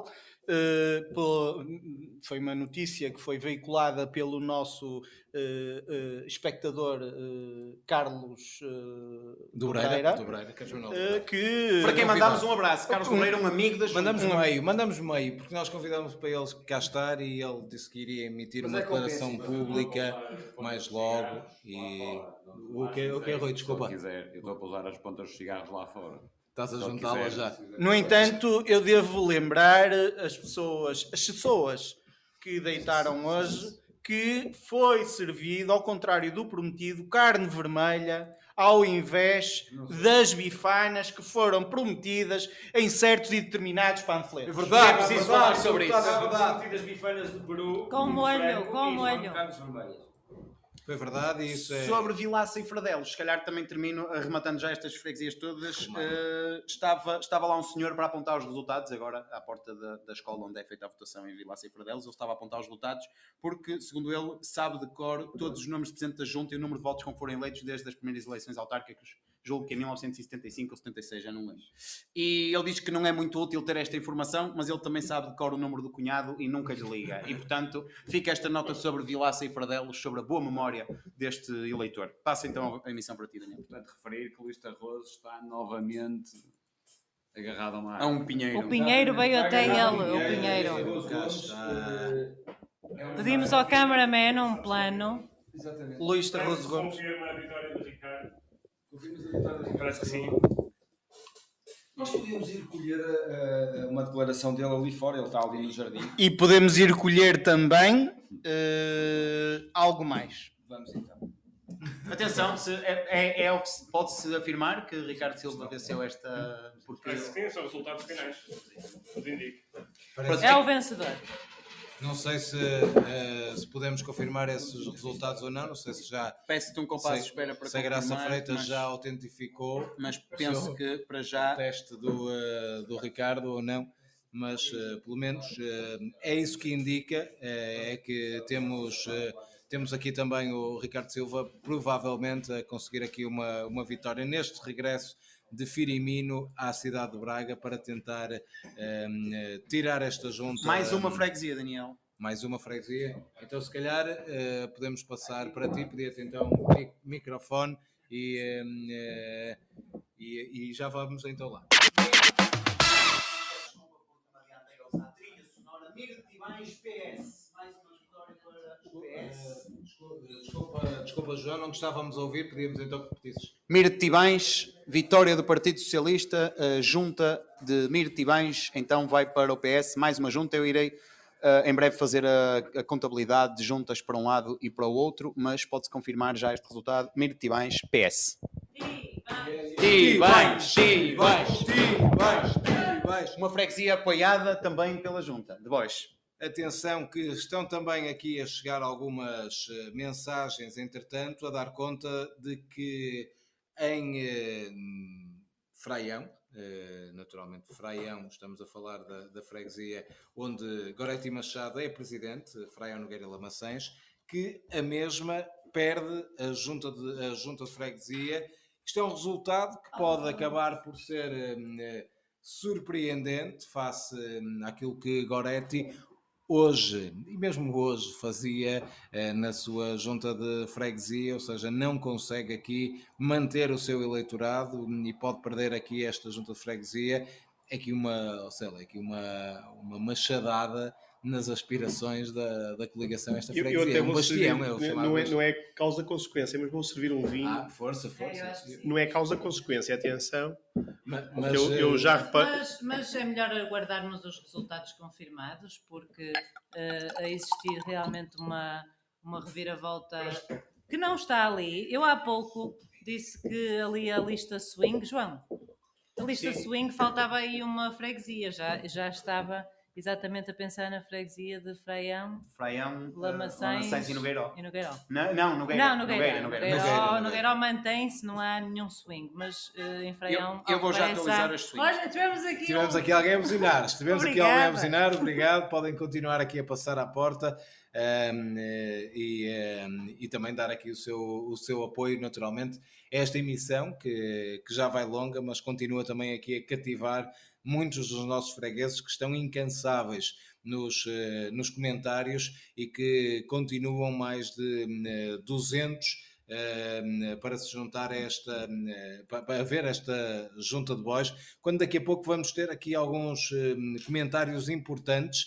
uh, pelo, foi uma notícia que foi veiculada pelo nosso uh, uh, espectador uh, Carlos uh, Dobreira, Dobreira, Dobreira, que, uh, que para quem mandamos um abraço, Carlos Dobreira, um amigo das mandamos um... meio, mandamos meio, porque nós convidamos para ele cá estar e ele disse que iria emitir Mas uma é declaração compreensível. pública mais logo e o que o que é, Rui, desculpa. Se quiser, eu estou a pousar as pontas dos cigarros lá fora. Estás a Se juntá-la quiser. já. No entanto, eu devo lembrar as pessoas, as pessoas que deitaram hoje, que foi servido, ao contrário do prometido, carne vermelha, ao invés das bifanas que foram prometidas em certos e determinados panfletos. É verdade, é preciso falar sobre isso. É verdade. As bifanas de Peru. Com molho, com molho. Foi verdade e isso é... Sobre Vilaça e Fradelos, se calhar também termino arrematando já estas freguesias todas. Uh, estava, estava lá um senhor para apontar os resultados, agora à porta da, da escola onde é feita a votação em Vilaça e Fradelos. Ele estava a apontar os resultados porque, segundo ele, sabe de cor todos os nomes de Presidente da Junta e o número de votos que foram eleitos desde as primeiras eleições autárquicas. Julgo que em mil novecentos e setenta e cinco ou setenta e seis, já não lembro. E ele diz que não é muito útil ter esta informação, mas ele também sabe de cor o número do cunhado e nunca lhe liga. E, portanto, fica esta nota sobre Vilaça e Fradelos, sobre a boa memória deste eleitor. Passa então a emissão para ti, Daniel. Portanto, referir que o Luís Tarroso está novamente agarrado a uma A um pinheiro. O pinheiro veio até ele, o pinheiro. Pedimos ao cameraman um plano. Luís Tarroso Gomes. Confirma a vitória do Ricardo. Parece que sim. Nós podíamos ir colher uh, uma declaração dele ali fora, ele está ali no jardim. E podemos ir colher também uh, algo mais. Vamos então. Atenção, se é, é, é o que se- pode-se afirmar que Ricardo Silva venceu esta... Porque... Parece que sim, são resultados finais. Tudo indica. É o vencedor. Não sei se, eh, se podemos confirmar esses resultados ou não, não sei se já... Peço-te um compasso de se- espera para Se a Graça confirmar, Freitas mas- já autentificou, Mas penso o que para já... teste do, eh, do Ricardo ou não, mas eh, pelo menos eh, é isso que indica, eh, é que temos, eh, temos aqui também o Ricardo Silva provavelmente a conseguir aqui uma, uma vitória neste regresso de Firimino à cidade de Braga para tentar eh, tirar esta junta. Mais uma freguesia, Daniel. Mais uma freguesia. Então, se calhar, eh, podemos passar para ti, pedir-te então o mi- microfone e, eh, eh, e, e já vamos então lá. Desculpa, desculpa, João, não estávamos a ouvir, pedíamos então que repetisses. Mir de Tibães, vitória do Partido Socialista, a junta de Mir de Tibães então vai para o P S, mais uma junta. Eu irei uh, em breve fazer a, a contabilidade de juntas para um lado e para o outro, mas pode-se confirmar já este resultado. Mir de Tibães, P S. Tibães, Tibães, Tibães, Tibães. Uma freguesia apoiada também pela junta de Bois. Atenção que estão também aqui a chegar algumas eh, mensagens, entretanto, a dar conta de que em eh, Fraião, eh, naturalmente Fraião, estamos a falar da, da freguesia onde Goretti Machado é presidente, Fraião Nogueira Lamaçães, que a mesma perde a junta de, a junta de freguesia. Isto é um resultado que pode acabar por ser eh, surpreendente face eh, àquilo que Goretti hoje, e mesmo hoje, fazia eh, na sua junta de freguesia, ou seja, não consegue aqui manter o seu eleitorado e pode perder aqui esta junta de freguesia. É aqui uma, ou seja, é aqui uma, uma machadada nas aspirações da, da coligação esta Eu, freguesia. eu até É um vou bastião, servir, é o não, chamado é, não é causa-consequência, mas vou servir um vinho. Ah, força, força. Não é causa-consequência, atenção. Mas, mas eu, eu já reparei. Mas, mas é melhor aguardarmos os resultados confirmados, porque uh, a existir realmente uma, uma reviravolta que não está ali. Eu há pouco disse que ali a lista swing, João, a lista Sim. swing faltava aí uma freguesia, já, já estava exatamente a pensar na freguesia de Fraião, Fraião, Lamaçães, Lamaçães e Nogueiró. e Nogueiró. Não, não, Nogueira. Não, Nogueira. Nogueira, Nogueiró, Nogueira. Nogueiró mantém-se, não há nenhum swing, mas uh, em Fraião... Eu- eu ao vou que já parece, atualizar há- as swings. Olha, tivemos aqui Tivemos um- aqui alguém a buzinar. Tivemos aqui Obrigada. alguém a buzinar. Obrigado. Podem continuar aqui a passar à porta. um, e, um, e também dar aqui o seu, o seu apoio, naturalmente, a esta emissão, que, que já vai longa, mas continua também aqui a cativar muitos dos nossos fregueses que estão incansáveis nos, nos comentários e que continuam mais de duzentos para se juntar a esta, para ver esta junta de bois, quando daqui a pouco vamos ter aqui alguns comentários importantes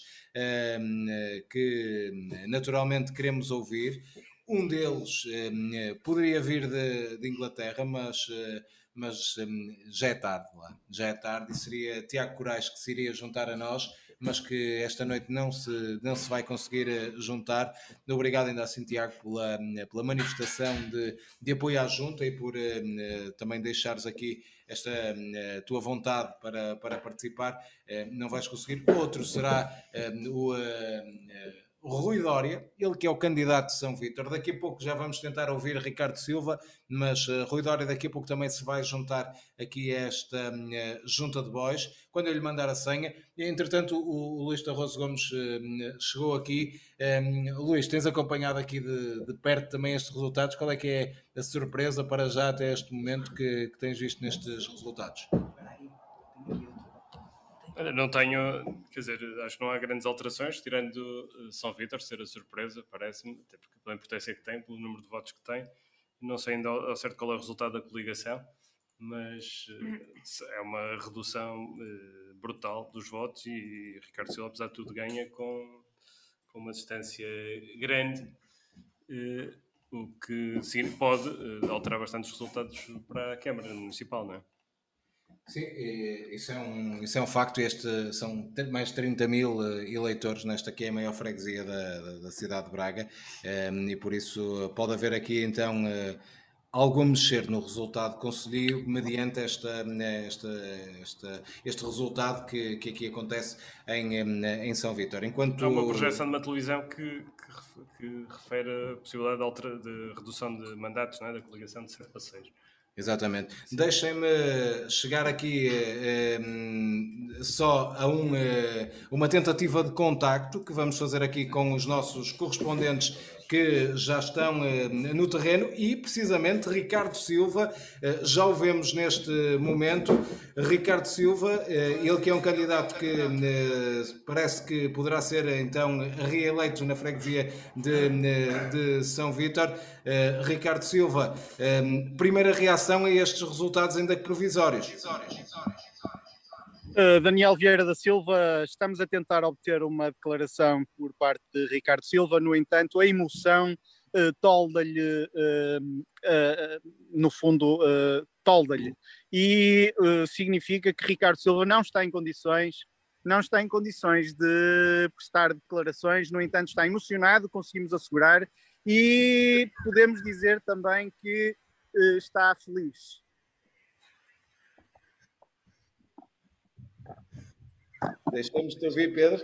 que naturalmente queremos ouvir. Um deles poderia vir de, de Inglaterra, mas, mas já é tarde lá, já é tarde, e seria Tiago Corais que se iria juntar a nós, mas que esta noite não se, não se vai conseguir juntar. Obrigado ainda assim, Tiago, pela, pela manifestação de, de apoio à junta e por uh, também deixares aqui esta uh, tua vontade para, para participar. Uh, não vais conseguir. Outro será uh, o... Uh, uh, Rui Dória, ele que é o candidato de São Vítor. Daqui a pouco já vamos tentar ouvir Ricardo Silva, mas uh, Rui Dória daqui a pouco também se vai juntar aqui a esta uh, junta de bois, quando eu lhe mandar a senha. E, entretanto, o, o Luís Tarroso Gomes uh, chegou aqui. Um, Luís, tens acompanhado aqui de, de perto também estes resultados. Qual é que é a surpresa para já até este momento que, que tens visto nestes resultados? Não tenho, quer dizer, acho que não há grandes alterações, tirando São Vítor ser a surpresa, parece-me, até porque pela importância que tem, pelo número de votos que tem. Não sei ainda ao certo qual é o resultado da coligação, mas é uma redução brutal dos votos e Ricardo Silva, apesar de tudo, ganha com, com uma distância grande, o que pode alterar bastante os resultados para a Câmara Municipal, não é? Sim, isso é um, isso é um facto. Este, são mais de trinta mil eleitores nesta que é a maior freguesia da, da, da cidade de Braga, um, e por isso pode haver aqui então uh, algum mexer no resultado conselhio mediante esta, esta, esta, este resultado que, que aqui acontece em, em São Vítor. Enquanto... Há uma projeção de uma televisão que, que, que refere a possibilidade de, alter, de redução de mandatos, não é? Da coligação de sete para seis. Exatamente. Deixem-me chegar aqui eh, só a um, eh, uma tentativa de contacto que vamos fazer aqui com os nossos correspondentes que já estão eh, no terreno e, precisamente, Ricardo Silva, eh, já o vemos neste momento. Ricardo Silva, eh, ele que é um candidato que eh, parece que poderá ser, então, reeleito na freguesia de, de São Vítor. Eh, Ricardo Silva, eh, primeira reação a estes resultados ainda que provisórios. Uh, Daniel Vieira da Silva, estamos a tentar obter uma declaração por parte de Ricardo Silva, no entanto, a emoção uh, tolda-lhe, uh, uh, no fundo, uh, tolda-lhe, e uh, significa que Ricardo Silva não está em condições, não está em condições de prestar declarações, no entanto, está emocionado, conseguimos assegurar, e podemos dizer também que uh, está feliz. Deixamos-te ouvir, Pedro.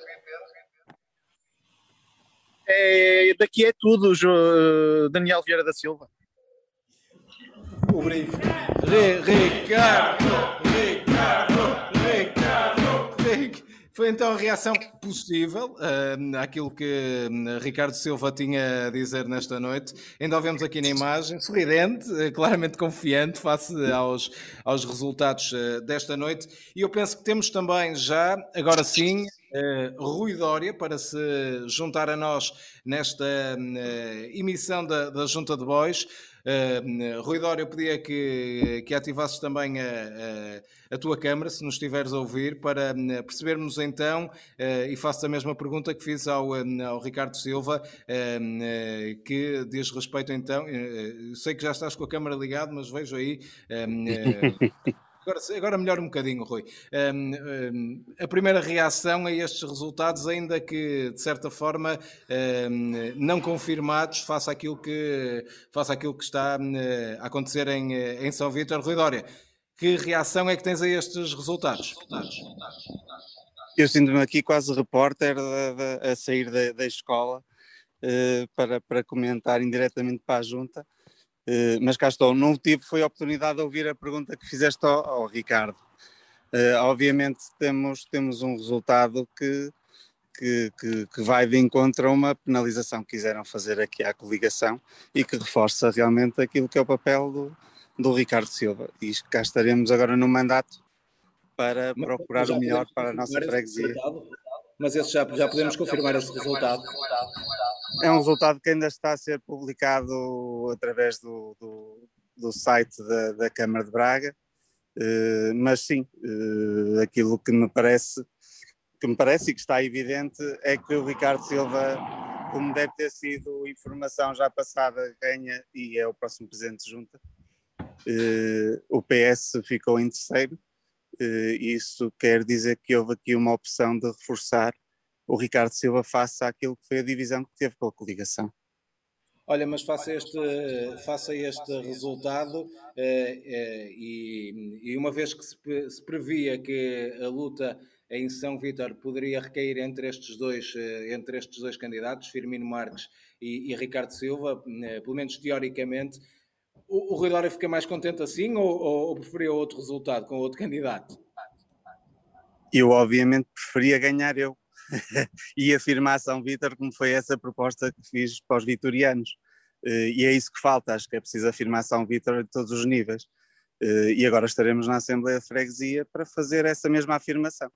É, daqui é tudo, Daniel Vieira da Silva. Obrigado. Ricardo, Ricardo, Ricardo, Ricardo. Foi então a reação possível uh, àquilo que Ricardo Silva tinha a dizer nesta noite. Ainda o vemos aqui na imagem, sorridente, uh, claramente confiante face aos, aos resultados uh, desta noite. E eu penso que temos também já, agora sim, uh, Rui Dória para se juntar a nós nesta uh, emissão da, da Junta de Bois. Uh, Rui Dória, eu pedia que, que ativasses também a, a, a tua câmara, se nos estiveres a ouvir, para uh, percebermos então, uh, e faço a mesma pergunta que fiz ao, uh, ao Ricardo Silva, uh, uh, que diz respeito então, uh, sei que já estás com a câmara ligada, mas vejo aí... Uh, uh, Agora, agora melhor um bocadinho, Rui. Um, um, a primeira reação a estes resultados, ainda que, de certa forma, um, não confirmados, face àquilo que, face àquilo que está um, a acontecer em, em São Vítor. Rui Dória, que reação é que tens a estes resultados? Eu sinto-me aqui quase repórter de, de, a sair da, da escola uh, para, para comentar indiretamente para a Junta. Uh, mas cá estou, não tive foi a oportunidade de ouvir a pergunta que fizeste ao, ao Ricardo. Uh, obviamente temos, temos um resultado que, que, que, que vai de encontro a uma penalização que quiseram fazer aqui à coligação e que reforça realmente aquilo que é o papel do, do Ricardo Silva. E cá estaremos agora no mandato para Mas, procurar já o melhor podemos para a nossa confirmar esse freguesia. resultado? Mas esse já, já podemos confirmar esse resultado. É um resultado que ainda está a ser publicado através do, do, do site da, da Câmara de Braga, uh, mas sim, uh, aquilo que me parece, que me parece e que está evidente é que o Ricardo Silva, como deve ter sido informação já passada, ganha e é o próximo Presidente de Junta. Uh, o P S ficou em terceiro. Uh, isso quer dizer que houve aqui uma opção de reforçar o Ricardo Silva face àquilo que foi a divisão que teve com a coligação. Olha, mas faça este, faça este resultado eh, eh, e, e uma vez que se, se previa que a luta em São Vítor poderia recair entre estes dois, eh, entre estes dois candidatos, Firmino Marques e, e Ricardo Silva, eh, pelo menos teoricamente, o, o Rui Dória fica mais contente assim ou, ou, ou preferia outro resultado com outro candidato? Eu obviamente preferia ganhar eu e afirmar São Vítor como foi essa proposta que fiz para os vitorianos. E é isso que falta, acho que é preciso afirmar São Vítor a todos os níveis. E agora estaremos na Assembleia de Freguesia para fazer essa mesma afirmação.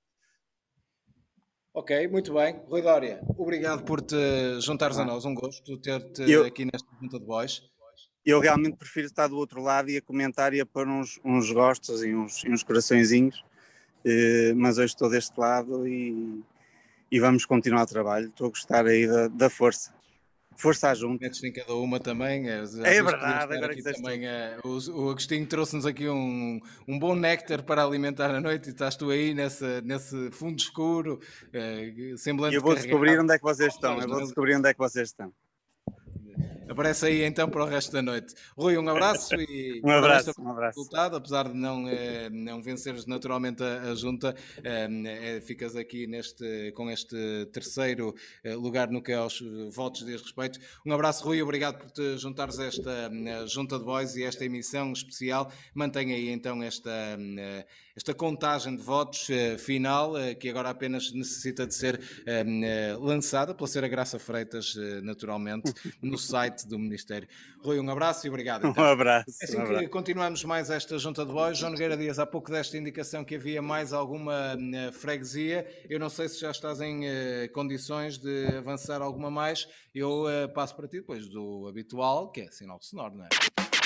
Ok, muito bem. Rui Dória, obrigado por te juntares a nós, um gosto ter-te eu... aqui nesta junta de voz. Eu realmente prefiro estar do outro lado e a comentar e a pôr uns, uns gostos e uns, e uns coraçõezinhos, eh, mas hoje estou deste lado e, e vamos continuar o trabalho. Estou a gostar aí da, da força. Força à junta. Metes em cada uma também. É, é verdade. Agora aqui também, é, o, o Agostinho trouxe-nos aqui um, um bom néctar para alimentar a noite e estás tu aí nessa, nesse fundo escuro, é, semblante e eu vou carregado. descobrir onde é que vocês estão. Eu vou descobrir onde é que vocês estão. Aparece aí então para o resto da noite. Rui, um abraço e um abraço, um abraço. Resultado, apesar de não, eh, não venceres naturalmente a, a junta, eh, ficas aqui neste, com este terceiro eh, lugar no que aos votos diz respeito. Um abraço, Rui, obrigado por te juntares a esta a junta de voz e esta emissão especial. Mantenha aí então esta, esta contagem de votos eh, final, eh, que agora apenas necessita de ser eh, lançada pela Senhora Graça Freitas, eh, naturalmente, no site do Ministério. Rui, um abraço e obrigado. Então. Um abraço. É assim um abraço. que continuamos mais esta junta de voz. João Nogueira Dias, há pouco desta indicação que havia mais alguma uh, freguesia. Eu não sei se já estás em uh, condições de avançar alguma mais. Eu uh, passo para ti depois do habitual, que é sinal sonoro, não é?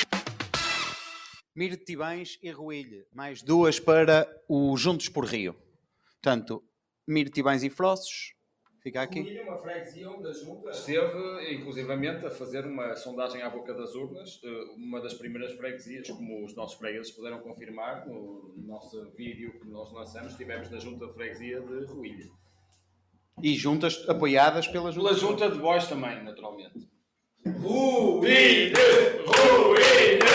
Mirtibães e Ruilha. Mais duas para o Juntos por Rio. Portanto, Mirtibães e Frossos. Fica aqui. Ruilha, uma freguesia onde a Junta esteve, inclusivamente, a fazer uma sondagem à boca das urnas, uma das primeiras freguesias, como os nossos fregueses puderam confirmar, no nosso vídeo que nós lançamos, estivemos na Junta de Freguesia de Ruilha. E juntas apoiadas pela Junta, pela junta de Bois também, naturalmente. Ruilha, Ruilha,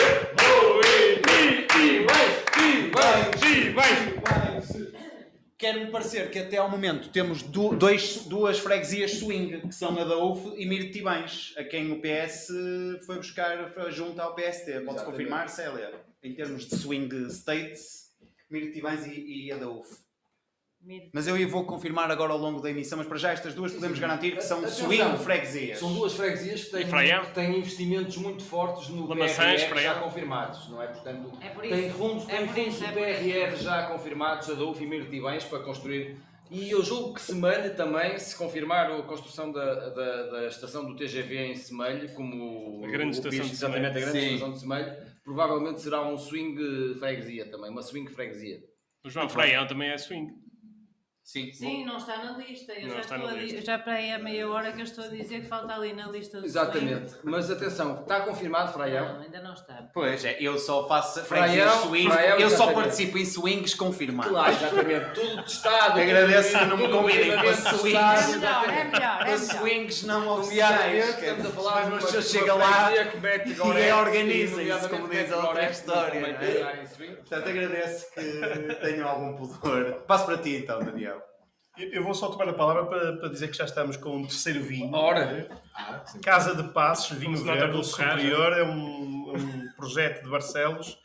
Ruilha, e vais, e vais, e vais. Quer-me parecer que até ao momento temos du dois, duas freguesias swing, que são a da U F e Mirtibães, a quem o P S foi buscar junto ao P S T. Pode-se confirmar, Célia? Em termos de swing states, Mirtibães e, e a da U F. Mas eu vou confirmar agora ao longo da emissão, mas para já estas duas podemos garantir que são swing freguesias. São duas freguesias que têm, que têm investimentos muito fortes no P R R já confirmados, não é? Portanto, é por isso. tem fundos, tem é fundos do P R R já confirmados, a da U F e Mirtibães, para construir. E eu julgo que Semelho também, se confirmar a construção da, da, da estação do T G V em Semelho, como a grande o, estação o, de exatamente Semelho. a grande Sim. estação de Semelho, provavelmente será um swing freguesia também, uma swing freguesia. O João Freião também é swing. Sim, Sim, não está na lista. Eu não já, está estou na a lista. já para aí há meia hora que eu estou a dizer que falta ali na lista do Exatamente. swing. Mas atenção, está confirmado, Fraião? Não, ainda não está. Pois é, eu só faço Fraião, freguesias swing, Fraião, eu só exatamente. participo em swings confirmados. Claro, exatamente. Tudo testado. Agradeço que não me tudo convidem para devidamente swings. testado, É melhor, é melhor, é Para melhor. swings não Nomeadamente, oficiais. estamos a falar de Mas uma- se eu de chego uma lá freguesia que mete e Gorex, é organizem-se, nomeadamente como diz mete a outra Gorex, história. também não tem é? área em swing. Portanto, agradeço que tenham algum pudor. Passo para ti então, Daniel. Eu eu vou só tomar a palavra para, para dizer que já estamos com um terceiro vinho. Ora. Casa de Passos, vinho Se nota verde, pelo o Ferrari. superior, é um, um projeto de Barcelos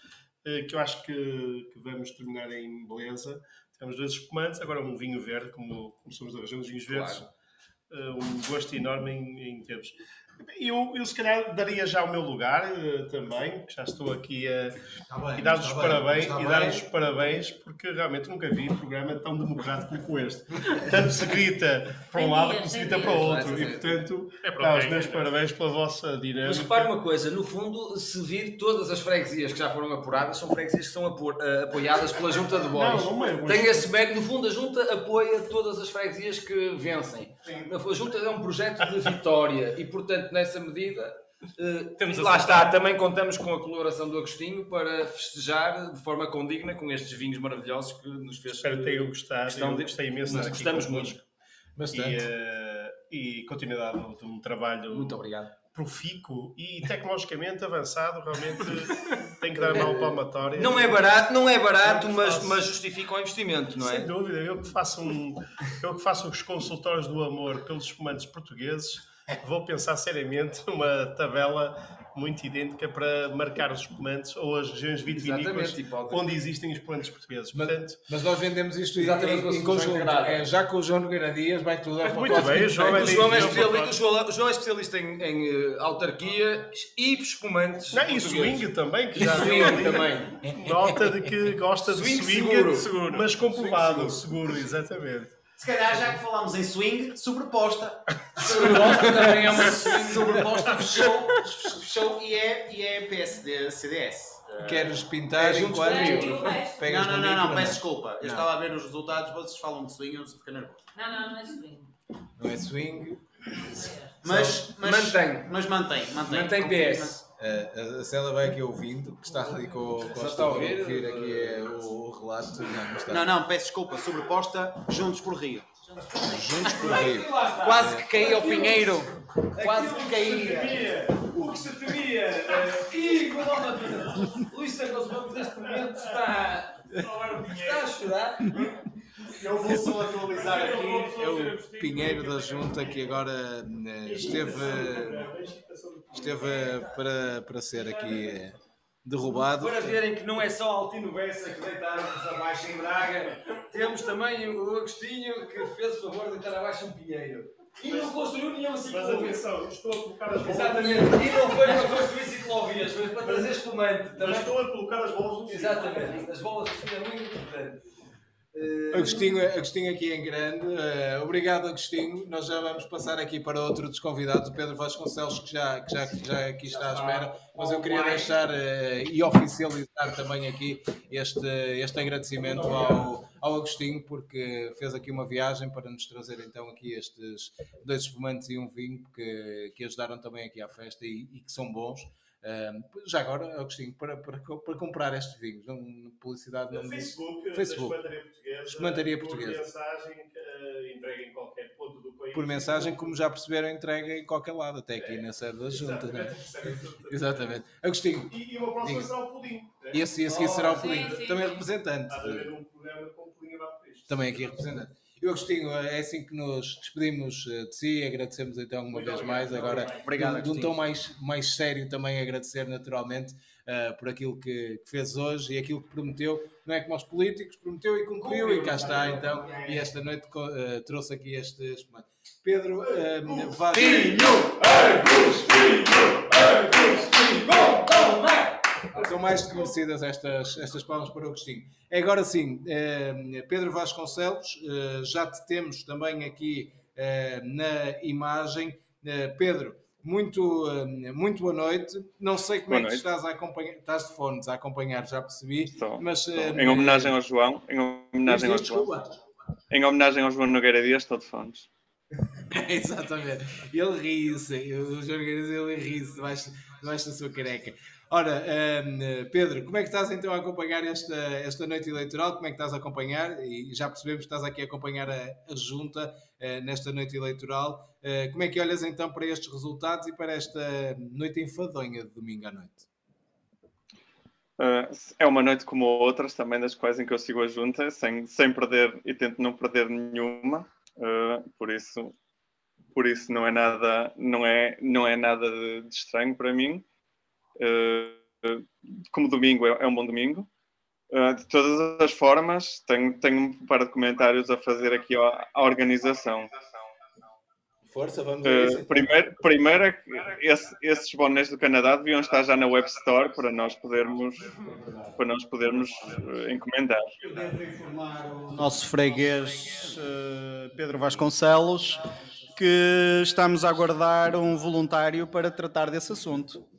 que eu acho que, que vamos terminar em beleza. Temos dois espumantes, agora um vinho verde, como, como somos da região dos vinhos verdes. Claro. Um gosto enorme em, em termos. Eu, eu, se calhar, daria já o meu lugar uh, também, que já estou aqui a bem, e dar-vos os parabéns, e dar os parabéns, porque realmente nunca vi um programa tão democrático como este. Tanto se grita para um lado como se grita para o outro. E, portanto, é para os meus parabéns pela vossa dinâmica. Mas repare uma coisa, no fundo, se vir todas as freguesias que já foram apuradas, são freguesias que são apo apoiadas pela Junta de Bois. Não, não é, mas... Tem esse mérito, no fundo, a Junta apoia todas as freguesias que vencem. Sim. A Junta é um projeto de vitória e, portanto, nessa medida, uh, Temos lá está, também contamos com a colaboração do Agostinho para festejar de forma condigna com estes vinhos maravilhosos que nos fez. Espero que tenham gostado. Eu de... gostei imenso de estar aqui. Gostamos muito. Bastante. E, uh, e continuidade de um trabalho muito obrigado. Profícuo e tecnologicamente avançado, realmente tem que dar a mão palmatória. Não é barato, não é barato, mas, mas justifica o investimento, não é? Sem dúvida. Eu que faço, um, eu que faço os consultórios do amor pelos espumantes portugueses, vou pensar seriamente numa tabela muito idêntica para marcar os espumantes ou as regiões vitivinícolas onde existem espumantes portugueses. Portanto, mas, mas nós vendemos isto exatamente em, em conjunto. É, já com o João Nogueira Dias vai tudo a muito bem, o João, o João é especialista, o João, o João é especialista em, em uh, autarquia e espumantes. Não, e swing também, que já swing também. Nota de que gosta de swing, swing seguro, seguro, mas comprovado, seguro. seguro, exatamente. Se calhar, já que falámos em swing, sobreposta. Sobreposta também é uma swing. Sobreposta fechou, fechou e, é, e é P S D C D S. Queres pintar é, enquanto pegas Não, não, não, não, peço desculpa. Eu não. estava a ver os resultados, vocês falam de swing, eu não sei ficar nervoso. Não, não, não é swing. Não é swing. Mas, mas mantém. Mas mantém, mantém. Mantém P S. Uh, a Célia vai aqui ouvindo, que está ali com, com está a ouvir, ouvir aqui é o, o relato. Não, não, está. não, não, peço desculpa, sobreposta, Juntos por Rio. Juntos por Rio. Quase que caí ao Pinheiro. Quase que caía. O que se temia. E o Luís Santos Ramos neste momento está, está a chorar. Eu vou só atualizar aqui. É o Pinheiro da Junta que agora esteve, esteve para, para ser aqui derrubado. Para verem que não é só Altino Bessa que deitaram-nos abaixo em Braga, temos também o Agostinho que fez o favor de deitar abaixo um Pinheiro. E não construiu nenhuma ciclovia. Mas atenção, estou a colocar as bolas. Exatamente. E não foi para construir ciclovias, foi para trazer espumante. Também. Mas estou a colocar as bolas no Exatamente. As bolas é muito importante. Agostinho, Agostinho aqui em grande, uh, obrigado Agostinho, nós já vamos passar aqui para outro dos convidados, o Pedro Vasconcelos, que já, que já, que já aqui está à espera, mas eu queria deixar uh, e oficializar também aqui este, este agradecimento ao, ao Agostinho, porque fez aqui uma viagem para nos trazer então aqui estes dois espumantes e um vinho que, que ajudaram também aqui à festa e, e que são bons. Um, já agora, Agostinho, para, para, para comprar estes vinhos, não, publicidade não Facebook, Facebook, da Espumataria Portuguesa, Espumataria Portuguesa. Por mensagem, uh, entrega em qualquer ponto do país. Por mensagem, como já perceberam, entrega em qualquer lado, até aqui é, na sede da Junta. Não é? Exatamente. Agostinho. E, e o próximo será o Pudim. Né? Esse, esse oh, será o Pudim. Sim, sim. Também representante. Há de haver um programa com o Pudim abaixo para isto. Também aqui representante. E Agostinho, é assim que nos despedimos de si, agradecemos então uma Muito vez obrigado, mais, agora obrigado, de um tom mais, mais sério também agradecer naturalmente uh, por aquilo que, que fez hoje e aquilo que prometeu, não é como aos políticos, prometeu e cumpriu e cá está então, e esta noite uh, trouxe aqui este espumante. Pedro, uh, Vaz... Agostinho, Agostinho, Agostinho, toma! São mais que merecidas estas, estas palmas para o Agostinho. Agora sim, eh, Pedro Vasconcelos, eh, já te temos também aqui eh, na imagem. Eh, Pedro, muito, eh, muito boa noite. Não sei como boa é que noite. estás a acompanhar, estás de fones a acompanhar, já percebi. Estou, mas, estou. Em homenagem ao João, em homenagem ao João. Em homenagem ao João Nogueira Dias, estou de fones. Exatamente. Ele ri-se, o João Nogueira Dias, ele ri-se debaixo, debaixo da sua careca. Ora, um, Pedro, como é que estás então a acompanhar esta, esta noite eleitoral? Como é que estás a acompanhar? E já percebemos que estás aqui a acompanhar a, a Junta uh, nesta noite eleitoral. Uh, como é que olhas então para estes resultados e para esta noite enfadonha de domingo à noite? Uh, é uma noite como outras também, das quais em que eu sigo a Junta, sem, sem perder e tento não perder nenhuma. Uh, por isso, por isso não é nada, não é, não é nada de, de estranho para mim. Uh, como domingo é, é um bom domingo. Uh, de todas as formas, tenho, tenho um par de comentários a fazer aqui à, à organização. Força, vamos a isso. Uh, primeiro, primeiro é que esse, esses bonés do Canadá deviam estar já na Web Store para nós podermos, para nós podermos uh, encomendar. Eu devo informar o nosso freguês uh, Pedro Vasconcelos que estamos a aguardar um voluntário para tratar desse assunto.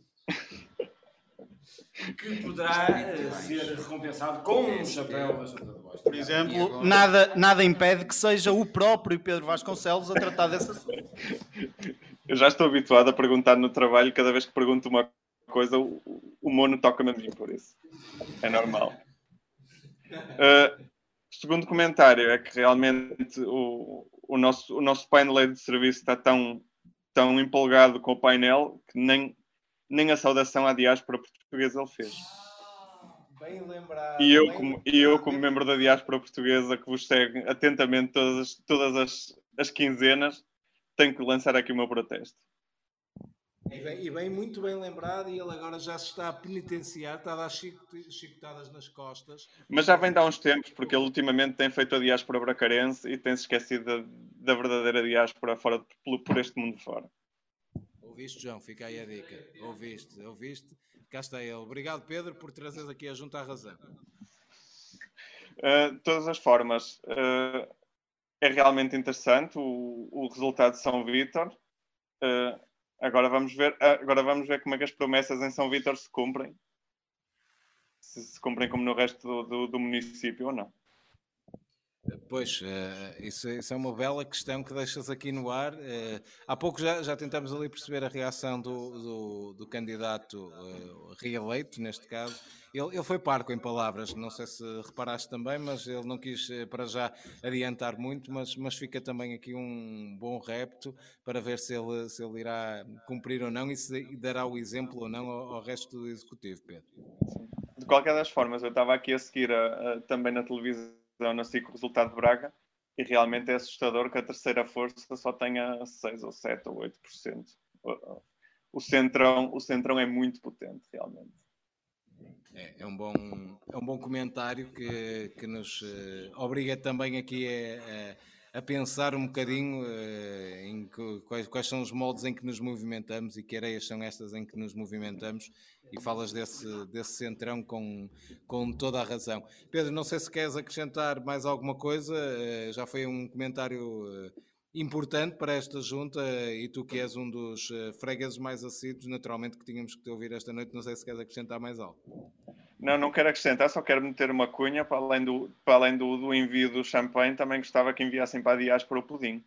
Que poderá uh, ser recompensado com um chapéu da Junta de Bois. Por exemplo, nada, nada impede que seja o próprio Pedro Vasconcelos a tratar desse assunto. Eu já estou habituado a perguntar no trabalho, cada vez que pergunto uma coisa, o, o mono toca-me a mim, por isso. É normal. Uh, segundo comentário é que realmente o, o, nosso, o nosso painel de serviço está tão, tão empolgado com o painel que nem, nem a saudação à diáspora portuguesa ele fez. Bem lembrado. E eu, bem como, e eu, como membro da diáspora portuguesa que vos segue atentamente todas as, todas as, as quinzenas, tenho que lançar aqui o meu protesto. E bem, e bem, muito bem lembrado, e ele agora já se está a penitenciar, está a dar chicotadas nas costas. Mas já vem de há uns tempos, porque ele ultimamente tem feito a diáspora bracarense e tem-se esquecido da, da verdadeira diáspora fora, por, por este mundo fora. Ouviste, João? Fica aí a dica. Ouviste, ouviste? Cá está ele. Obrigado, Pedro, por trazeres aqui a Junta à razão. Uh, de todas as formas, uh, é realmente interessante o, o resultado de São Vítor. Uh, agora, vamos ver, agora vamos ver como é que as promessas em São Vítor se cumprem. Se se cumprem como no resto do, do, do município ou não. Pois, uh, isso, isso é uma bela questão que deixas aqui no ar. Uh, há pouco já, já tentamos ali perceber a reação do, do, do candidato uh, reeleito, neste caso. Ele, ele foi parco em palavras, não sei se reparaste também, mas ele não quis uh, para já adiantar muito, mas, mas fica também aqui um bom repto para ver se ele, se ele irá cumprir ou não e se dará o exemplo ou não ao, ao resto do Executivo, Pedro. De qualquer das formas, eu estava aqui a seguir a, a, também na televisão, na S I C, o resultado de Braga, e realmente é assustador que a terceira força só tenha seis ou sete ou oito por cento. O, o, centrão, o centrão é muito potente, realmente. É, é, um, bom, é um bom comentário que, que nos uh, obriga também aqui a, a, a pensar um bocadinho uh, em que, quais, quais são os moldes em que nos movimentamos e que areias são estas em que nos movimentamos. E falas desse, desse centrão com, com toda a razão. Pedro, não sei se queres acrescentar mais alguma coisa, uh, já foi um comentário uh, importante para esta junta uh, e tu que és um dos uh, fregueses mais assíduos, naturalmente que tínhamos que te ouvir esta noite, não sei se queres acrescentar mais algo. Não, não quero acrescentar, só quero meter uma cunha, para além do, para além do, do envio do champanhe, também gostava que enviassem para a diáspora o pudim.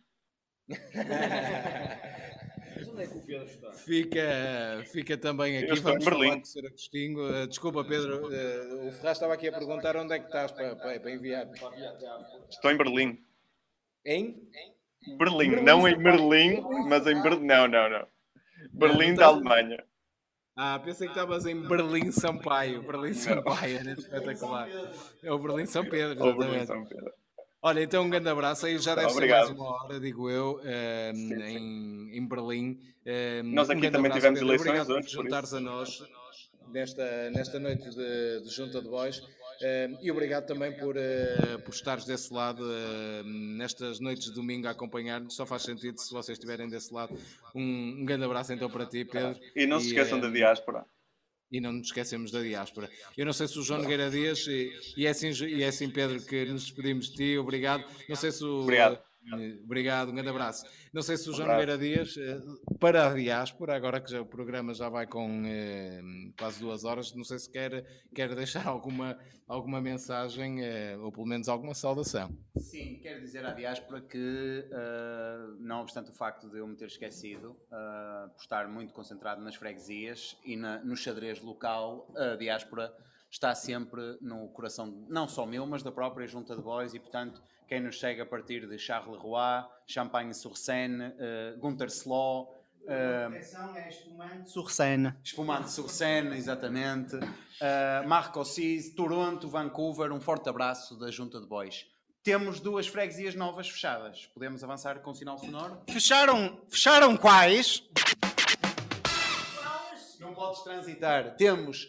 Onde é que o Pedro está? Fica, fica também aqui. Eu estou Vamos em Berlim. falar com o senhor Agostinho. Uh, desculpa, Pedro. Uh, o Ferraz estava aqui a perguntar onde é que estás para, para, para enviar. Estou em Berlim. Em? Berlim, Berlim, não em São Berlim, Paulo. mas em Berlim. Não, não, não. Berlim não da estás- Alemanha. Ah, pensei que estavas em Berlim Sampaio. Berlim Sampaio, era espetacular. É o Berlim São Pedro, Ou Berlim exatamente. São Pedro. Olha, então um grande abraço. Aí já deve Obrigado. ser mais uma hora, digo eu, eh, Sim, sim. em, em Berlim. Eh, Nós aqui um grande também abraço, tivemos Pedro. eleições Obrigado por hoje, te por juntares isso. a nós nesta, nesta noite de, de Junta de Bois. Eh, e obrigado também por, eh, por estares desse lado eh, nestas noites de domingo a acompanhar-nos. Só faz sentido se vocês estiverem desse lado. Um, um grande abraço então para ti, Pedro. E não se esqueçam eh, da diáspora. E não nos esquecemos da diáspora. Eu não sei se o João Nogueira Dias, e, e, é assim, e é assim, Pedro, que nos despedimos de ti. Obrigado. Não sei se o... Obrigado. eh, Obrigado, um grande abraço. Não sei se o Um João abraço. Nogueira Dias, eh, para a diáspora, agora que já, o programa já vai com eh, quase duas horas, não sei se quer, quer deixar alguma, alguma mensagem, eh, ou pelo menos alguma saudação. Sim, quero dizer à diáspora que, uh, não obstante o facto de eu me ter esquecido, uh, por estar muito concentrado nas freguesias e na, no xadrez local, a diáspora está sempre no coração, não só meu, mas da própria Junta de Bois e, portanto, quem nos chega a partir de Charleroi, Champagne-sur-Seine, uh, Guntersloh, Atenção, é espumante Sur-Seine. Espumante Sur-Seine, exatamente. Uh, Marcoussis, Toronto, Vancouver, um forte abraço da Junta de Bois. Temos duas freguesias novas fechadas. Podemos avançar com sinal sonoro? Fecharam, fecharam quais? Não podes transitar. Temos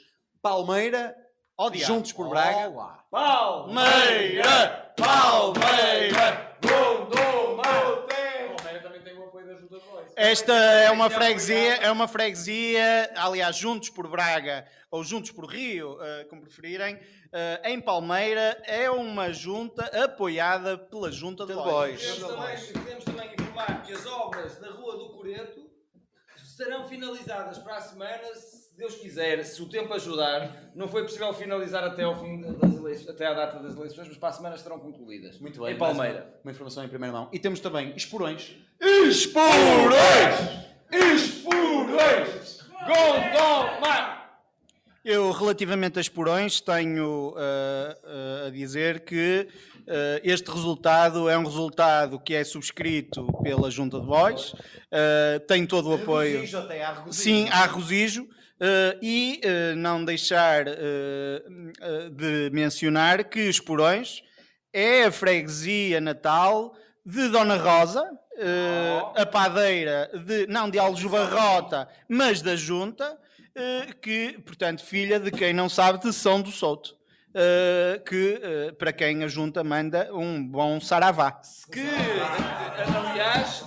Palmeira, Oh, diabo. Juntos por Braga. Olá. Palmeira, Palmeira, Gondomar. Palmeira também tem o apoio da Junta de Bois. Esta é uma freguesia, é uma freguesia, aliás, Juntos por Braga ou Juntos por Rio, uh, como preferirem, uh, em Palmeira, é uma junta apoiada pela Junta de Bois. Podemos também, podemos também informar que as obras da Rua do Coreto estarão finalizadas para a semana, se Deus quiser, se o tempo ajudar. Não foi possível finalizar até ao fim das eleições, até à data das eleições, mas para a semana estarão concluídas. Muito bem. Em Palmeira. Uma, uma informação em primeira mão. E temos também Esporões. Esporões! Esporões! Gondomar! Eu, relativamente a Esporões, tenho uh, uh, a dizer que uh, este resultado é um resultado que é subscrito pela Junta de Bois, uh, tem todo o apoio. Regozijo até, há regozijo. Sim, há regozijo. Uh, e uh, não deixar uh, uh, de mencionar que Esporões é a freguesia natal de Dona Rosa, uh, a padeira de, não de Aljubarrota, mas da Junta, uh, que, portanto, filha de quem não sabe de São do Souto, uh, que, uh, para quem a Junta manda um bom saravá. Que, aliás...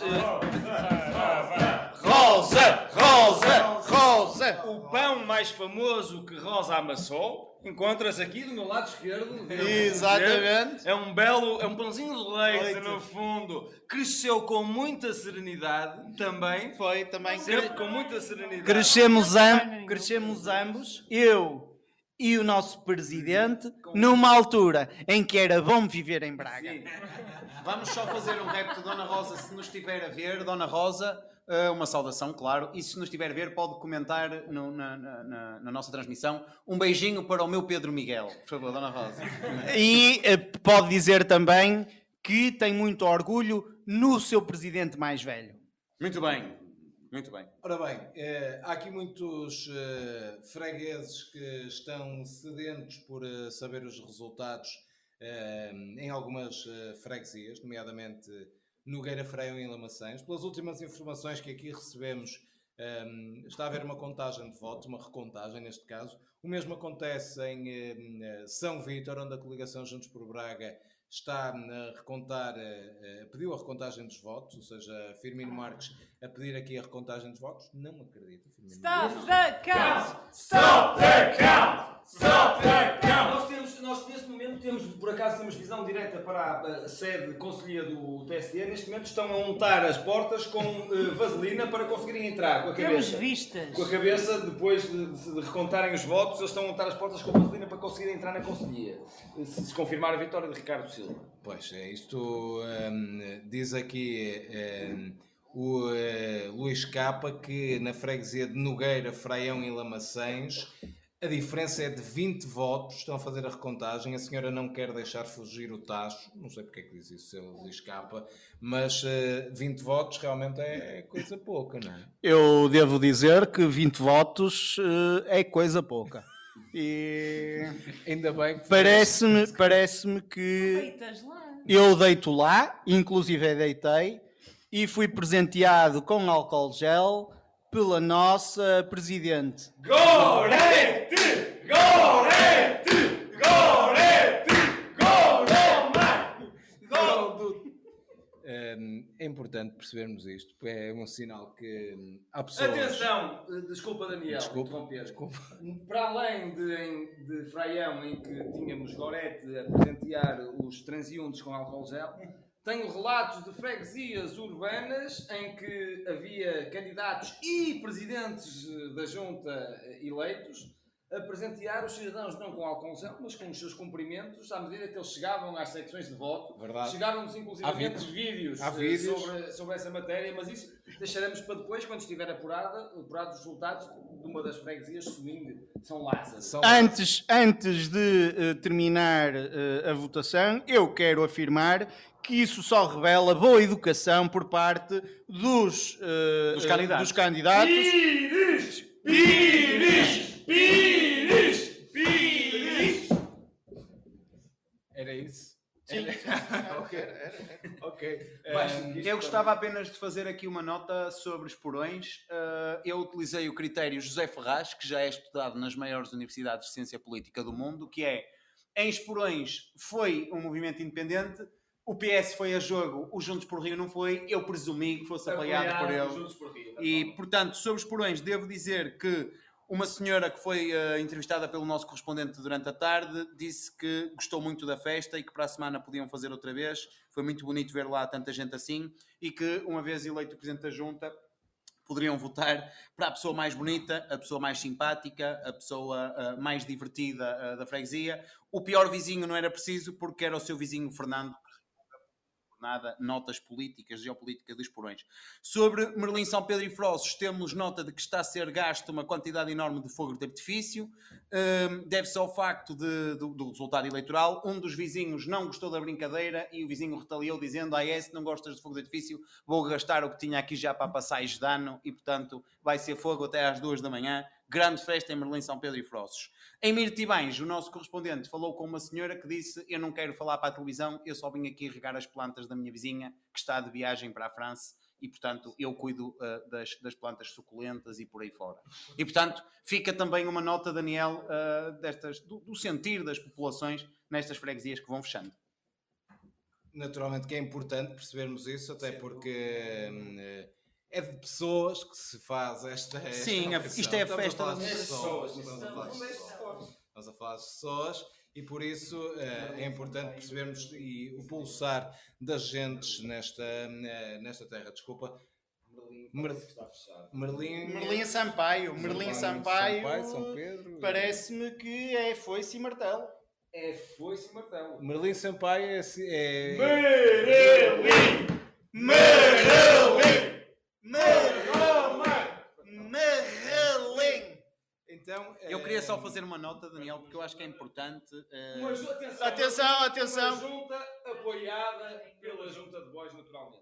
Rosa, Rosa, Rosa! O pão mais famoso que Rosa amassou encontra-se aqui do meu lado esquerdo. Exatamente. É um belo, é um pãozinho de leite, leite, no fundo. Cresceu com muita serenidade também. Foi também. Sempre com muita serenidade. Crescemos, am crescemos ambos, eu e o nosso presidente, numa altura em que era bom viver em Braga. Sim. Vamos só fazer um repto, Dona Rosa, se nos estiver a ver, Dona Rosa, uma saudação, claro, e se nos estiver a ver pode comentar no, na, na, na nossa transmissão um beijinho para o meu Pedro Miguel, por favor, Dona Rosa. E uh, pode dizer também que tem muito orgulho no seu presidente mais velho. Muito bem, muito bem. Ora bem, eh, há aqui muitos eh, fregueses que estão sedentos por eh, saber os resultados eh, em algumas eh, freguesias, nomeadamente Nogueira Freião e Lamaçães. Pelas últimas informações que aqui recebemos, um, está a haver uma contagem de votos, uma recontagem neste caso. O mesmo acontece em uh, São Vítor, onde a coligação Juntos por Braga está a recontar, uh, pediu a recontagem dos votos, ou seja, Firmino Marques a pedir aqui a recontagem dos votos. Não acredito, Firmino Marques. Stop the count! Stop the count! Stop the count! Nós, temos, nós neste momento temos, por acaso temos visão direta para a sede conselhia do P S D. Neste momento estão a untar as portas com uh, vaselina para conseguirem entrar com a cabeça. Temos vistas. Com a cabeça, depois de, de recontarem os votos, eles estão a untar as portas com vaselina para conseguirem entrar na conselhia. Se, se confirmar a vitória de Ricardo Silva. Pois, é isto um, diz aqui um, o uh, Luís Capa que na freguesia de Nogueira, Freião e Lamaçães a diferença é de vinte votos, estão a fazer a recontagem, a senhora não quer deixar fugir o tacho, não sei porque é que diz isso, seu Luís Capa, mas uh, vinte votos realmente é, é coisa pouca, não é? Eu devo dizer que vinte votos uh, é coisa pouca. E ainda bem que parece-me parece-me que eu deito lá, inclusive deitei, e fui presenteado com álcool gel pela nossa presidente. Gorete! Gorete! Gorete! Gondomar! É importante percebermos isto, porque é um sinal que há pessoas... Atenção! Desculpa, Daniel. Desculpa, desculpa. Para além de, de Freião, em que tínhamos Gorete a presentear os transeuntes com álcool gel, tenho relatos de freguesias urbanas em que havia candidatos e presidentes da junta eleitos a presentear os cidadãos não com álcool gel, mas com os seus cumprimentos à medida que eles chegavam às secções de voto. Verdade. Chegaram-nos inclusive vídeos, Há vídeos. Sobre, sobre essa matéria, mas isso deixaremos para depois, quando estiver apurada, apurados os resultados de uma das freguesias swing São Lázaro. Antes, antes de uh, terminar uh, a votação, eu quero afirmar que isso só revela boa educação por parte dos, uh, dos candidatos. Uh, dos candidatos. Pires! Pires! Pires! Pires! Era isso? Sim. Ok. Ok. Um, eu gostava apenas de fazer aqui uma nota sobre os porões. Uh, eu utilizei o critério José Ferraz, que já é estudado nas maiores universidades de ciência política do mundo, que é, em Esporões foi um movimento independente, o P S foi a jogo, o Juntos por Rio não foi, eu presumi que fosse apoiado, apoiado por ele. Juntos por Rio, e, portanto, sobre os porões, devo dizer que uma senhora que foi uh, entrevistada pelo nosso correspondente durante a tarde disse que gostou muito da festa e que para a semana podiam fazer outra vez. Foi muito bonito ver lá tanta gente assim e que, uma vez eleito o Presidente da Junta, poderiam votar para a pessoa mais bonita, a pessoa mais simpática, a pessoa uh, mais divertida uh, da freguesia. O pior vizinho não era preciso porque era o seu vizinho Fernando. Nada, notas políticas, geopolítica dos porões. Sobre Merlim, São Pedro e Frozes, temos nota de que está a ser gasto uma quantidade enorme de fogo de artifício. Um, deve-se ao facto de, do, do resultado eleitoral. Um dos vizinhos não gostou da brincadeira e o vizinho retaliou dizendo: ah, é, se não gostas de fogo de artifício, vou gastar o que tinha aqui já para passagem de ano e, portanto, vai ser fogo até às duas da manhã. Grande festa em Merlim, São Pedro e Frozes. Em Mirtibães, o nosso correspondente falou com uma senhora que disse: eu não quero falar para a televisão, eu só vim aqui regar as plantas da minha vizinha, que está de viagem para a França, e, portanto, eu cuido uh, das, das plantas suculentas e por aí fora. E, portanto, fica também uma nota, Daniel, uh, destas, do, do sentir das populações nestas freguesias que vão fechando. Naturalmente que é importante percebermos isso, até porque... Hum, é de pessoas que se faz esta... esta Sim, operação. Isto é a estamos festa a das pessoas. pessoas. Estamos a falar de pessoas. Estamos a falar de pessoas e por isso uh, é importante percebermos e o pulsar das gentes nesta, uh, nesta terra. Desculpa. Merlim, Merlim, Merlim Sampaio. Merlim Sampaio, Sampaio, São Pedro. Parece-me que é foice e martelo. É foice e martelo. Merlim Sampaio é... é... Merlim! Merlim! Merlim! Merlim! Então, eu queria só fazer uma nota, Daniel, porque eu acho que é importante. Uh... Uma, atenção, atenção, atenção. Uma junta apoiada pela Junta de Bois, naturalmente.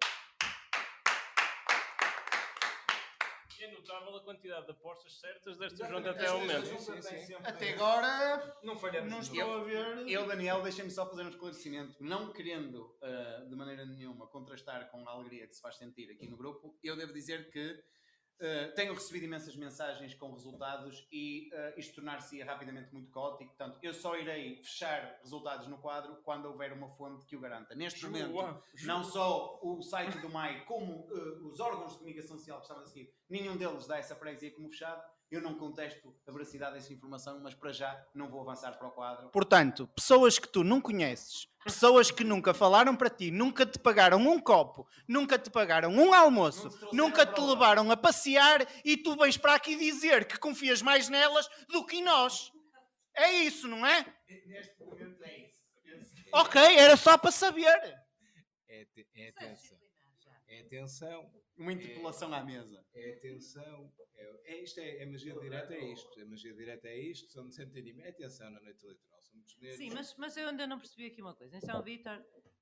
É notável a quantidade de apostas certas desta junta até ao momento. Sim, sim, sim. Até agora não falhamos. Não estou eu, a ver. Eu, Daniel, deixem-me só fazer um esclarecimento. Não querendo, uh, de maneira nenhuma, contrastar com a alegria que se faz sentir aqui no grupo, eu devo dizer que Uh, tenho recebido imensas mensagens com resultados e uh, isto tornar-se rapidamente muito caótico. Portanto, eu só irei fechar resultados no quadro quando houver uma fonte que o garanta. Neste Jua, momento, jua. não só o site do M A I como uh, os órgãos de comunicação social que estavam a seguir, nenhum deles dá essa freguesia como fechado. Eu não contesto a veracidade dessa informação, mas para já não vou avançar para o quadro. Portanto, pessoas que tu não conheces, pessoas que nunca falaram para ti, nunca te pagaram um copo, nunca te pagaram um almoço, nunca te levaram a passear e tu vens para aqui dizer que confias mais nelas do que em nós. É isso, não é? Neste momento é isso. Ok, era só para saber. É, te, é atenção. É atenção. Uma interpelação é, à mesa. É atenção. É, é isto, é, é magia direta, é isto. A magia direta é isto. São desentendimento. É atenção na noite eleitoral. São muitos negros. Sim, mas, mas eu ainda não percebi aqui uma coisa. Em São Vítor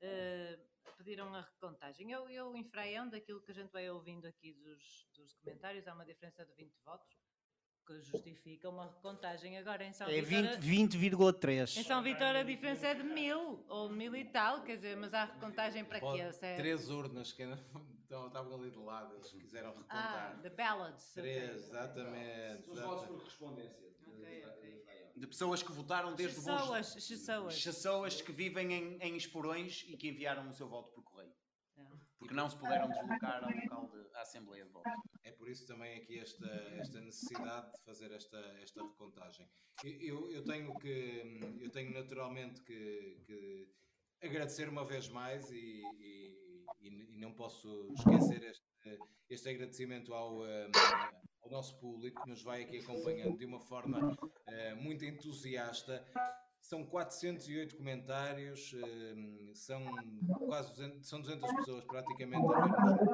uh, pediram a recontagem. Eu, eu em Fraião, daquilo que a gente vai ouvindo aqui dos, dos comentários, há uma diferença de vinte votos que justifica uma recontagem. Agora em São é Vítor... vinte vírgula três. Em São Vítor a diferença é de mil, ou mil e tal, quer dizer, mas há recontagem para quê? É... Três urnas que então, estavam ali de lado, eles quiseram recontar. Ah, the ballots. Três, exatamente. Os votos por correspondência. Okay, okay. De pessoas que votaram desde o voto. Pessoas, pessoas que vivem em, em Esporões e que enviaram o seu voto por correio. Porque não se puderam deslocar ao local de Assembleia de Votos. É por isso também aqui esta, esta necessidade de fazer esta, esta recontagem. Eu, eu, tenho que, eu tenho naturalmente que, que agradecer uma vez mais e, e, e não posso esquecer este, este agradecimento ao, ao nosso público que nos vai aqui acompanhando de uma forma uh, muito entusiasta. São quatrocentos e oito comentários, são quase duzentas, são duzentas pessoas praticamente a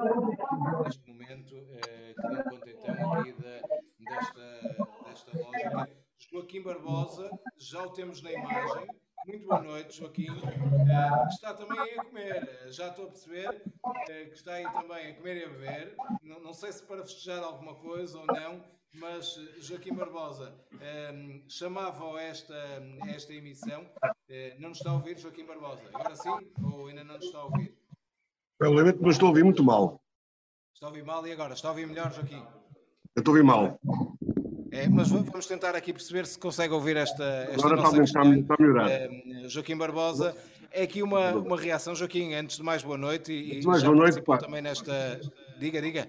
ver neste momento, que dão conta então aqui da, desta, desta lógica. Joaquim Barbosa, já o temos na imagem, Muito boa noite, Joaquim. Uh, que está também a comer. Já estou a perceber uh, que está aí também a comer e a beber. Não, não sei se para festejar alguma coisa ou não, mas uh, Joaquim Barbosa um, chamava a esta, a esta emissão. Uh, não nos está a ouvir, Joaquim Barbosa? Agora sim? Ou ainda não nos está a ouvir? Eu lamento, mas estou a ouvir muito mal. Está a ouvir mal e agora? Está a ouvir melhor, Joaquim? Eu estou a ouvir mal. É, mas vamos tentar aqui perceber se consegue ouvir esta, esta Agora nossa está, questão. está a melhorar. Uh, Joaquim Barbosa, é aqui uma, uma reação. Joaquim, antes de mais, boa noite. E, Antes de mais, já boa noite, participou pá. também nesta... Diga, diga.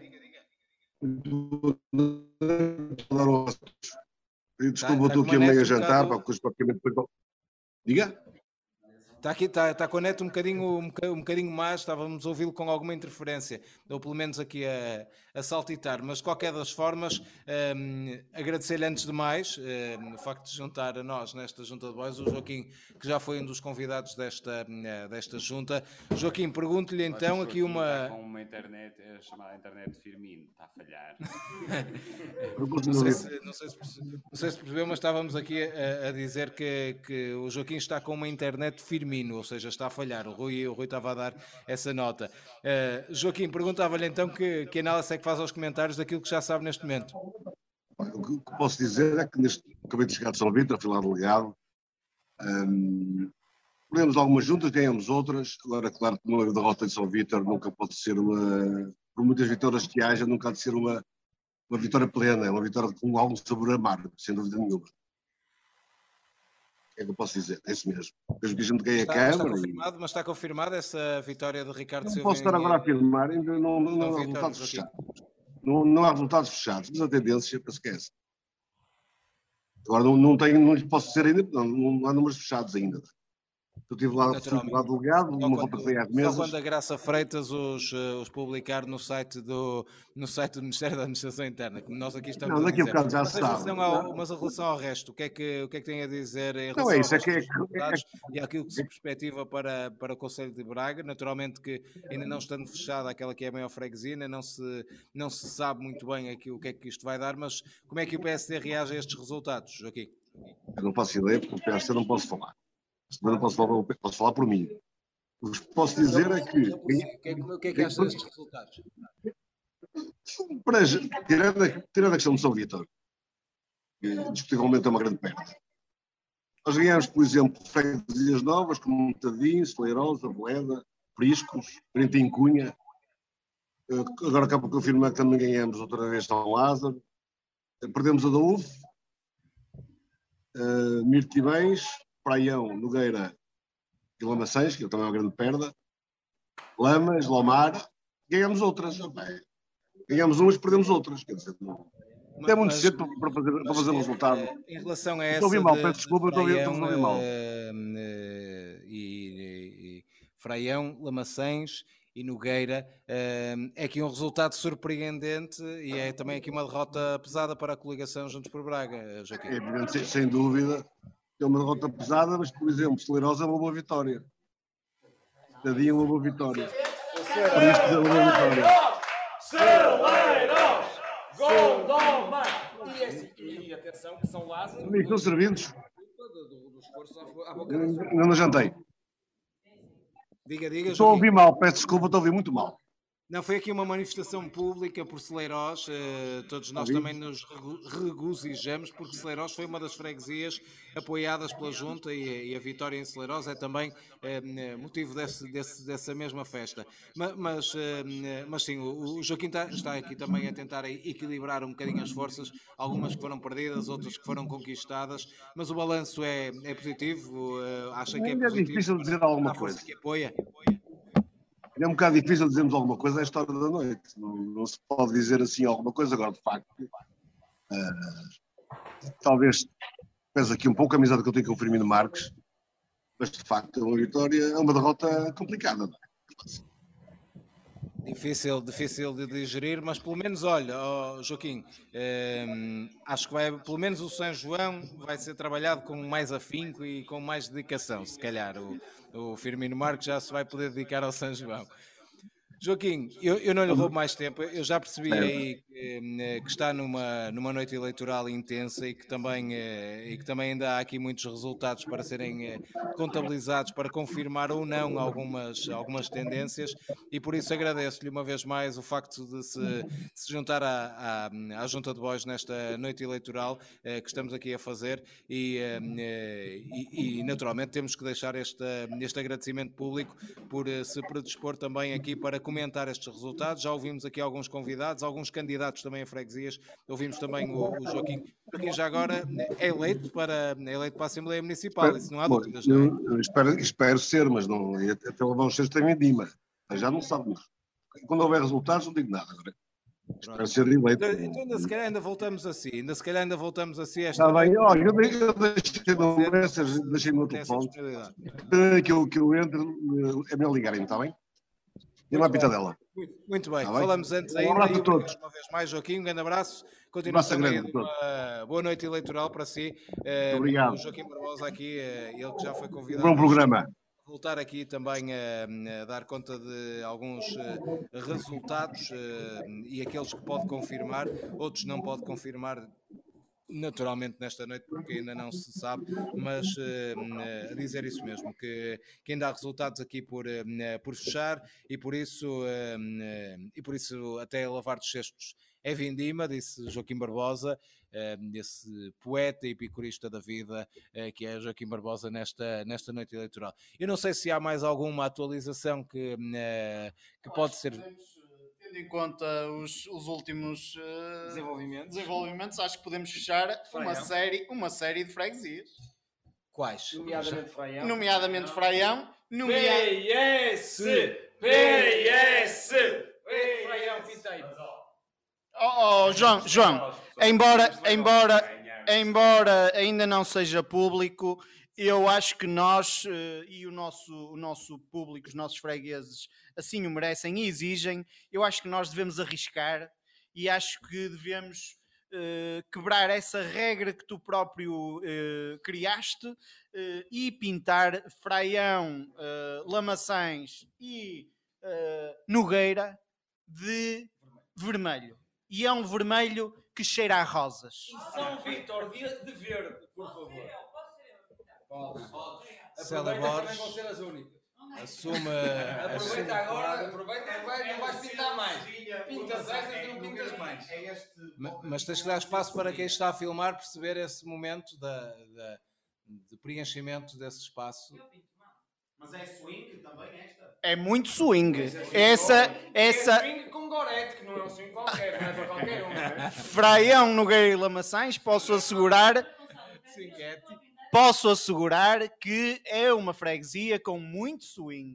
Desculpa, estou aqui a meio a jantar, pá, porque praticamente depois... Diga? Está aqui, está, está com a net um bocadinho, um, boca- um bocadinho mais, estávamos a ouvi-lo com alguma interferência, ou pelo menos aqui a, a saltitar, mas de qualquer das formas, hum, agradecer-lhe antes de mais hum, o facto de juntar a nós nesta junta de boys, o Joaquim, que já foi um dos convidados desta, hum, desta junta. Joaquim, pergunto-lhe então aqui uma... Está com uma internet, a chamada internet Firmino, está a falhar. Não sei, se, não, sei se, perce- não sei se percebeu, mas estávamos aqui a, a dizer que, que o Joaquim está com uma internet firmino, ou seja, está a falhar. O Rui, o Rui estava a dar essa nota. Uh, Joaquim, perguntava-lhe então que, que análise é que faz aos comentários daquilo que já sabe neste momento. O que o que posso dizer é que neste, acabei de chegar de São Vítor, fui lá delegado. Um, perdemos algumas juntas, ganhamos outras. Agora, claro que uma derrota de São Vítor nunca pode ser uma... Por muitas vitórias que haja, nunca há de ser uma, uma vitória plena. É uma vitória com algum sabor amargo, sem dúvida nenhuma. O que é que eu posso dizer? É isso mesmo. Depois que a gente ganha a Está, está Câmara... e- confirmado, mas está confirmada essa vitória de Ricardo Não Silva? posso estar em- agora a afirmar, ainda não, não, Não, há Vitor, resultados Joaquim. fechados. Não, não há resultados fechados, mas a tendência para esquece. Agora não, não, tenho, não lhe posso dizer ainda, não, não há números fechados ainda. Eu estive lá, fui lá delegado, uma volta foi às Só mesas. quando a Graça Freitas os, eh, os publicar no site, do, no site do Ministério da Administração Interna, como nós aqui estamos Não, a daqui a dizer. bocado já mas, se em sabe. relação ao, mas em relação ao resto, o que é que, o que, é que tem a dizer em relação Não, é isso, ao é que- resto é dos que- é- resultados e àquilo que se perspectiva para, para o Conselho de Braga? Naturalmente que ainda não estando fechada aquela que é a maior freguesia, ainda não se, não se sabe muito bem aqui o que é que isto vai dar, mas como é que o P S D reage a estes resultados, Joaquim? Eu não faço ideia, porque o P S D não posso falar. Também não posso falar, posso falar por mim. O que posso dizer é que... O que é que, o que, é que acha destes resultados? Para, já- tirando, a, tirando a questão de São Vítor, que discutivelmente é uma grande perda. Nós ganhamos, por exemplo, freguesias novas, como Montadinho, Celeirosa, Boleda, Priscos, Brentim Cunha. Eh, Agora acabo de confirmar que também ganhamos outra vez São Lázaro. Eh, Perdemos a da U F, uh, Mirtibães, Praião, Nogueira e Lamaçães, que também é uma grande perda. Lamas, Lomar, ganhamos outras. Bem, ganhamos umas, perdemos outras. Quer dizer, não, é muito Mas- cedo para, para fazer, para fazer o resultado. Em relação a Estou essa a ouvir mal, de- peço de desculpa, estou a ouvir- Fraião, estou a ouvir mal. eh, eh, e, e- e Fraião, Lamaçães e Nogueira, eh, é aqui um resultado surpreendente e é também aqui uma derrota pesada para a coligação Juntos por Braga, eh, Joaquim. É evidente, sem, sem dúvida, é uma derrota pesada, mas, por exemplo, Celeirosa é uma boa vitória. Tadinho é uma boa vitória. Priscos é uma boa vitória. Celeiros! Gondomar! E, esse- e atenção que São Lázaro... Amigos, estão servidos? Do, do, do esforço à, à boca da Ainda não jantei. Diga, diga, Estou a Joaquim. ouvir mal, peço desculpa, estou a ouvir muito mal. Não, foi aqui uma manifestação pública por Celeiros, eh, todos nós Ouvi. também nos regu- regozijamos, porque Celeiros foi uma das freguesias apoiadas pela Junta e, e a vitória em Celeiros é também eh, motivo desse, desse- dessa mesma festa. Ma- Mas, eh, mas sim, o, o Joaquim está, está aqui também a tentar equilibrar um bocadinho as forças, algumas que foram perdidas, outras que foram conquistadas, mas o balanço é, é positivo, eh, acha que é Ainda é positivo. difícil dizer alguma Há força coisa. que apoia. É um bocado difícil dizermos alguma coisa à história da noite. Não, não se pode dizer assim alguma coisa. Agora, de facto, ah, talvez pese aqui um pouco a amizade que eu tenho com o Firmino Marques, mas de facto é uma vitória, é uma derrota complicada. Não é? Difícil, difícil de digerir, mas pelo menos, olha, ó, Joaquim, hum, acho que vai, pelo menos o São João vai ser trabalhado com mais afinco e com mais dedicação, se calhar. O, o Firmino Marques já se vai poder dedicar ao São João. Joaquim, eu, eu não lhe roubo mais tempo. Eu já percebi aí que, que está numa, numa noite eleitoral intensa e que, também, e que também ainda há aqui muitos resultados para serem contabilizados, para confirmar ou não algumas, algumas tendências, e por isso agradeço-lhe uma vez mais o facto de se, de se juntar à, à, à Junta de Bois nesta noite eleitoral que estamos aqui a fazer e, e, e naturalmente temos que deixar este, este agradecimento público por se predispor também aqui para comentar estes resultados. Já ouvimos aqui alguns convidados, alguns candidatos também a freguesias, ouvimos também o, o Joaquim. Joaquim já agora é eleito para, é eleito para a Assembleia Municipal, isso não há Bom, dúvidas, não é? eu, eu espero, espero ser, mas não, até levar os seus também Dima. Já não sabemos. Quando houver resultados não digo nada agora. Espero ser eleito. Então, então ainda se calhar ainda voltamos assim, ainda se calhar ainda voltamos assim esta Está bem, noite. olha, eu deixei, eu deixei no message, deixei no outro ponto. Que eu, que eu entre, é melhor ligarem, está bem? E uma pitadela. Muito, muito bem, Tá bem? falamos antes Um ainda. abraço e a todos. Uma vez mais, Joaquim, um grande abraço. Continuação Abraço aí grande de a todos. uma boa noite eleitoral para si. Eh, obrigado. O Joaquim Barbosa aqui, eh, ele que já foi convidado. Bom programa. Voltar aqui também a, a dar conta de alguns uh, resultados uh, e aqueles que pode confirmar, outros não pode confirmar naturalmente nesta noite porque ainda não se sabe, mas uh, a dizer isso mesmo, que, que ainda há resultados aqui por, uh, por fechar e por isso uh, uh, e por isso até lavar dos cestos é vindima, disse Joaquim Barbosa, uh, esse poeta e epicurista da vida uh, que é Joaquim Barbosa nesta, nesta noite eleitoral. Eu não sei se há mais alguma atualização que, uh, que pode ser... Tendo em conta os, os últimos uh, desenvolvimentos. desenvolvimentos, acho que podemos fechar uma série, uma série de freguesias. Quais? Nomeadamente Fraião. Nomeadamente Fraião. Nomea... P S! P S! Fraião, Pinteiro. Oh, oh, João, João, embora, embora, embora ainda não seja público, eu acho que nós uh, e o nosso, o nosso público, os nossos fregueses, assim o merecem e exigem. Eu acho que nós devemos arriscar e acho que devemos uh, quebrar essa regra que tu próprio uh, criaste uh, e pintar Fraião, uh, Lamaçães e uh, Nogueira de vermelho. E é um vermelho que cheira a rosas. E São Vítor de, de verde, por favor. Pode, pode. Célia Aproveita, Borges. também vão ser as únicas. Assume. Aproveita assume agora, aproveita, não, vai, não vais pintar mais. Pintas essas e não pintas mais. Mas, mas tens que dar espaço para quem está a filmar perceber esse momento da, da, de preenchimento desse espaço. Mas é swing também esta? É muito swing. Essa, essa... É swing com gorete, que não é um swing qualquer, não é para qualquer um. Fraião, Nogueira e Lamaçães, posso assegurar... Posso assegurar que é uma freguesia com muito swing.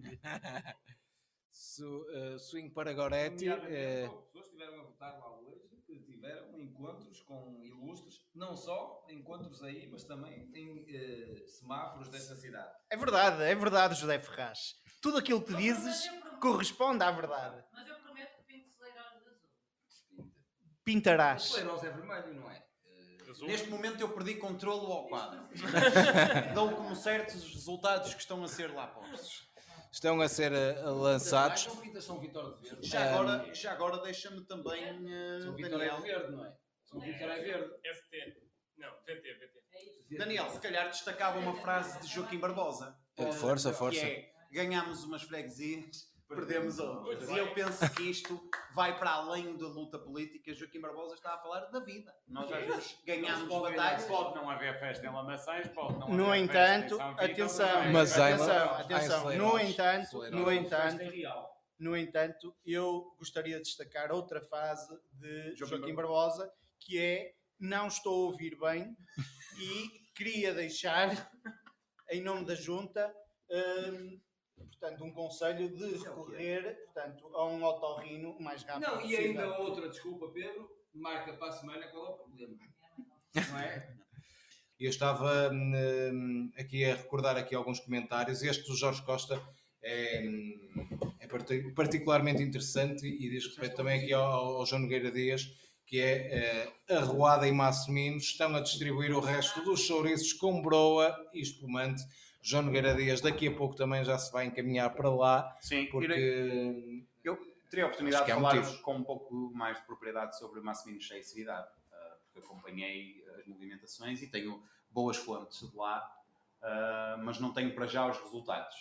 Su, uh, swing para Goretti. As Uh... pessoas estiveram a votar lá hoje, que tiveram encontros com ilustres, não só encontros aí, mas também em uh, semáforos desta cidade. É verdade, é verdade, José Ferraz. Tudo aquilo que dizes corresponde à verdade. Mas eu prometo que pinto celeiros de azul. Pintarás. O celeiros é vermelho, não é? Neste momento eu perdi controlo ao quadro. Dou como certos os resultados que estão a ser lá postos. Estão a ser uh, lançados. Não pintas São Vítor de verde. Já agora, já agora deixa-me também, uh, São Vítor Daniel... é verde, não é? São Vítor é verde. S T. Não, V T, V T. Daniel, se calhar destacava uma frase de Joaquim Barbosa. Uh, força, força. Que é, ganhamos umas freguesias, perdemos outras. E eu penso que isto vai para além da luta política. Joaquim Barbosa está a falar da vida. Nós às vezes ganhamos batalhas. Pode não haver festa em Lamaçães, pode não No haver entanto, festa em São Vítor, atenção, Mas atenção, há- atenção. há No Celeiros. entanto, Celeiros. no entanto, no entanto, eu gostaria de destacar outra fase de Joaquim Barbosa, que é não estou a ouvir bem e queria deixar, em nome da Junta, hum, portanto, um conselho de recorrer, portanto, a um otorrino o mais rápido Não, e possível. ainda outra, desculpa Pedro, marca para a semana qual é o problema. Não é? Eu estava hum, aqui a recordar aqui alguns comentários. Este do Jorge Costa é, é parti- particularmente interessante e diz respeito também aqui ao, ao João Nogueira Dias, que é uh, Arruada e Massuminos estão a distribuir o resto dos chouriços com broa e espumante. João Nogueira Dias daqui a pouco também já se vai encaminhar para lá. Sim, porque eu, teria a oportunidade de é um falar motivo. com um pouco mais de propriedade sobre Massimino Cheia e Cividade, uh, porque acompanhei as movimentações e tenho boas fontes de lá, uh, mas não tenho para já os resultados.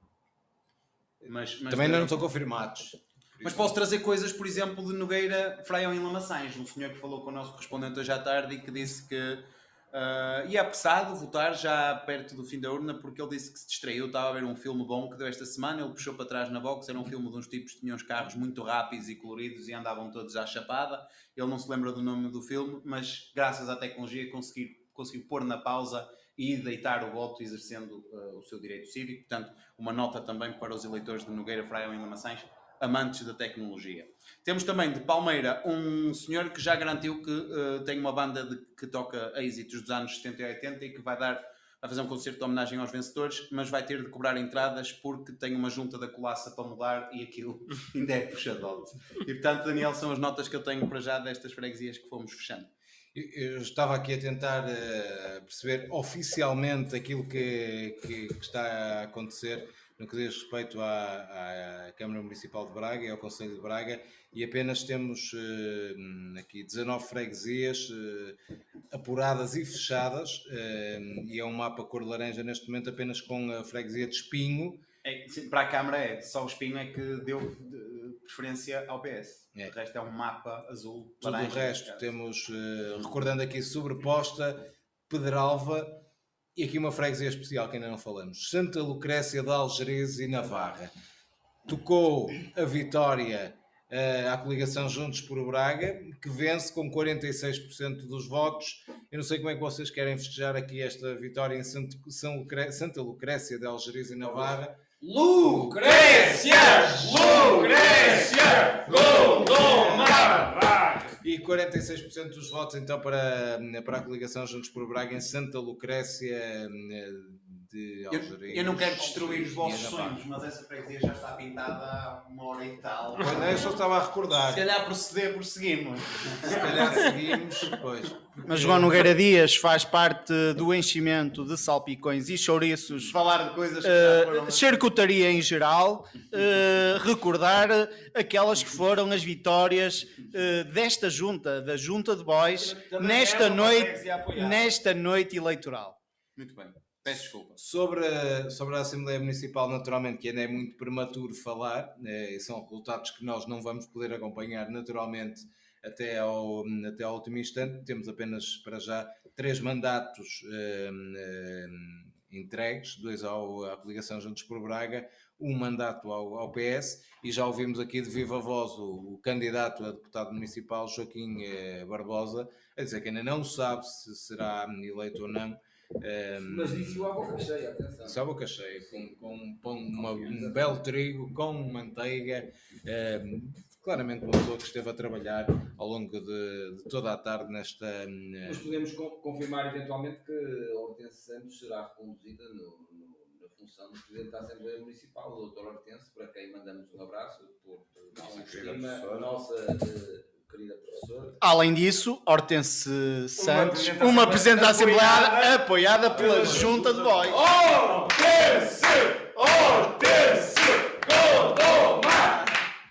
Mas, mas Também ainda não terei- estão confirmados. Mas posso trazer coisas, por exemplo, de Nogueira Fraião em Lamaçães, um senhor que falou com o nosso correspondente hoje à tarde e que disse que uh, ia apressado votar já perto do fim da urna, porque ele disse que se distraiu, estava a ver um filme bom que deu esta semana, ele puxou para trás na box, era um filme de uns tipos que tinham uns carros muito rápidos e coloridos e andavam todos à chapada. Ele não se lembra do nome do filme, mas graças à tecnologia conseguiu, conseguiu pôr na pausa e deitar o voto exercendo uh, o seu direito cívico. Portanto, uma nota também para os eleitores de Nogueira Fraião em Lamaçães, amantes da tecnologia. Temos também de Palmeira um senhor que já garantiu que uh, tem uma banda de, que toca êxitos dos anos setenta e oitenta e que vai dar, vai fazer um concerto de homenagem aos vencedores, mas vai ter de cobrar entradas porque tem uma junta da colaça para mudar e aquilo ainda é puxadote. E portanto, Daniel, são as notas que eu tenho para já destas freguesias que fomos fechando. Eu eu estava aqui a tentar uh, perceber oficialmente aquilo que, que, que está a acontecer no que diz respeito à, à Câmara Municipal de Braga e ao Conselho de Braga, e apenas temos uh, aqui dezanove freguesias uh, apuradas e fechadas, uh, e é um mapa cor de laranja neste momento apenas com a freguesia de Espinho. É, sim, para a Câmara é, só o Espinho é que deu uh, preferência ao P S. É. O resto é um mapa azul, Tudo laranja. o resto temos, uh, recordando aqui, sobreposta, Pedralva, e aqui uma freguesia especial que ainda não falamos, Santa Lucrécia de Algerês e Navarra. Tocou a vitória uh, à coligação Juntos por Braga, que vence com quarenta e seis por cento dos votos. Eu não sei como é que vocês querem festejar aqui esta vitória em Santa, São Lucré, Santa Lucrécia de Algerês e Navarra. Lucrécia! Lucrécia! Gondomar! E quarenta e seis por cento dos votos então para, para a coligação Juntos por Braga em Santa Lucrécia de Algerês. Eu, eu não quero destruir os vossos e Navarra. sonhos, mas essa freguesia já está pintada há uma hora e tal. Pois não, eu só estava a recordar. Se calhar proceder, prosseguimos. Se calhar seguimos, pois. Mas João Nogueira Dias faz parte do enchimento de salpicões e chouriços. Falar de coisas que já foram... Uh, charcutaria em geral, uh, recordar aquelas que foram as vitórias uh, desta junta, da Junta de Bois, nesta noite, nesta noite eleitoral. Muito bem. Peço desculpa. Sobre a, sobre a Assembleia Municipal, naturalmente, que ainda é muito prematuro falar, eh, são resultados que nós não vamos poder acompanhar naturalmente até ao, até ao último instante. Temos apenas para já três mandatos eh, eh, entregues, dois ao, à coligação Juntos por Braga, um mandato ao, ao P S, e já ouvimos aqui de viva voz o, o candidato a deputado municipal, Joaquim eh, Barbosa, a dizer que ainda não sabe se será eleito ou não. Um, Mas disse-o à boca cheia, atenção. Disse à boca cheia, com, com pão, uma, um belo trigo, com manteiga. Um, claramente uma pessoa que esteve a trabalhar ao longo de, de toda a tarde nesta... Mas podemos co- confirmar eventualmente que a Hortense Santos será reconduzida no, no, na função de Presidente da Assembleia Municipal, o doutor Hortense, para quem mandamos um abraço, por nossa estima, a nossa uh, querida professora. Além disso, Hortense Santos, Presidente da uma Assembleia Presidente da Assembleia apoiada- apoiada pela Junta de Bois. Hortense! Hortense! Gondomar!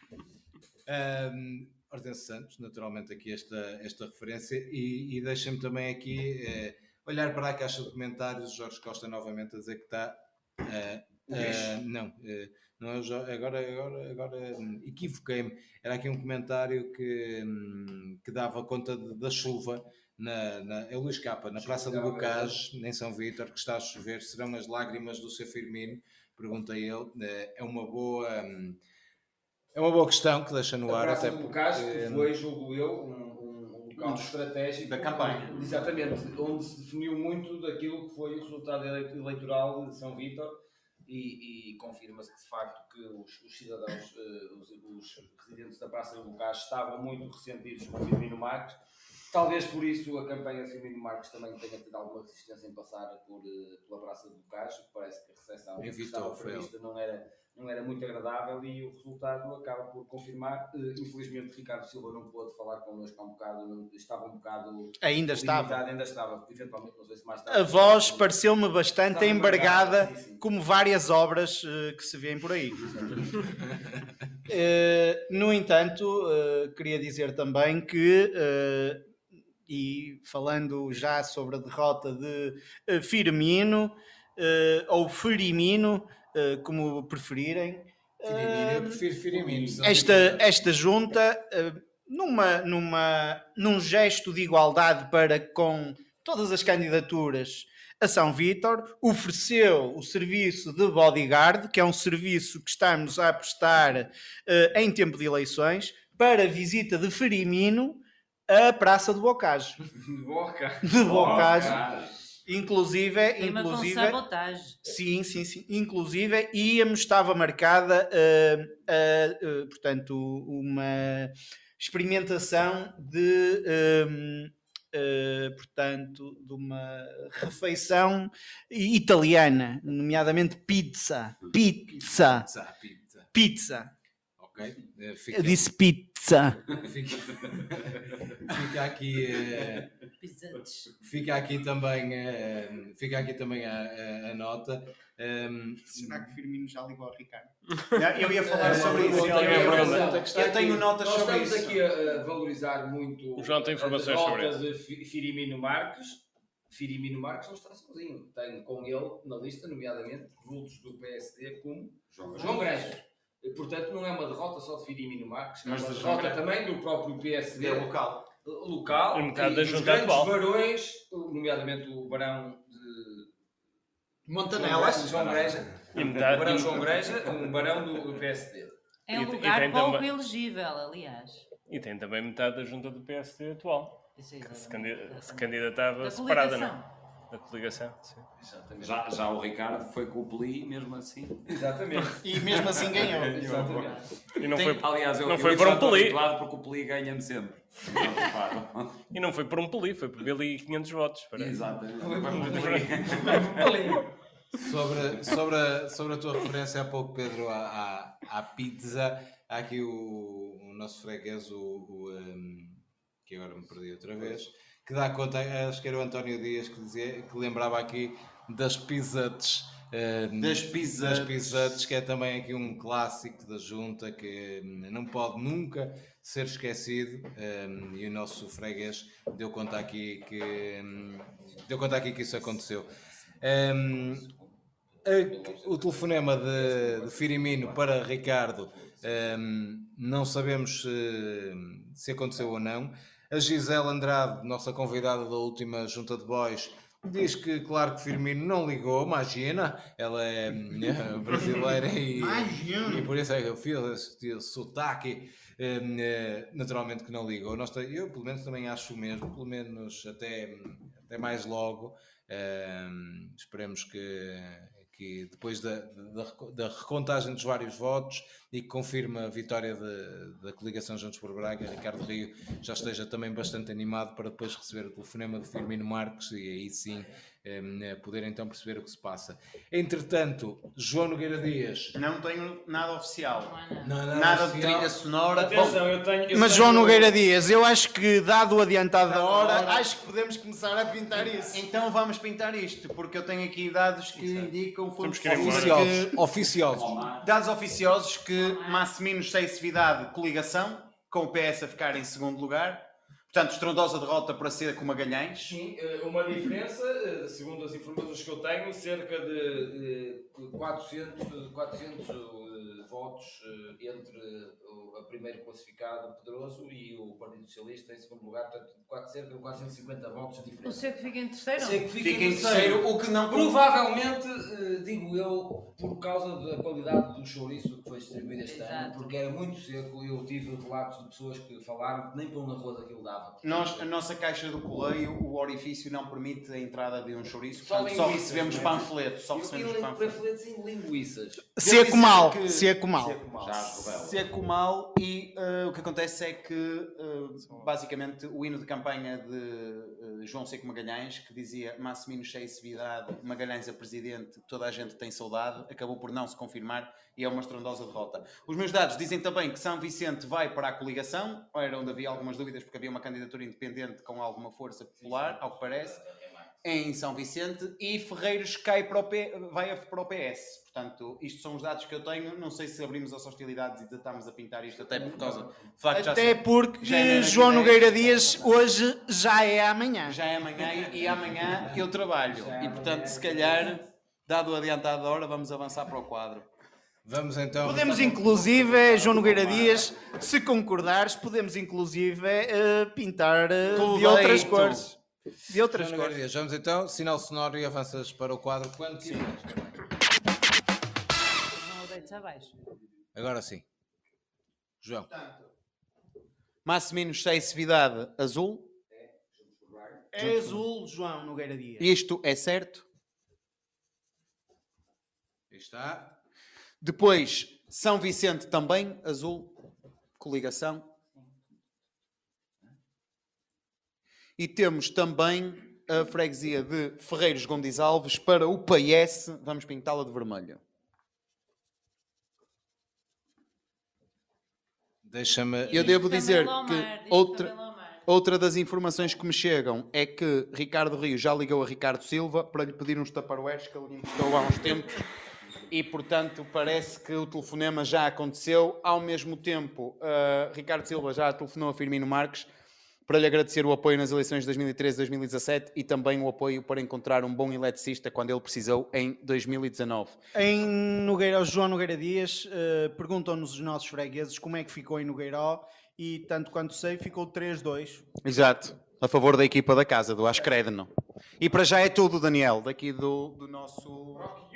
Um, Hortense Santos, naturalmente aqui esta, esta referência, e, e deixa-me também aqui eh, olhar para a caixa de comentários, Jorge Costa novamente a dizer que está... eh, eh, não, eh, não é o Jo- agora, agora, agora hum, equivoquei-me. Era aqui um comentário que, hum, que dava conta de- da chuva. Na, na, é o Luís Capa, na Praça do Bocage, em São Vítor, que está a chover. Serão as lágrimas do seu Firmino? Pergunta ele. Eh, É uma boa... hum, É uma boa questão que deixa no A ar, Praça até do Bocage, porque... que foi, julgo eu, um, um, um local estratégico da campanha. Exatamente, onde se definiu muito daquilo que foi o resultado ele- eleitoral de São Vítor, e, e confirma-se que de facto que os, os cidadãos, eh, os, os residentes da Praça do Bocage estavam muito ressentidos com o Firmino Marques. Talvez por isso a campanha de Firmino Marques também tenha tido alguma resistência em passar por, eh, pela Praça do Bocage. Parece que a recepção que Evitou, estava foi prevista não era, não era muito agradável, e o resultado acaba por confirmar. Eh, Infelizmente Ricardo Silva não pôde falar connosco há um bocado, não, estava um bocado Ainda limitado, estava. ainda estava, eventualmente, não sei se mais tarde. A voz pareceu-me bastante Estava embargada, embargada, sim, sim. como várias obras eh, que se vêem por aí. Uh, no entanto, uh, queria dizer também que, uh, e falando já sobre a derrota de uh, Firmino, uh, ou Firimino, uh, como preferirem, Firimino, eu prefiro Firimino. se não esta, tiver- esta junta, uh, numa, numa, num gesto de igualdade para com todas as candidaturas a São Vítor, ofereceu o serviço de bodyguard, que é um serviço que estamos a prestar uh, em tempo de eleições, para a visita de Firimino à Praça de Bocage. De boca. De Bocage. Bocage. Inclusive, Rima com inclusive, sabotagem. sim, sim, sim. Inclusive, íamos, estava marcada, uh, uh, uh, portanto, uma experimentação de, um, uh, portanto, de uma refeição italiana, nomeadamente pizza. Pizza. Pizza, pizza. Pizza. Ok. Eh, Eu disse pizza. Fica, fica aqui. eh, fica aqui também, eh, fica aqui também a, a- a nota. Um, Será que o Firmino já ligou ao Ricardo? Eu ia falar É, sobre é, isso. é, Eu, é, eu- é, Está eu tenho aqui- notas nós sobre estamos isso. aqui a, a valorizar muito O João tem informações a sobre derrota de Fi- Firimino Marques. Firimino Marques não está sozinho. Tem com ele na lista, nomeadamente, vultos do P S D como João João Granja. E, portanto, não é uma derrota só de Firimino Marques, é Mas uma de João derrota Granja. também do próprio P S D. É local. Local. E metade e da dos junta grandes atual. barões, nomeadamente o Barão de Montanelas. João Granja. E metade- O Barão e- João Granja, um barão do, do P S D. É um E- e lugar tem pouco também- elegível, aliás. E tem também metade da junta do P S D atual, Isso é que se, exatamente. candida- se candidatava Da separada, coligação. não? Da coligação, sim. Já, já o Ricardo foi com o Peli, mesmo assim. Exatamente. E mesmo assim ganhou. Exatamente. E não Tem- foi, aliás, eu, não eu foi isso por já um estou peli. habituado porque o Peli ganha-me sempre. Não reparo. E não foi por um peli, foi por mil e quinhentos votos. Parece. Exatamente. Foi por um Sobre, sobre, a, sobre a tua referência há pouco, Pedro, à, à, à pizza, há aqui o, o nosso freguês, o, o, um, que agora me perdi outra vez, que dá conta, acho que era o António Dias que, dizia, que lembrava aqui das pizzates. um, Das pizzates. das pizzates, que é também aqui um clássico da junta que um, não pode nunca ser esquecido, um, e o nosso freguês deu conta aqui que, um, deu conta aqui que isso aconteceu. Um, a- o telefonema de, de Firimino para Ricardo, um, não sabemos se, se aconteceu ou não. A Gisele Andrade, nossa convidada da última junta de boys, diz que, claro, que Firmino não ligou, imagina, ela é hum, brasileira e, Imagina. e por isso é que eu fiz esse sotaque, hum, eh, naturalmente que não ligou. Nós, te- eu, pelo menos, também acho o mesmo, pelo menos até, até mais logo. Hum, esperemos que, que depois da, da, da recontagem dos vários votos e que confirma a vitória de- da coligação Juntos por Braga, Ricardo Rio já esteja também bastante animado para depois receber o telefonema de Firmino Marques e aí sim eh, poder então perceber o que se passa. Entretanto, João Nogueira Dias. Não tenho nada oficial. Não, nada Nada de oficial. trilha sonora. Atenção, Bom, eu tenho- eu mas tenho- João Nogueira Dias, eu acho que dado o adiantado da hora, acho que podemos começar a pintar isso. Então vamos pintar isto, porque eu tenho aqui dados que indicam Temos que ir embora. Oficiosos, oficiosos. dados oficiosos que Massimino Seissividade coligação, com o P S a ficar em segundo lugar. Portanto, estrondosa derrota para ser com Magalhães. Sim, eh, uma diferença, eh, segundo as informações que eu tenho, cerca de eh, quatrocentos, eh, quatrocentos eh, votos eh, entre o a primeiro classificado, Pedroso, e o Partido Socialista em segundo lugar, portanto, quatro- cerca de quatrocentos e cinquenta votos de diferença. O Seco fica em terceiro? Seco fica, Fica em em terceiro, terceiro, o que não- provavelmente, eh, digo eu, por causa da qualidade do chouriço que foi distribuído este ano, Exato. porque era muito seco. Eu tive relatos de pessoas que falaram que nem pão na rua daquilo dava. Nós, a nossa caixa do coleio, o orifício não permite a entrada de um chouriço, Só portanto, só linguiças, recebemos não é? panfletos, só E- recebemos e panfletos. panfletos e linguiças. Seco mal, que- seco mal. Seco mal. Já se revela. Seco mal e eh, o que acontece é que eh, basicamente o hino de campanha de eh, João Seco Magalhães, que dizia Massimino Seissividade, Magalhães a presidente, toda a gente tem saudade, acabou por não se confirmar e é uma estrondosa derrota. Os meus dados dizem também que São Vicente vai para a coligação, era onde havia algumas dúvidas porque havia uma candidatura independente com alguma força popular, ao que parece. em São Vicente e Ferreiros cai para o P, vai para o P S. Portanto, isto são os dados que eu tenho. Não sei se abrimos as hostilidades e estamos a pintar isto até por causa do facto de Até já ser- porque já é João dez. Nogueira Dias hoje já é amanhã. Já é amanhã e, e amanhã eu trabalho. E portanto, se calhar, dado o adiantado da hora, vamos avançar para o quadro. Vamos então. Podemos inclusive, João Nogueira Dias, se concordares, podemos inclusive eh, pintar eh, de outras Tudo. cores. De outras João Nogueira cores. Dias, vamos então, sinal sonoro e avanças para o quadro quando quiseres. Não o deites abaixo. Agora sim. João. Máximo exceessividade azul. É azul, João Nogueira Dias. Isto é certo. Aí está. Depois, São Vicente também, azul, coligação. E temos também a freguesia de Ferreiros Gondis Alves para o P S. Vamos pintá-la de vermelho. Deixa-me. Eu devo também dizer Lomar, que isto outra, também Lomar. outra das informações que me chegam é que Ricardo Rio já ligou a Ricardo Silva para lhe pedir uns tupperwares que ele lhe emprestou há uns tempos. E, portanto, parece que o telefonema já aconteceu. Ao mesmo tempo, uh, Ricardo Silva já telefonou a Firmino Marques para lhe agradecer o apoio nas eleições de dois mil e treze e dois mil e dezassete e também o apoio para encontrar um bom eletricista quando ele precisou em dois mil e dezanove. Em Nogueiró, João Nogueira Dias, eh, perguntam-nos os nossos fregueses como é que ficou em Nogueiró e, tanto quanto sei, ficou três dois. Exato. A favor da equipa da casa, do Ascredno. E para já é tudo, Daniel, daqui do, do nosso...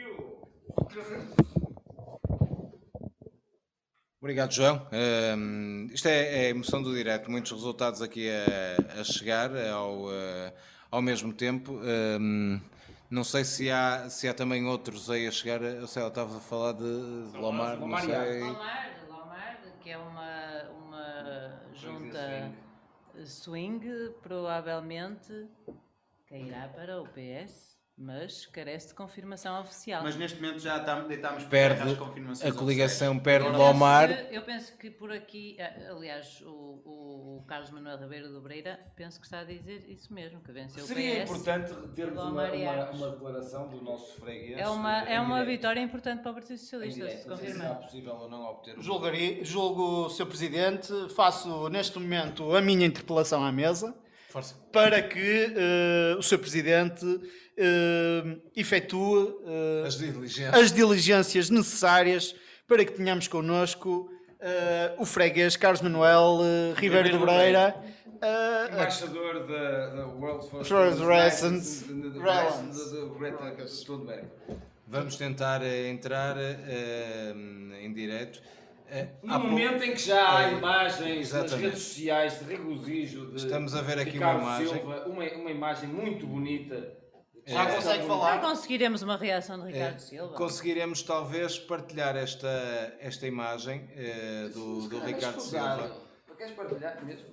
Obrigado, João. Um, isto é, é a emoção do direto, muitos resultados aqui a, a chegar ao, uh, ao mesmo tempo. Um, não sei se há, se há também outros aí a chegar. Eu sei, eu estava a falar de, de Lomar, não sei. Lomar, Lomar, que é uma, uma junta swing, provavelmente cairá para o P S, mas carece de confirmação oficial. Mas neste momento já estamos, deitámos por Perde terra as confirmações a coligação, oficiais. perde Eu Lomar. penso que- Eu penso que por aqui, eh, aliás, o, o- o Carlos Manuel Ribeiro do Breira, penso que está a dizer isso mesmo, que venceu o P S. Seria importante termos uma, Lomar e uma, Arcos. uma declaração do nosso freguês. É uma, em é uma direto. vitória importante para o Partido Socialista, Em se direto. Não sei se será confirmar. possível ou não obter o Julgarei, julgo, senhor Presidente, faço neste momento a minha interpelação à mesa. Força. Para que eh, o senhor Presidente eh, efetue eh, As diligências. as diligências necessárias para que tenhamos connosco eh, o freguês Carlos Manuel eh, Ribeiro do Breira, eh, embaixador da, da World First First Relations Relations. do Greta Thunberg. Vamos tentar eh, entrar eh, em direto. Eh, No há momento pouco- em que já há Eh, imagens nas exatamente. redes sociais de regozijo de Estamos a ver aqui Ricardo uma imagem. Silva, uma, uma imagem muito bonita. Já Eh, consegue Não conseguiremos uma reação de Ricardo Eh, Silva. Conseguiremos talvez partilhar esta, esta imagem eh, do, do Ricardo Escusado. Silva. Queres partilhar mesmo?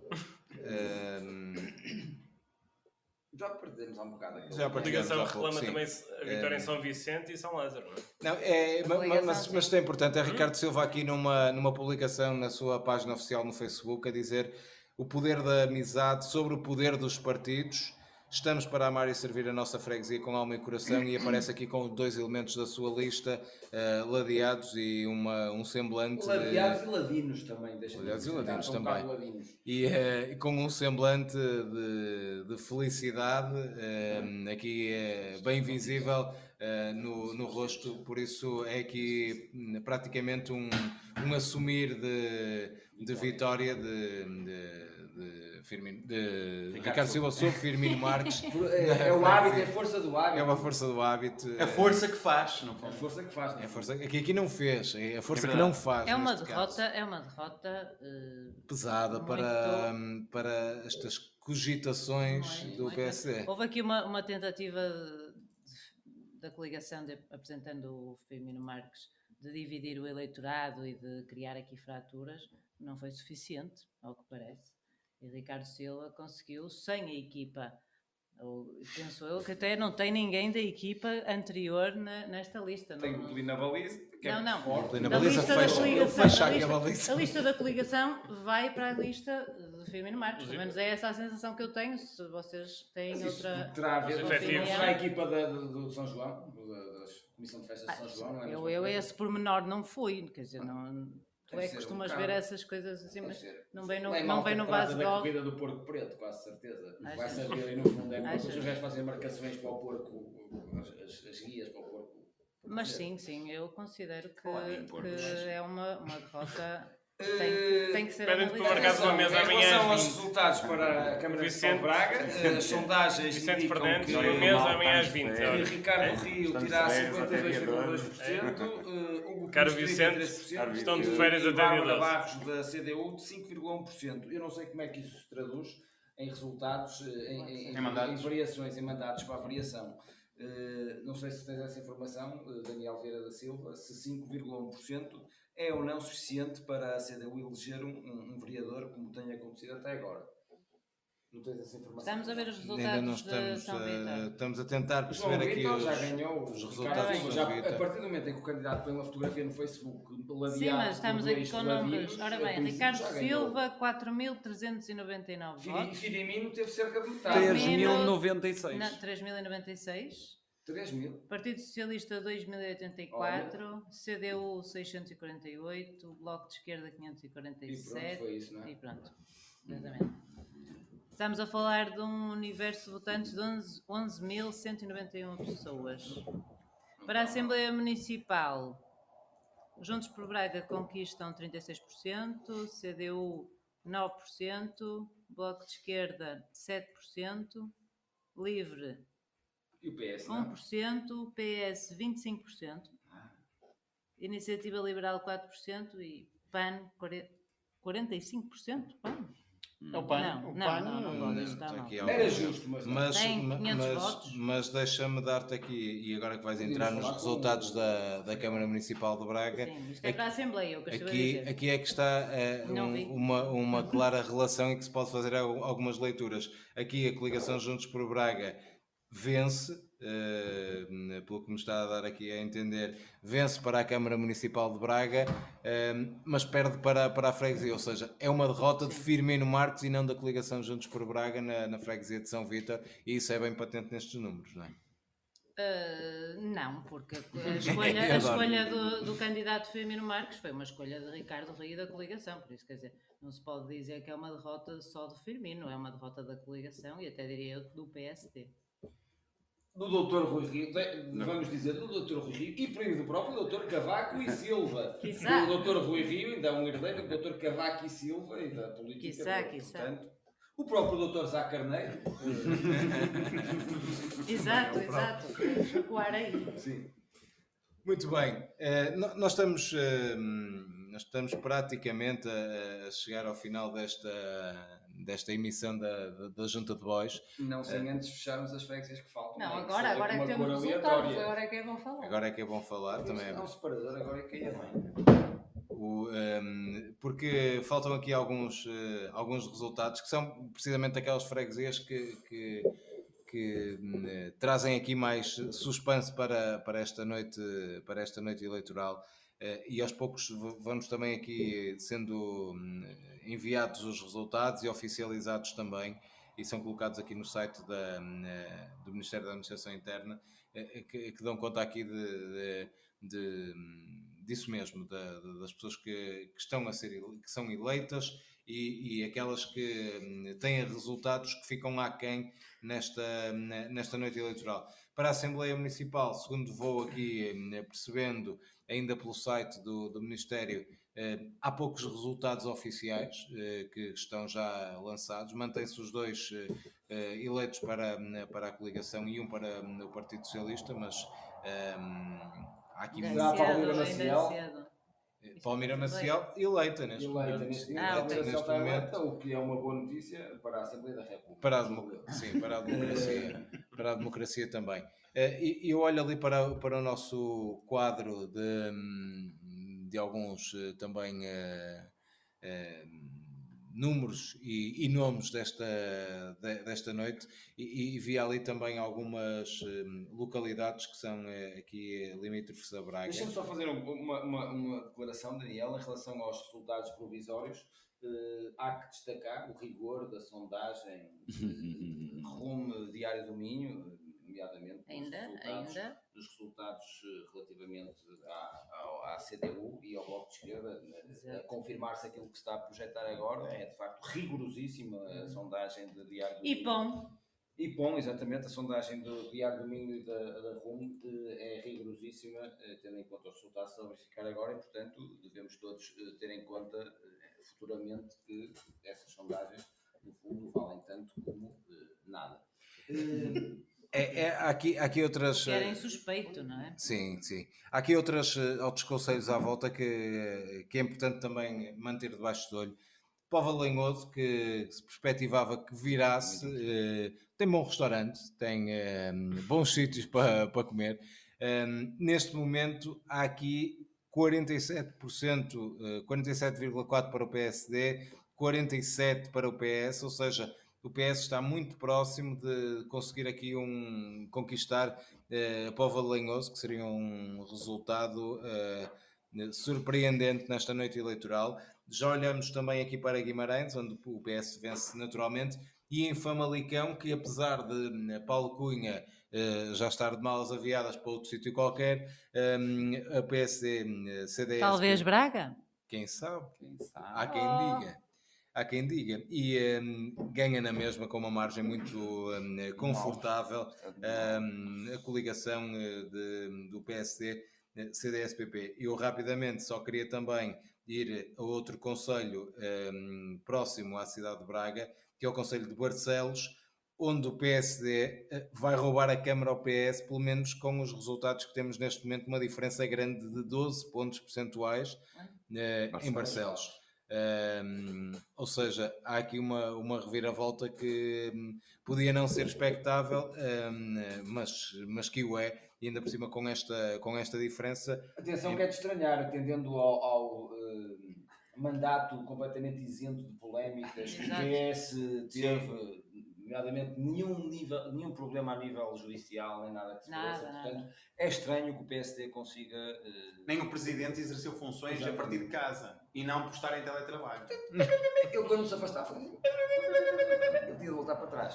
Ehm, Já perdemos há um bocado aqui. Já A partilhamos coligação há pouco, reclama sim. também a vitória Eh, em São Vicente e São Lázaro, não é? Não, é, ma- ma- coligação, mas, sim. mas isto é importante. É Ricardo Silva aqui numa, numa publicação na sua página oficial no Facebook a dizer o poder da amizade sobre o poder dos partidos. Estamos para amar e servir a nossa freguesia com alma e coração e aparece aqui com dois elementos da sua lista eh, ladeados e uma, um semblante... Ladeados de- e ladinos também, deixa-me Ladeados e acrescentar, ladinos com um também. bocado ladinos. E, eh, e com um semblante de, de felicidade eh, aqui eh, bem visível eh, no, no rosto, por isso é aqui hum, praticamente um, um assumir de, de vitória de, de, de, Firmino, de Ricardo Silva sobre Firmino Marques. É- é o hábito, é a força do hábito. É uma força do hábito. A força que faz, não É a força que faz. É a força que aqui não fez, é a força É que não faz. É uma neste derrota, caso. é uma derrota eh, Pesada muito- para, para estas cogitações do muito- P S D. Houve aqui uma, uma tentativa de- da coligação, de- apresentando o Firmino Marques, de dividir o eleitorado e de criar aqui fraturas, não foi suficiente, ao que parece. E Ricardo Silva conseguiu, sem a equipa Ou, penso eu que até não tem ninguém da equipa anterior na- nesta lista. Tem não- o Plina Baliza, que é Não, não. forte. Da Plina Baliza lista da fecha- coligação- fecha da aqui a lista- baliza. A lista da coligação vai para a lista de Firmino Marques. Pelo menos é essa a sensação que eu tenho. Se vocês têm Mas isso outra terá a ver opinião. será a equipa da, do, do São João, do- da, da Comissão de Festas de São João, não é a Eu, mesma eu coisa? esse pormenor não fui, quer dizer, não, tu Deve é que ser costumas um ver bocado. essas coisas assim, Deve mas ser. não vem no, É não malta vem no que trata base da gol. corrida do porco preto, quase certeza. Achas? Vai saber aí no fundo, é porque Achas? os gajos fazem marcações para o porco, as, as- as guias para o porco. Mas sim, sim, eu considero que, Falar em porcos. que é uma, uma derrota que tem, que- tem que ser Pedem-te para analisada. marcares uma mesa Em amanhã relação às aos vinte. resultados para a Câmara Municipal de Braga, Vicente- as sondagens Vicente indicam Fernandes, que, uma mesa amanhã às vinte, que olha. Ricardo É? Rio Estamos terá de férias cinquenta e dois vírgula dois por até dia cento, dois. uh, Hugo Caro Cruz Vicente, trinta e três por cento, estão de e- férias e até dia Bárbara doze. Barros da C D U de cinco vírgula um por cento. Eu não sei como é que isso se traduz em resultados, eh, em, em, Em mandatos. em variações, em mandatos para a variação. Uh, não sei se tens essa informação, uh, Daniel Vieira da Silva, se cinco vírgula um por cento é ou não suficiente para a C D U eleger um, um, um vereador como tem acontecido até agora. Não tens essa informação? Estamos a ver os Ainda não resultados estamos, de São a, Vitor. estamos a tentar O João perceber aqui Vitor os, já ganhou os o resultados Ricardo, do já, São a Vitor. partir do momento em que o candidato põe uma fotografia no Facebook ladeado Sim, mas estamos por aqui dois com ladinos, números. Ora em bem, princípio Ricardo já ganhou. Silva, quatro mil trezentos e noventa e nove Firi- votos. Firimino teve cerca de metade. três mil e noventa e seis. Não, três mil e noventa e seis. três mil. Partido Socialista dois mil e oitenta e quatro, C D U seiscentos e quarenta e oito, Bloco de Esquerda quinhentos e quarenta e sete. E pronto, foi isso, não é? E pronto, exatamente. Estamos a falar de um universo de votantes de onze mil cento e noventa e uma pessoas. Para a Assembleia Municipal, Juntos por Braga conquistam trinta e seis por cento, C D U nove por cento, Bloco de Esquerda sete por cento, Livre E o P S, um não? por cento, P S vinte e cinco por cento, Iniciativa Liberal quatro por cento e P A N quarenta e cinco por cento? P A N? É o P A N. Não, O não, P A N, não, não, Não, pode estar, está não. aqui Era alguns. justo, mas não. mas, Tem ma- quinhentos mas, votos. mas deixa-me dar-te aqui, e agora que vais Podíamos entrar nos falar com resultados o- da, da Câmara Municipal de Braga, Sim, isto é para a Assembleia, o que eu estive a aqui, dizer. aqui é que está eh, Não um- vi. uma, uma clara relação e que se pode fazer al- algumas leituras. Aqui a coligação Juntos por Braga vence, eh, pelo que me está a dar aqui a entender, vence para a Câmara Municipal de Braga, eh, mas perde para, para a freguesia, ou seja, é uma derrota de Firmino Marques e não da coligação Juntos por Braga na, na freguesia de São Vítor, e isso é bem patente nestes números, não é? Uh, não, porque a escolha, Eu a adoro. escolha do, do candidato Firmino Marques foi uma escolha de Ricardo Rio da coligação, por isso quer dizer, não se pode dizer que é uma derrota só de Firmino, é uma derrota da coligação e até diria eu do P S D. Do doutor Rui Rio, de- vamos dizer, do doutor Rui Rio e primo do próprio doutor Cavaco e Silva. Quiçá. Do doutor Rui Rio, ainda há um herdeiro do doutor Cavaco e Silva e da política. Quiçá, portanto, quiçá. o próprio doutor Zá Carneiro. Exato, exato. Vamos recuar aí. Sim. Muito bem, Eh, no- nós estamos, eh, nós estamos praticamente a, a chegar ao final desta, desta emissão da, da, da Junta de Bois. Não sem Eh, antes fecharmos as freguesias que faltam. Não, nem que agora, seja agora é com que uma temos cor resultados, aleatória. agora é que é bom falar. Agora é que é bom falar também. É um separador, agora é que é bem. O, ehm, porque faltam aqui alguns, eh, alguns resultados que são precisamente aquelas freguesias que, que, que, eh, trazem aqui mais suspense para, para, esta, noite, para esta noite eleitoral. Eh, e aos poucos v- vamos também aqui sendo hum, enviados os resultados e oficializados também, e são colocados aqui no site da, hum, eh, do Ministério da Administração Interna, eh, que, que dão conta aqui de, de, de, hum, disso mesmo, da- da- das pessoas que, que estão a ser ele- que são eleitas e, e aquelas que hum, têm resultados que ficam aquém nesta, ne- nesta noite eleitoral. Para a Assembleia Municipal, segundo vou aqui hum, percebendo, ainda pelo site do, do Ministério, eh, há poucos resultados oficiais eh, que estão já lançados. Mantém-se os dois eh, eh, eleitos para, para a coligação e um para hum, o Partido Socialista, mas hum, há aqui Ainda muito- é cedo, ainda é cedo. Palmeira Maciel eleita neste Eleita momento. neste Ah, momento, ok. neste neste momento. eleita, o que é uma boa notícia para a Assembleia da República. Para a, demo- sim, para a democracia, para a democracia também. Eh, E eu olho ali para, para o nosso quadro de, hum, de alguns eh, também eh, eh, números e, e nomes desta, de, desta noite e, e vi ali também algumas um, localidades que são uh, aqui limítrofes a Braga. Deixa-me só fazer uma, uma, uma declaração, Daniel, em relação aos resultados provisórios. Uh, há que destacar o rigor da sondagem uh, Rumo Diário do Minho, nomeadamente ainda, nos resultados, ainda. nos resultados uh, relativamente à, à, à C D U e ao Bloco de Esquerda, uh, a confirmar-se aquilo que se está a projetar agora. É de facto rigorosíssima a sondagem de Diário do Minho. E bom. E bom, exatamente, a sondagem do Diário do Minho e da, da Rumo é rigorosíssima, tendo em conta os resultados que estão a verificar agora, e portanto devemos todos ter em conta futuramente que essas sondagens, no fundo, valem tanto como uh, nada. Uh, é, é, há, aqui, há aqui outras... Querem suspeito, não é? Sim, sim. Há aqui outras, outros conselhos à volta que, que é importante também manter debaixo do olho. Póvoa de Lanhoso, que se perspectivava que virasse, uh, tem bom restaurante, tem uh, bons sítios para, para comer. Um, neste momento há aqui quarenta e sete por cento, uh, quarenta e sete vírgula quatro por cento para o P S D, quarenta e sete por cento para o P S, ou seja, o P S está muito próximo de conseguir aqui um, conquistar uh, a Póvoa de Lanhoso, que seria um resultado uh, surpreendente nesta noite eleitoral. Já olhamos também aqui para Guimarães, onde o P S vence naturalmente, e em Famalicão, que apesar de Paulo Cunha uh, já estar de malas aviadas para outro sítio qualquer, um, a P S D, C D S... Talvez Braga? Quem sabe? Quem sabe? Há quem diga. Há quem diga. E um, ganha na mesma com uma margem muito um, confortável um, a coligação de, do P S D, C D S P P. Eu rapidamente só queria também ir a outro concelho um, próximo à cidade de Braga, que é o concelho de Barcelos, onde o P S D vai roubar a Câmara ao P S, pelo menos com os resultados que temos neste momento, uma diferença grande de doze pontos percentuais uh, em Barcelos. Um, ou seja, há aqui uma, uma reviravolta que um, podia não ser expectável, um, mas, mas que o é, e ainda por cima com esta, com esta diferença. Atenção, que é de estranhar, atendendo ao, ao uh, mandato completamente isento de polémicas, que o P S teve, nomeadamente, nenhum, nível, nenhum problema a nível judicial, nem nada que se pareça. Portanto, é estranho que o P S D consiga... Uh... Nem o Presidente exerceu funções Exatamente. a partir de casa e não por estar em teletrabalho. Ele, quando se afastar, foi... ele tinha de voltar para trás.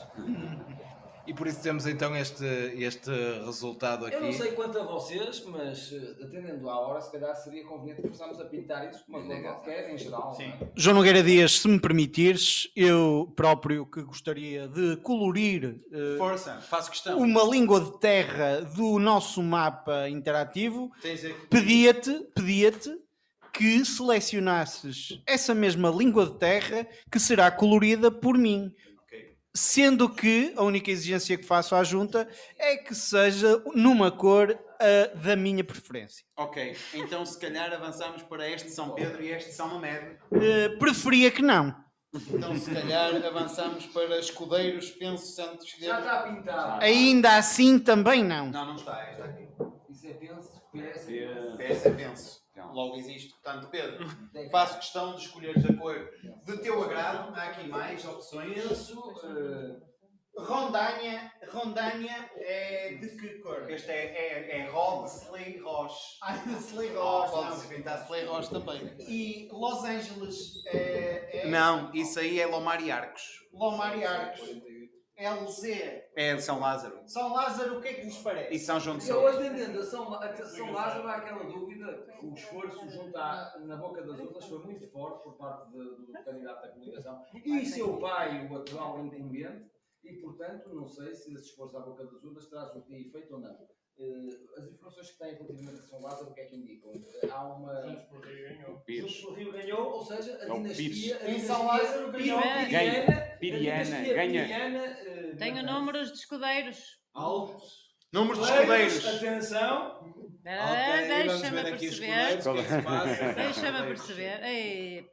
E por isso temos então este, este resultado aqui. Eu não sei quanto a vocês, mas atendendo à hora, se calhar seria conveniente começarmos a pintar isso como uma coisa qualquer, em geral. Sim. É? João Nogueira Dias, se me permitires, eu próprio que gostaria de colorir uh, Força, faço questão. uma língua de terra do nosso mapa interativo, pedia-te, pedia-te que selecionasses essa mesma língua de terra que será colorida por mim. Sendo que a única exigência que faço à junta é que seja numa cor uh, da minha preferência. Ok, então se calhar avançamos para este São Pedro e este São Mamed. Uh, preferia que não. Então se calhar avançamos para Escudeiros, Penso, Santos... Já está pintado. Ainda assim também não. Não, não está, está aqui. Isso é Penso, P S P S é Penso. Logo existe. Portanto, Pedro, faço questão de escolheres a cor de teu agrado. Há aqui mais opções. Penso, uh, Rondanha, Rondanha é de que cor? Este é, é, é Rod Slay Roche. Ah, de Slay Roche. Oh, pode-se pintar Slay Roche também. E Los Angeles é... é... Não, isso aí é Lomar e Arcos. Lomar e Arcos. L Z. É São Lázaro. São Lázaro, o que é que vos parece? E São João de Eu Sousa. atendendo a São, a São Lázaro há aquela dúvida, o esforço junto à, na boca das urnas foi muito forte por parte de, do candidato da coligação e seu pai, o atual incumbente, e portanto não sei se esse esforço à boca das urnas traz o que é efeito ou não. Uh, as informações que têm relativamente a São Lázaro, o que é que indicam? Uh, há uma... Juntos por Rio ganhou. Juntos por Rio ganhou, ou seja, a É o dinastia... Pires. Em São Lázaro ganhou. Ganha. Piriana, ganha. Uh, Tenho números de escudeiros. Altos. Números de escudeiros. Atenção. Okay, deixa-me perceber. Deixa-me perceber. Ei.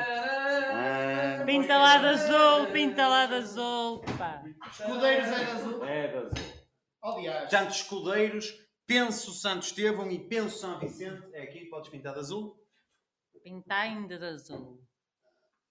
Pinta lá de azul, pinta lá de azul. Pá. Escudeiros é de azul. É de azul. Aliás. Portanto, Escudeiros, Penso Santo Estevão e Penso São Vicente. É aqui, podes pintar de azul. Pintar ainda de azul.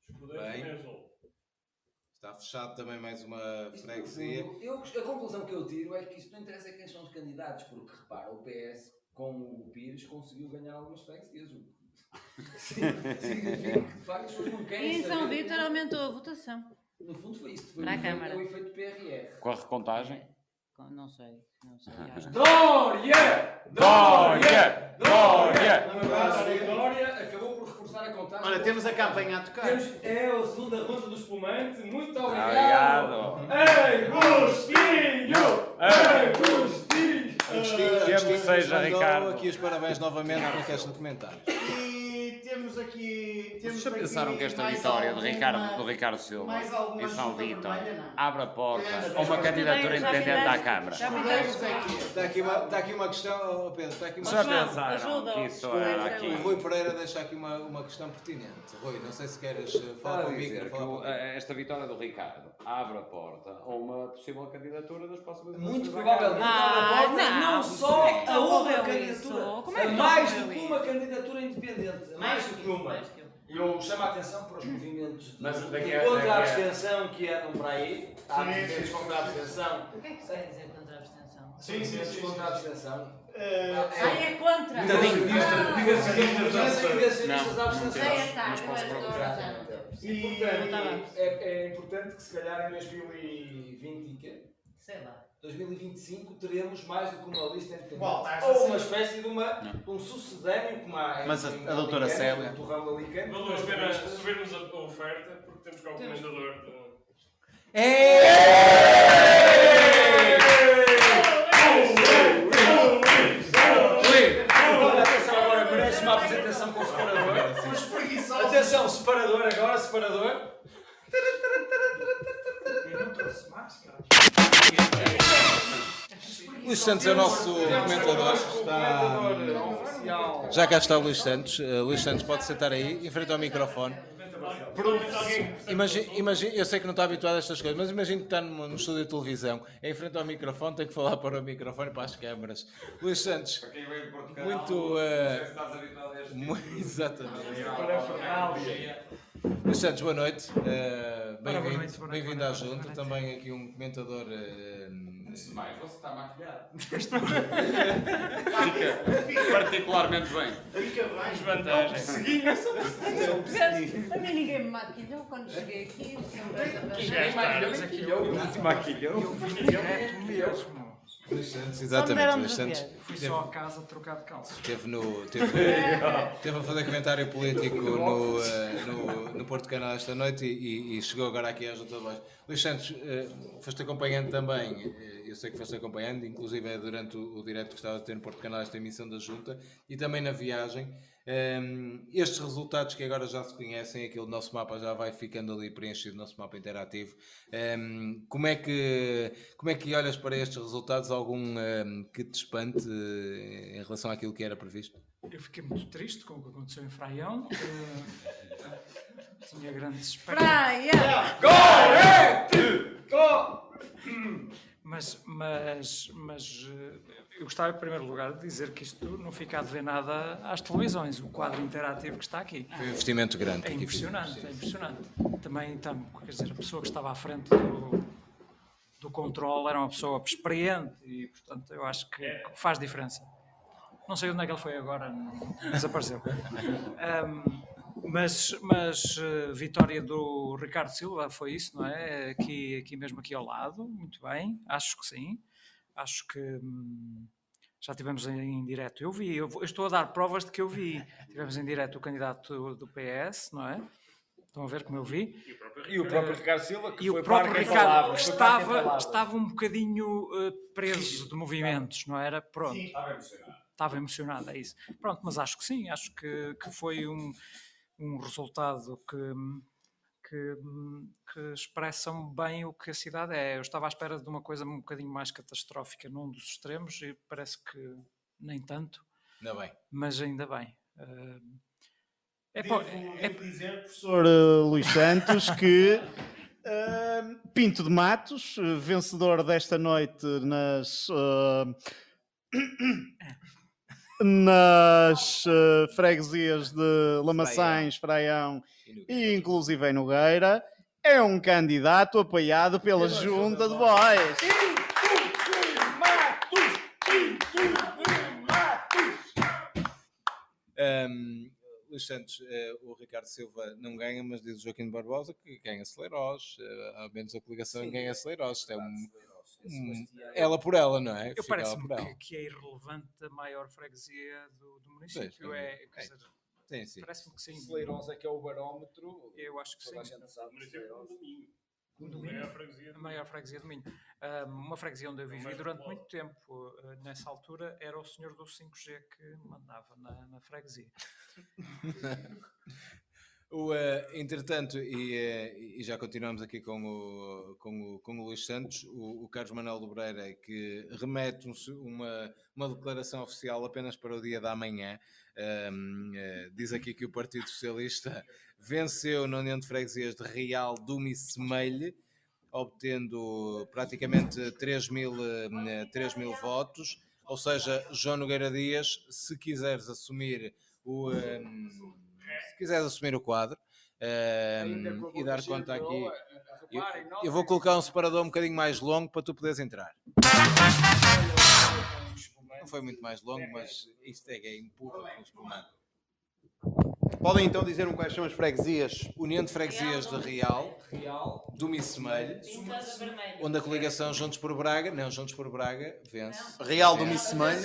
Bem, está fechado também mais uma freguesia. Eu, a conclusão que eu tiro é que isto não interessa quem são os candidatos, porque repara, o P S com o Pires conseguiu ganhar algumas freguesias. Significa que de facto as pessoas não querem E em São saber. Vítor aumentou a votação. No fundo foi isso. Foi Para a o efeito- Câmara. é o efeito P R R. Com a recontagem? Não sei, não sei. Dória! Dória! Dória! Dória acabou por reforçar a contagem. Olha, temos a campanha a tocar. Temos, é a segunda ronda do espumante. Muito Obrigado. Agostinho! Agostinho! Agostinho, Que Agostinho seja, nos mandou Ricardo. aqui os parabéns novamente na caixa de comentários. E temos aqui. Temos Vocês aqui pensaram que esta mais vitória de alguma- Ricardo, do Ricardo Silva mais alguma em São junta Vítor vermelha? Não. abre a porta É, a uma já candidatura fizeste- independente à já Câmara? fizeste- Está aqui uma, está aqui uma questão, oh Pedro, está aqui uma Já questão. pensaram ajuda. que isso era aqui? O Rui Pereira deixa aqui uma, uma questão pertinente. Rui, não sei se queres eh, falar Estava a comigo. dizer que falar o- comigo. esta vitória do Ricardo abre a porta a uma possível candidatura das próximas Muito eleições à provavelmente Câmara. abre a porta, não. não só Como é que a outra ocorreu candidatura, isso? Como é que a mais ocorreu do que isso? uma candidatura independente, a mais do que uma. Mais que uma. Eu chamo a atenção para os movimentos de, Mas daqui de a- contra daqui a a- abstenção que andam para aí. Há Sim, movimentos sim, contra a abstenção. O que é que se quer dizer contra a abstenção? Sim, sim, Movimentos sim. contra a abstenção. Eh, Ah, é contra! Negacionistas da abstenção. Já é tarde, eu era toda já não deu. E, portanto, é, é importante que se calhar em dois mil e vinte e quê? Sei lá. dois mil e vinte e cinco teremos mais do que uma lista independente. Qual taxa, Ou sim. uma espécie de uma, um sucedâneo como há em- Mas a- em a doutora Alicante, Célia- no Torrão de Alicante. Valeu a pena subirmos a a oferta porque temos cá o Temos. comendador. de- Atenção agora, merece uma apresentação com o separador. Os preguiçosos. Atenção, separador agora, separador. Eu não trouxe máscara. Luís Santos é o nosso comentador. Está... Oficial. Já cá está o Luís Santos. Uh, Luís Santos, pode sentar aí, em frente ao microfone. Imagina, imagina, eu sei que não está habituado a estas coisas, mas imagina que está no, no estúdio de televisão, é em frente ao microfone, tem que falar para o microfone e para as câmaras. Luís Santos, Para quem veio de Portugal, muito. não sei Uh, se estás habituado a este tipo muito de- exatamente. Parafernália. Luís Santos, boa noite. Uh, Ora, boa Bem-vindo noite, boa noite, bem-vindo boa à noite, boa junta. noite. Também aqui um comentador. Uh, Antes de mais, você está maquilhado. Fica particularmente bem. Fica bem. Desvantagem. A mim ninguém me maquilhou quando cheguei aqui. Já está. Maquilhou. Eu vim direto mesmo. Luís Santos, Só me exatamente. deram Luís de Santos ver. Fui teve, só a casa trocar de calças. teve, no, teve, teve a fazer comentário político no, uh, no, no Porto Canal esta noite e, e- e chegou agora aqui à Junta de Baixo. Luís Santos, uh, foste acompanhando também, uh, eu sei que foste acompanhando, inclusive é durante o, o direto que estava a ter no Porto Canal esta emissão da Junta e também na viagem. Um, estes resultados que agora já se conhecem, aquele nosso mapa já vai ficando ali preenchido, nosso mapa interativo. Um, como, é que, como é que olhas para estes resultados? Algum um, que te espante uh, em relação àquilo que era previsto? Eu fiquei muito triste com o que aconteceu em Fraião. Eh, tinha grandes expectativas. Praia! Mas, mas, mas eh, eu gostava, em primeiro lugar, de dizer que isto não fica a dever nada às televisões, o quadro interativo que está aqui. Foi um investimento grande. É que aqui impressionante, fizemos, é sim. impressionante. Também, então, quer dizer, a pessoa que estava à frente do, do controle era uma pessoa experiente e, portanto, eu acho que, que faz diferença. Não sei onde é que ele foi agora, não- desapareceu. Ahm, mas, mas eh, vitória do Ricardo Silva foi isso, não é? Aqui, aqui mesmo aqui ao lado, muito bem, acho que sim. Acho que hum, já tivemos em, em direto. Eu vi, eu, vou- eu estou a dar provas de que eu vi. Tivemos em direto o candidato do P S, não é? Estão a ver como eu vi? E o próprio Ricardo Silva, que E foi o próprio parco em Ricardo palavras, foi parco em estava, palavras. estava um bocadinho eh, preso de movimentos, não era? Pronto. Sim, estava emocionado. Estava emocionado, é isso. Pronto, mas acho que sim, acho que, que foi um, um resultado que, que, que expressam bem o que a cidade é. Eu estava à espera de uma coisa um bocadinho mais catastrófica num dos extremos e parece que nem tanto. Ainda bem. Mas ainda bem. Eh, é, Devo, po- é, devo dizer, professor uh, Luís Santos, que uh, Pinto de Matos, uh, vencedor desta noite nas... uh, nas uh, freguesias de Lamaçães, Fraião e inclusive em Nogueira, é um candidato apoiado pela Junta de Bois. Um, Luís Santos, uh, o Ricardo Silva não ganha, mas diz o Joaquim Barbosa que ganha Celeiros, uh, ao menos a coligação Sim, ganha Celeiros. É um, um, Sebastião. ela por ela, não é? Eu Fica ela parece-me por ela. que, que é irrelevante a maior freguesia do, do município. Pois, é, é, quer dizer, sim, sim. Parece-me que sim. Celeiros é que é o barómetro. Eu acho que Toda sim. a gente sabe que Celeiros- Do Minho. A maior freguesia do Minho. Ah, uma freguesia onde eu vivi durante muito tempo. Ah, nessa altura era o senhor do cinco G que mandava na, na freguesia. O, uh, entretanto, e, uh, e já continuamos aqui com o, com o, com o Luís Santos, o, o Carlos Manuel do Breira, que remete um, uma, uma declaração oficial apenas para o dia da manhã. Um, uh, diz aqui que o Partido Socialista venceu na União de Freguesias de Real do Missemelho, obtendo praticamente três mil, uh, três mil votos. Ou seja, João Nogueira Dias, se quiseres assumir o... Um, se quiseres assumir o quadro um, e dar conta aqui, eu, eu vou colocar um separador um bocadinho mais longo para tu poderes entrar. Não foi muito mais longo, mas isto é gay, empurra com o espumante. Podem então dizer-me quais são as freguesias? União de Freguesias de Real, do Missemelho, onde a coligação Juntos por Braga, não, Juntos por Braga, vence. Real do Missemelho.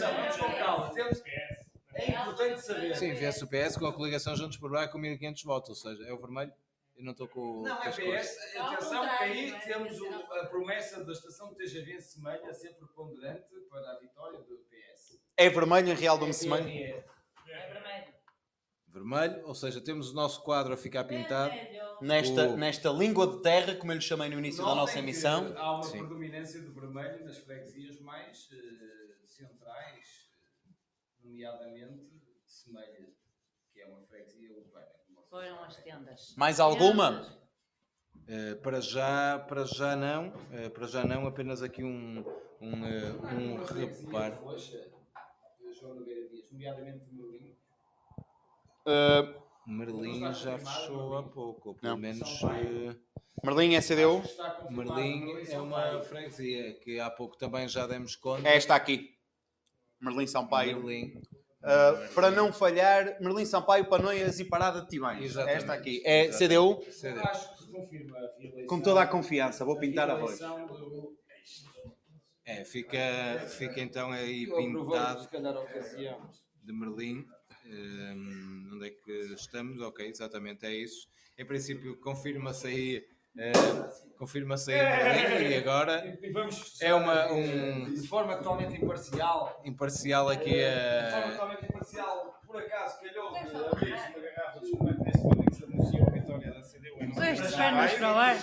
É importante saber. Sim, vence o P S com a coligação Juntos por Braga com mil e quinhentos votos, ou seja, é o vermelho. Eu não estou com o. Não, é P S. Atenção, que aí temos o, a promessa da estação de T G V Semelha a ser preponderante para a vitória do P S. É vermelho em Real do Missemelho? É vermelho. Vermelho, ou seja, temos o nosso quadro a ficar pintado. Nesta, O- nesta língua de terra, como eu lhe chamei no início da Notem nossa que emissão. há uma Sim. predominância de vermelho nas freguesias mais eh, centrais, nomeadamente Semelha, que é uma freguesia urbana. Foram as tendas. Mais alguma? Uh, para já, para já não, uh, para já não, apenas aqui um, um, uh, um reparo. Roxa, João Nogueira Dias, nomeadamente Merlim. Uh, Merlim já fechou há pouco, ou pelo Não. menos. Uh, Merlim é C D U? Merlim é uma freguesia que há pouco também já demos conta. É esta aqui. Merlim Sampaio. Merlim. Uh, para não falhar, Merlim Sampaio, Panoias e Parada de Tibães. Exatamente. Esta aqui. É C D U? C D U. Acho que se confirma a reeleição. Com toda a confiança. Vou pintar a voz. reeleição do- É, fica, fica então aí Eu aproveito, pintado se calhar, a ocasião. de Merlim. Um, onde é que estamos? Ok, exatamente, é isso. Em princípio, confirma-se aí. Uh, confirma-se aí Merlim e agora E vamos, é uma, um de forma totalmente imparcial. imparcial aqui De forma a. totalmente imparcial, por acaso, calhou de abrir-se uma garrafa de espumante neste momento em que se anunciou a vitória da C D U. Só estes pernas para lá.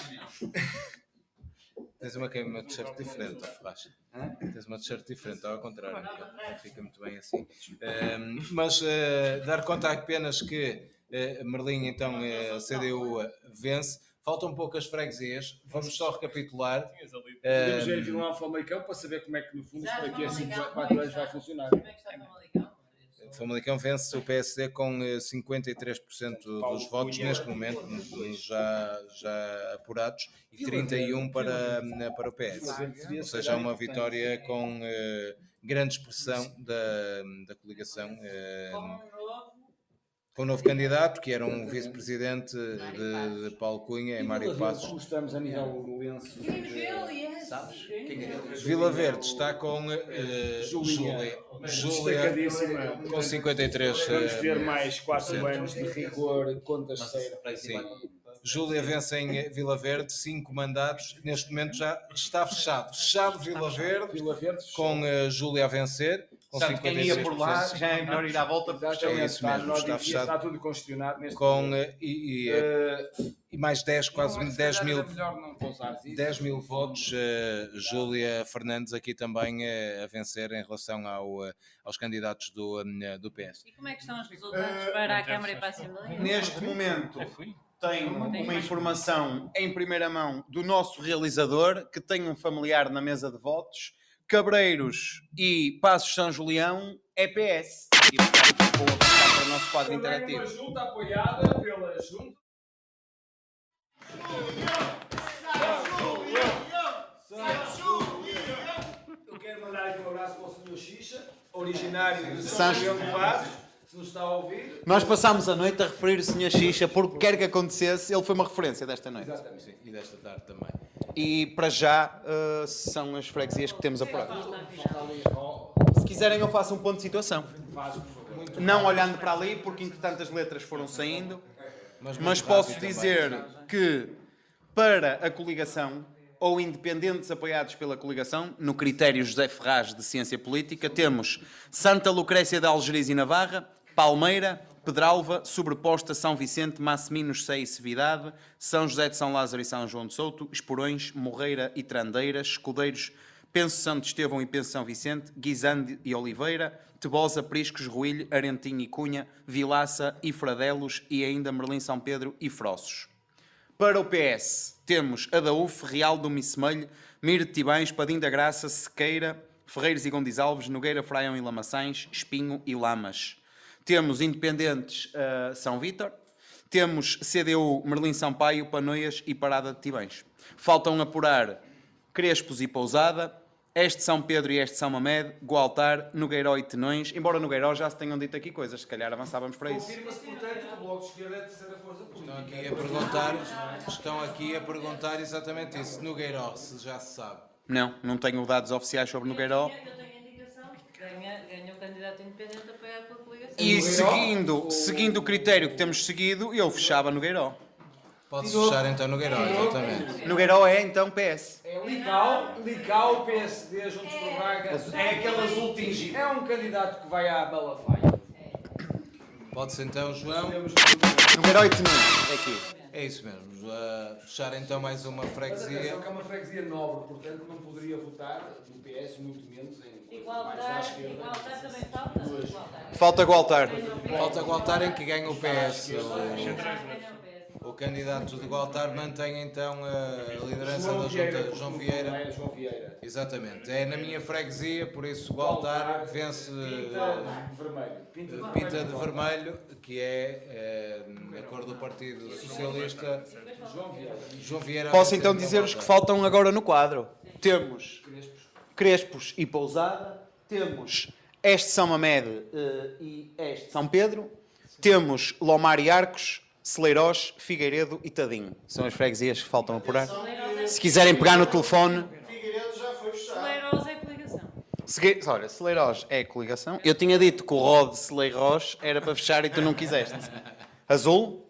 Tens uma, uma t-shirt diferente, Ferraz. Tens uma t-shirt diferente, ao contrário, não fica muito bem assim. Um, mas uh, dar conta apenas que uh, Merlim, então, uh, a C D U vence. Faltam poucas freguesias, vamos só recapitular. Podemos ver Um, Vila Nova Famalicão para saber como é que, no fundo, Já isto daqui a Famalicão, cinco, como é quatro que anos vai está? funcionar. Como é que está Famalicão? Famalicão vence o P S D com uh, cinquenta e três por cento dos votos neste momento, já, já apurados, e trinta e um por cento para, para o P S. Ou seja, é uma vitória com uh, grande expressão da, da coligação. Uh, com um novo candidato, que era um vice-presidente de, de Paulo Cunha, é Mário Como Passos. estamos a nível lenço? Sabes? Vila Verde está com uh, Júlia, Júlia Destacadíssima. com cinquenta e três por cento. Vamos ver mais quatro anos de rigor, contas seiras. Sim. Júlia vence em Vila Verde, cinco mandatos. Neste momento já está fechado. Fechado Vila Verde, Vila Verde com uh, Júlia a vencer. Com Portanto, quem ia por lá já é melhor ir à volta. Exatamente, É isso está, mesmo, nós está está, fechado. está tudo congestionado neste Com, momento. uh, e, e, uh, Eh, e mais dez, quase não, se dez calhar mil, é melhor não pousares isso. dez mil votos. Uh, Júlia Fernandes aqui também uh, a vencer em relação ao, uh, aos candidatos do, um, do P S. E como é que estão os resultados para a Câmara e para a Assembleia? Neste momento, tenho uma informação em primeira mão do nosso realizador, que tem um familiar na mesa de votos. Cabreiros e Passos São Julião é P S. e portanto vou avançar para o nosso quadro Também interativo. uma junta apoiada pela junta. Eu quero mandar aqui um abraço para o senhor Xixa, originário de São Sancho. Miguel de Passos, se nos está a ouvir. Nós passámos a noite a referir o senhor Xixa, porque quer que acontecesse, ele foi uma referência desta noite. Exatamente, sim. E desta tarde também. E para já uh, são as freguesias que temos apuradas. Se quiserem eu faço um ponto de situação. Não olhando para ali, porque entretanto as letras foram saindo. Mas Mas, muito posso rápido dizer também. que para a coligação, ou independentes apoiados pela coligação, no critério José Ferraz de Ciência Política, temos Santa Lucrécia de Algeriz e Navarra, Palmeira, Pedralva, Sobreposta, São Vicente, Massiminos, Sé e Sevidade, São José de São Lázaro e São João de Souto, Esporões, Morreira e Trandeiras, Escudeiros, Penso Santo Estevão e Penso São Vicente, Guisande e Oliveira, Tebosa, Priscos, Ruilho, Arentim e Cunha, Vilaça e Fradelos e ainda Merlim, São Pedro e Frossos. Para o P S, temos Adaúf, Real do Missemelho, Mire de Tibães, Padim da Graça, Sequeira, Ferreiros e Gondis Alves, Nogueira, Fraião e Lamaçães, Espinho e Lamas. Temos independentes uh, São Vítor, temos C D U, Merlim Sampaio, Panoias e Parada de Tibães. Faltam apurar Crespos e Pousada, Este São Pedro e Este São Mamed, Gualtar, Nogueiró e Tenões, embora Nogueiró já se tenham dito aqui coisas, se calhar avançávamos para isso. Confirma-se, portanto, que o Bloco de Esquerda é a terceira força política. Estão aqui a perguntar, estão aqui a perguntar exatamente isso. Nogueiró, se já se sabe. Não, não tenho dados oficiais sobre Nogueiró. Eu tenho indicação que ganha, ganha o candidato independente apoiado pela coligação. E seguindo, seguindo o critério que temos seguido, eu fechava Nogueiró. Pode-se fechar então Nogueiró, exatamente. Nogueiró é então P S. É Lical, Lical, P S D, Juntos por Braga, é aquele azul tingido. É um candidato que vai à Balafaia. Pode-se então, João. Nogueiró e Tenões, é aqui. É isso mesmo. Uh, fechar então mais uma Mas freguesia. atenção que é uma freguesia nobre, portanto não poderia votar do P S, muito menos em mais à Igualdade, esquerda. igualdade também falta? Igualdade. Falta Gualtar. Falta Gualtar em que ganha o P S. O, o candidato de Gualtar mantém então a liderança João da Vieira, junta, João Vieira. É João Vieira. Exatamente. É na minha freguesia, por isso Gualtar vence Pinta de vermelho. Pinta de uh, Pinta de Vermelho, que é, é a cor do Partido Socialista. João Vieira. João Vieira. Posso então dizer-vos que faltam agora no quadro. Temos Crespos e Pousada, temos Este São Mamed eh, e Este São Pedro, temos Lomar e Arcos, Celeiros, Figueiredo e Tadim. São as freguesias que faltam apurar. Se quiserem pegar no telefone... Figueiredo já foi fechado. Celeiros é coligação. Segui... Olha, Celeiros é coligação. Eu tinha dito que o Rod Celeiros era para fechar e tu não quiseste. Azul.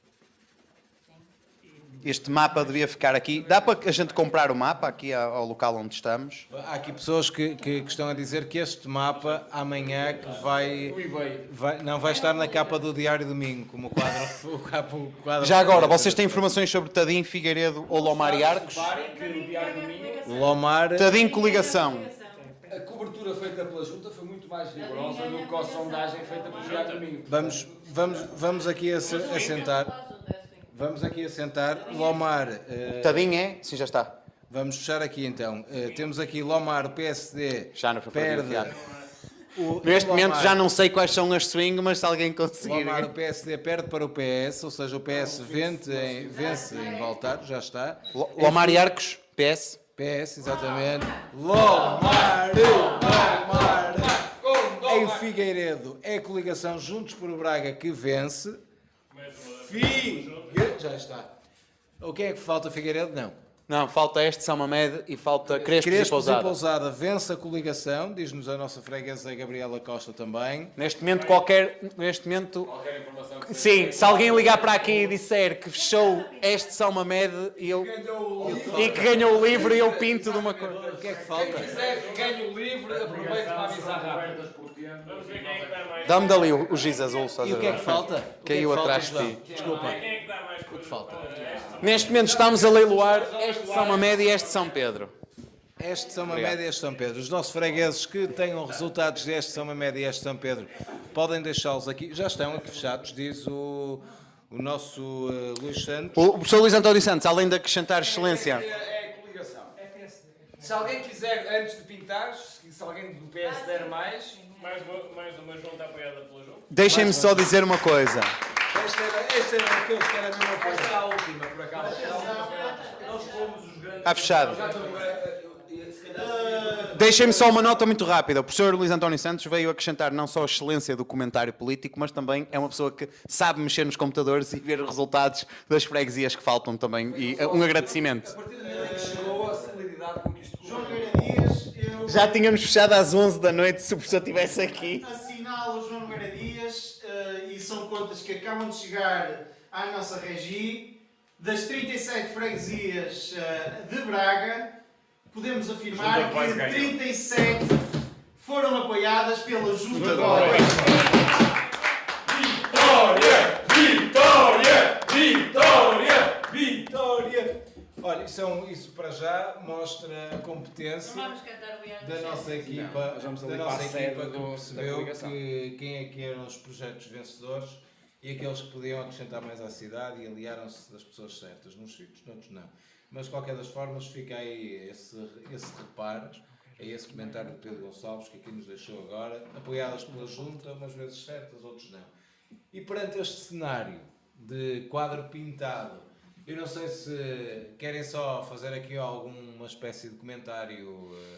Este mapa devia ficar aqui. Dá para a gente comprar o mapa aqui ao local onde estamos? Há aqui pessoas que, que, que estão a dizer que este mapa amanhã que vai, vai não vai estar na capa do Diário Domingo, como o quadro. O capa, o quadro Já agora, vocês têm informações sobre Tadim, Figueiredo ou Lomar e Arcos? Lomar. Tadim, coligação. A cobertura feita pela Junta foi muito mais rigorosa do que a sondagem feita pelo Diário Domingo. Vamos, vamos, vamos aqui a, se- a sentar. Vamos aqui a sentar. Lomar. eh, Tadim é? Sim, já está. Vamos fechar aqui então. Eh, temos aqui Lomar, o P S D. Já não foi perde. O, Neste Lomar- momento já não sei quais são as swing, mas se alguém conseguir. Lomar, o P S D perde para o P S, ou seja, o P S vence em, vence em Voltar, já está. Lomar e Arcos, P S. P S, exatamente. Lomar, Lomar. Em Figueiredo é a coligação Juntos por Braga que vence. Figueiredo, já está. O que é que falta, Figueiredo? Não. Não, falta Este São Mamed e falta Crespos, Crespos e Pousada. e Pousada vence a coligação, diz-nos a nossa freguesa Gabriela Costa também. Neste momento, qualquer. Neste momento. Sim, se alguém ligar para aqui e disser que fechou Este São Mamed e eu. E que ganhou o livro e eu pinto de uma coisa. O que é que falta? Quem quiser que ganhe o livro, aproveite para avisar rápido. Dá-me dali o, o giz azul, só E o que é que falta? O que é que Caiu falta, atrás de João? ti. Desculpa. O que falta? Neste momento estamos a leiloar Este São Mamed e Este São Pedro. Este São Mamed e este São Pedro. Os nossos fregueses que tenham resultados deste São Mamed e este São Pedro podem deixá-los aqui. Já estão aqui fechados, diz o, o nosso uh, Luís Santos. O professor Luís António Santos, além de acrescentar excelência. É a coligação. Se alguém quiser, antes de pintar, se alguém do P S der mais, Mais uma, mais uma junta apoiada pela junta. Deixem-me só dizer uma coisa. Esta era, esta era aqueles que era a mesma coisa. Esta é a última, por acaso. Nós fomos os grandes. Está fechado. Já estou- Deixem-me só uma nota muito rápida. O professor Luís António Santos veio acrescentar não só a excelência do comentário político, mas também é uma pessoa que sabe mexer nos computadores e ver os resultados das freguesias que faltam também. E uh, um agradecimento. A partir do momento em que chegou a celeridade com que isto João Nogueira Dias, eu Já tínhamos fechado às onze da noite se o professor estivesse aqui. assinalo o João Nogueira Dias eh, e são contas que acabam de chegar à nossa regi. Das trinta e sete freguesias eh, de Braga, podemos afirmar Junta de Bois que ganhou. trinta e sete foram apoiadas pela Junta Junta de de Bois. Vitória! Vitória! Vitória! Vitória! Olha, isso, é um- isso para já mostra a competência Não vamos cantar o Ian da nossa equipa, Não, nós vamos ali da para a nossa sede equipa que do- da percebeu coligação. que quem é que eram os projetos vencedores e aqueles que podiam acrescentar mais à cidade e aliaram-se das pessoas certas, nos sítios, noutros não. Mas de qualquer das formas fica aí esse, esse reparo, é esse comentário de Pedro Gonçalves que aqui nos deixou agora, apoiadas pela Junta, umas vezes certas, outros não. E perante este cenário de quadro pintado, eu não sei se querem só fazer aqui alguma espécie de comentário eh,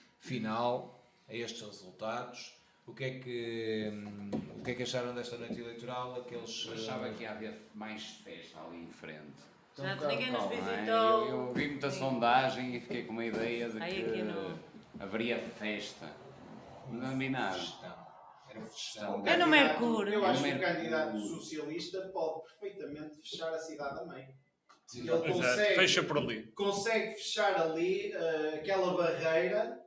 final a estes resultados. O que é que, hum, o que é que acharam desta noite eleitoral? Aqueles, Eu achava que ia haver mais festa ali em frente. Já ninguém nos Não é? visitou. Eu, eu vi muita sondagem e fiquei com uma ideia de Ai, que aqui não. haveria festa. Não vi nada. Era festão. É no Mercúrio. Eu acho que o Mercúrio. candidato socialista pode perfeitamente fechar a cidade a meio. Ele Exato, consegue, fecha por ali. consegue fechar ali eh, aquela barreira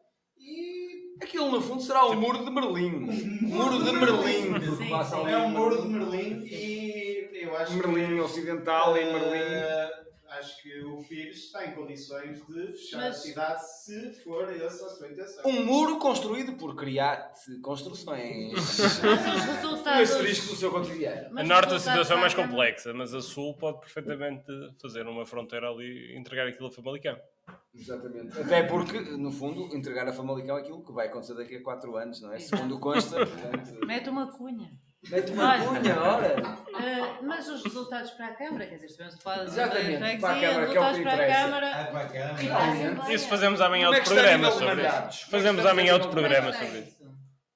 e. Aquilo no fundo será o muro de Merlim. Muro de Merlim. porque Sim, passa sim. ali É um em muro de Merlim e eu acho Merlim que, Ocidental e Merlim. eh, acho que o Pires está em condições de fechar Mas- a cidade se for essa a sua intenção. Um muro construído por Criate Construções. Mas os Um resultados. asterisco no seu cotidiano. A Mas norte os a situação é mais resultados complexa, mas a sul pode perfeitamente fazer uma fronteira ali e entregar aquilo a Famalicão. Exatamente. Até porque, no fundo, entregar a Famalicão é aquilo que vai acontecer daqui a quatro anos, não é? Segundo consta. portanto, Mete uma cunha. Mete uma Olha, cunha, ora! eh, mas os resultados para a Câmara, quer dizer, estivemos a falar de Exatamente, freguesia, para a Câmara, que é o que resultados para a interessa. Câmara Ah, para a Câmara. e para a Assembleia. Isso fazemos amanhã Como é outro que está a programa nível de sobre isso. mandatos? Como é que Fazemos está a amanhã outro nível de programa Como é que sobre está isso.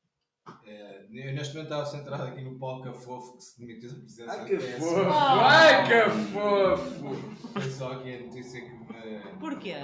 Eh, Eu neste momento estava centrado aqui no Paulo Cafofo que se demitiu da presidência Ai do que P S. fofo! Oh. Ai que fofo! Foi só aqui a notícia que me... Porquê?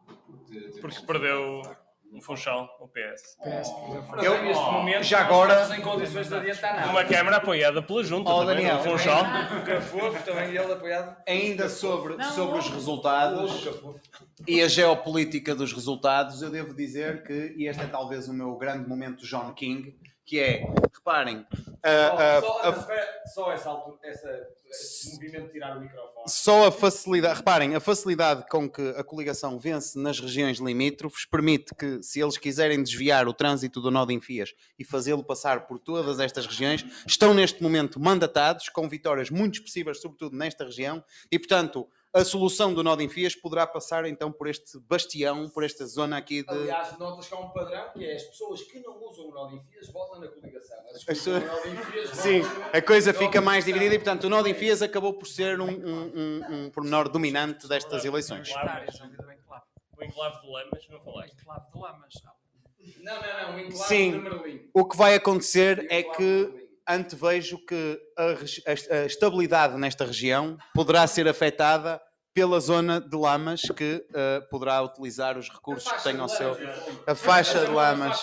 Porque perdeu um funchal, o P S. Eu, neste momento, já agora- sem condições de adiantar nada. Uma Câmara apoiada pela Junta Oh, também, Daniel. no funchal. O Cafofo também ele apoiado. Ainda sobre, Não, sobre os não. resultados e a geopolítica dos resultados, eu devo dizer que, e este é talvez o meu grande momento John King, que é, reparem, a- a- Só, a- espera, só essa altura, essa, esse movimento de tirar o microfone. só a facilidade, reparem, a facilidade com que a coligação vence nas regiões limítrofes permite que, se eles quiserem desviar o trânsito do nó de Enfias e fazê-lo passar por todas estas regiões, estão neste momento mandatados, com vitórias muito expressivas, sobretudo nesta região, e portanto a solução do nó de Enfias poderá passar então por este bastião, por esta zona aqui de... Aliás, notas que há um padrão que é as pessoas que não usam o nó de Enfias votam na coligação. As que As usam pessoas- o nó de Enfias Sim, votam a coisa na fica mais coligação. dividida e, portanto, o nó de Enfias acabou por ser um, um, um, um pormenor dominante destas eleições. Lamas. Não, do enclave. O enclave de Lamas, não falaste. Enclave de Lamas. Não, não, não, o enclave Sim, de Merlim. o que vai acontecer é O enclave de que Merlim. antevejo que a, regi- a- a estabilidade nesta região poderá ser afetada pela zona de Lamas, que eh, poderá utilizar os recursos que tem ao seu... A faixa de Lamas.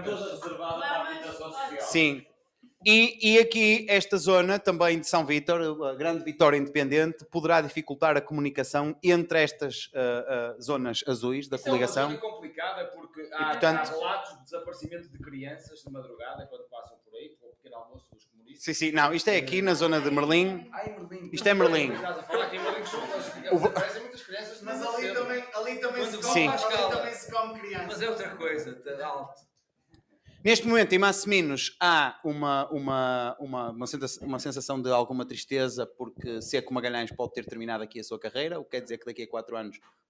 Sim. E, e aqui, esta zona também de São Vítor, a grande Vitória Independente, poderá dificultar a comunicação entre estas uh, uh, zonas azuis da Isso é uma coligação. zona complicada porque há, portanto- há relatos de desaparecimento de crianças de madrugada quando passam por aí, para o pequeno almoço dos comunistas. Sim, sim. Não, isto é aqui na zona de Merlim. Ai, Merlim. Isto é Merlim. Estás a falar que em Merlim são- O- aparecem muitas crianças de Mas manhã ali cedo. também, ali também, se, Quando come, Sim. vão para a ali escala. também se come criança. Mas é outra coisa, está alto. Neste momento, em Masseminos, há uma, uma, uma, uma, sensação, uma sensação de alguma tristeza, porque Seco Magalhães pode ter terminado aqui a sua carreira, o que quer dizer que daqui a quatro anos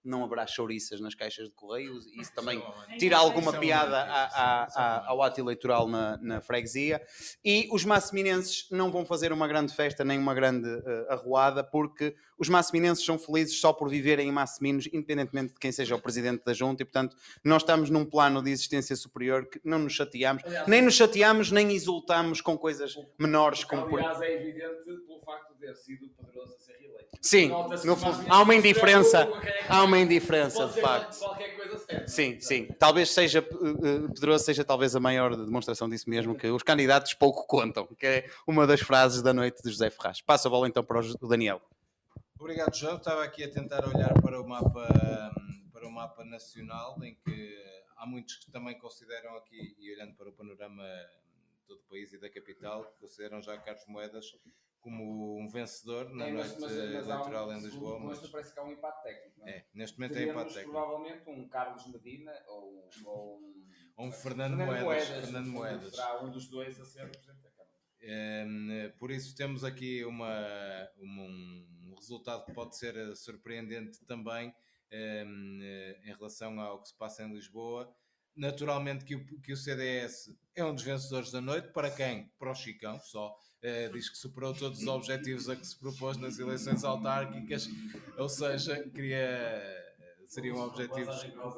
não haverá chouriças nas caixas de correios, e isso também tira alguma piada à- à- à- ao ato eleitoral na, na freguesia. E os masseminenses não vão fazer uma grande festa nem uma grande uh, arruada, porque os masseminenses são felizes só por viverem em Masseminos, independentemente de quem seja o presidente da junta, e portanto nós estamos num plano de existência superior que não nos chateamos, Aliás, nem nos chateamos, nem exultamos com coisas menores como por... Aliás, é evidente pelo facto de ter sido poderoso a ser reeleito. Sim, Nota-se no que fundo, mais há uma menos indiferença, se preocupa quem é que há uma vai- indiferença pode de ser facto. qualquer coisa certa. Sim, sim. Talvez seja, uh, uh, Pedroso seja talvez a maior demonstração disso mesmo, que os candidatos pouco contam, que é uma das frases da noite de José Ferraz. Passa a bola então para o Daniel. Obrigado, João. Estava aqui a tentar olhar para o mapa, para o mapa nacional, em que há muitos que também consideram aqui, e olhando para o panorama de todo o país e da capital, que consideram já Carlos Moedas como um vencedor na É, mas- noite mas- mas há um- eleitoral em Lisboa. segundo Mas consta, parece que há um empate técnico. Não é? É, neste momento é Teríamos empate técnico. provavelmente um Carlos Medina ou, ou um, Ou um Fernando Moedas, Fernando Moedas. Será um dos dois a ser presidente da Câmara. Um, por isso temos aqui uma, uma- um resultado que pode ser uh, surpreendente também um, uh, em relação ao que se passa em Lisboa. Naturalmente que o, que o C D S é um dos vencedores da noite. Para quem? Para o Chicão, só. Uh, diz que superou todos os objetivos a que se propôs nas eleições autárquicas, ou seja, queria... seriam objetivos...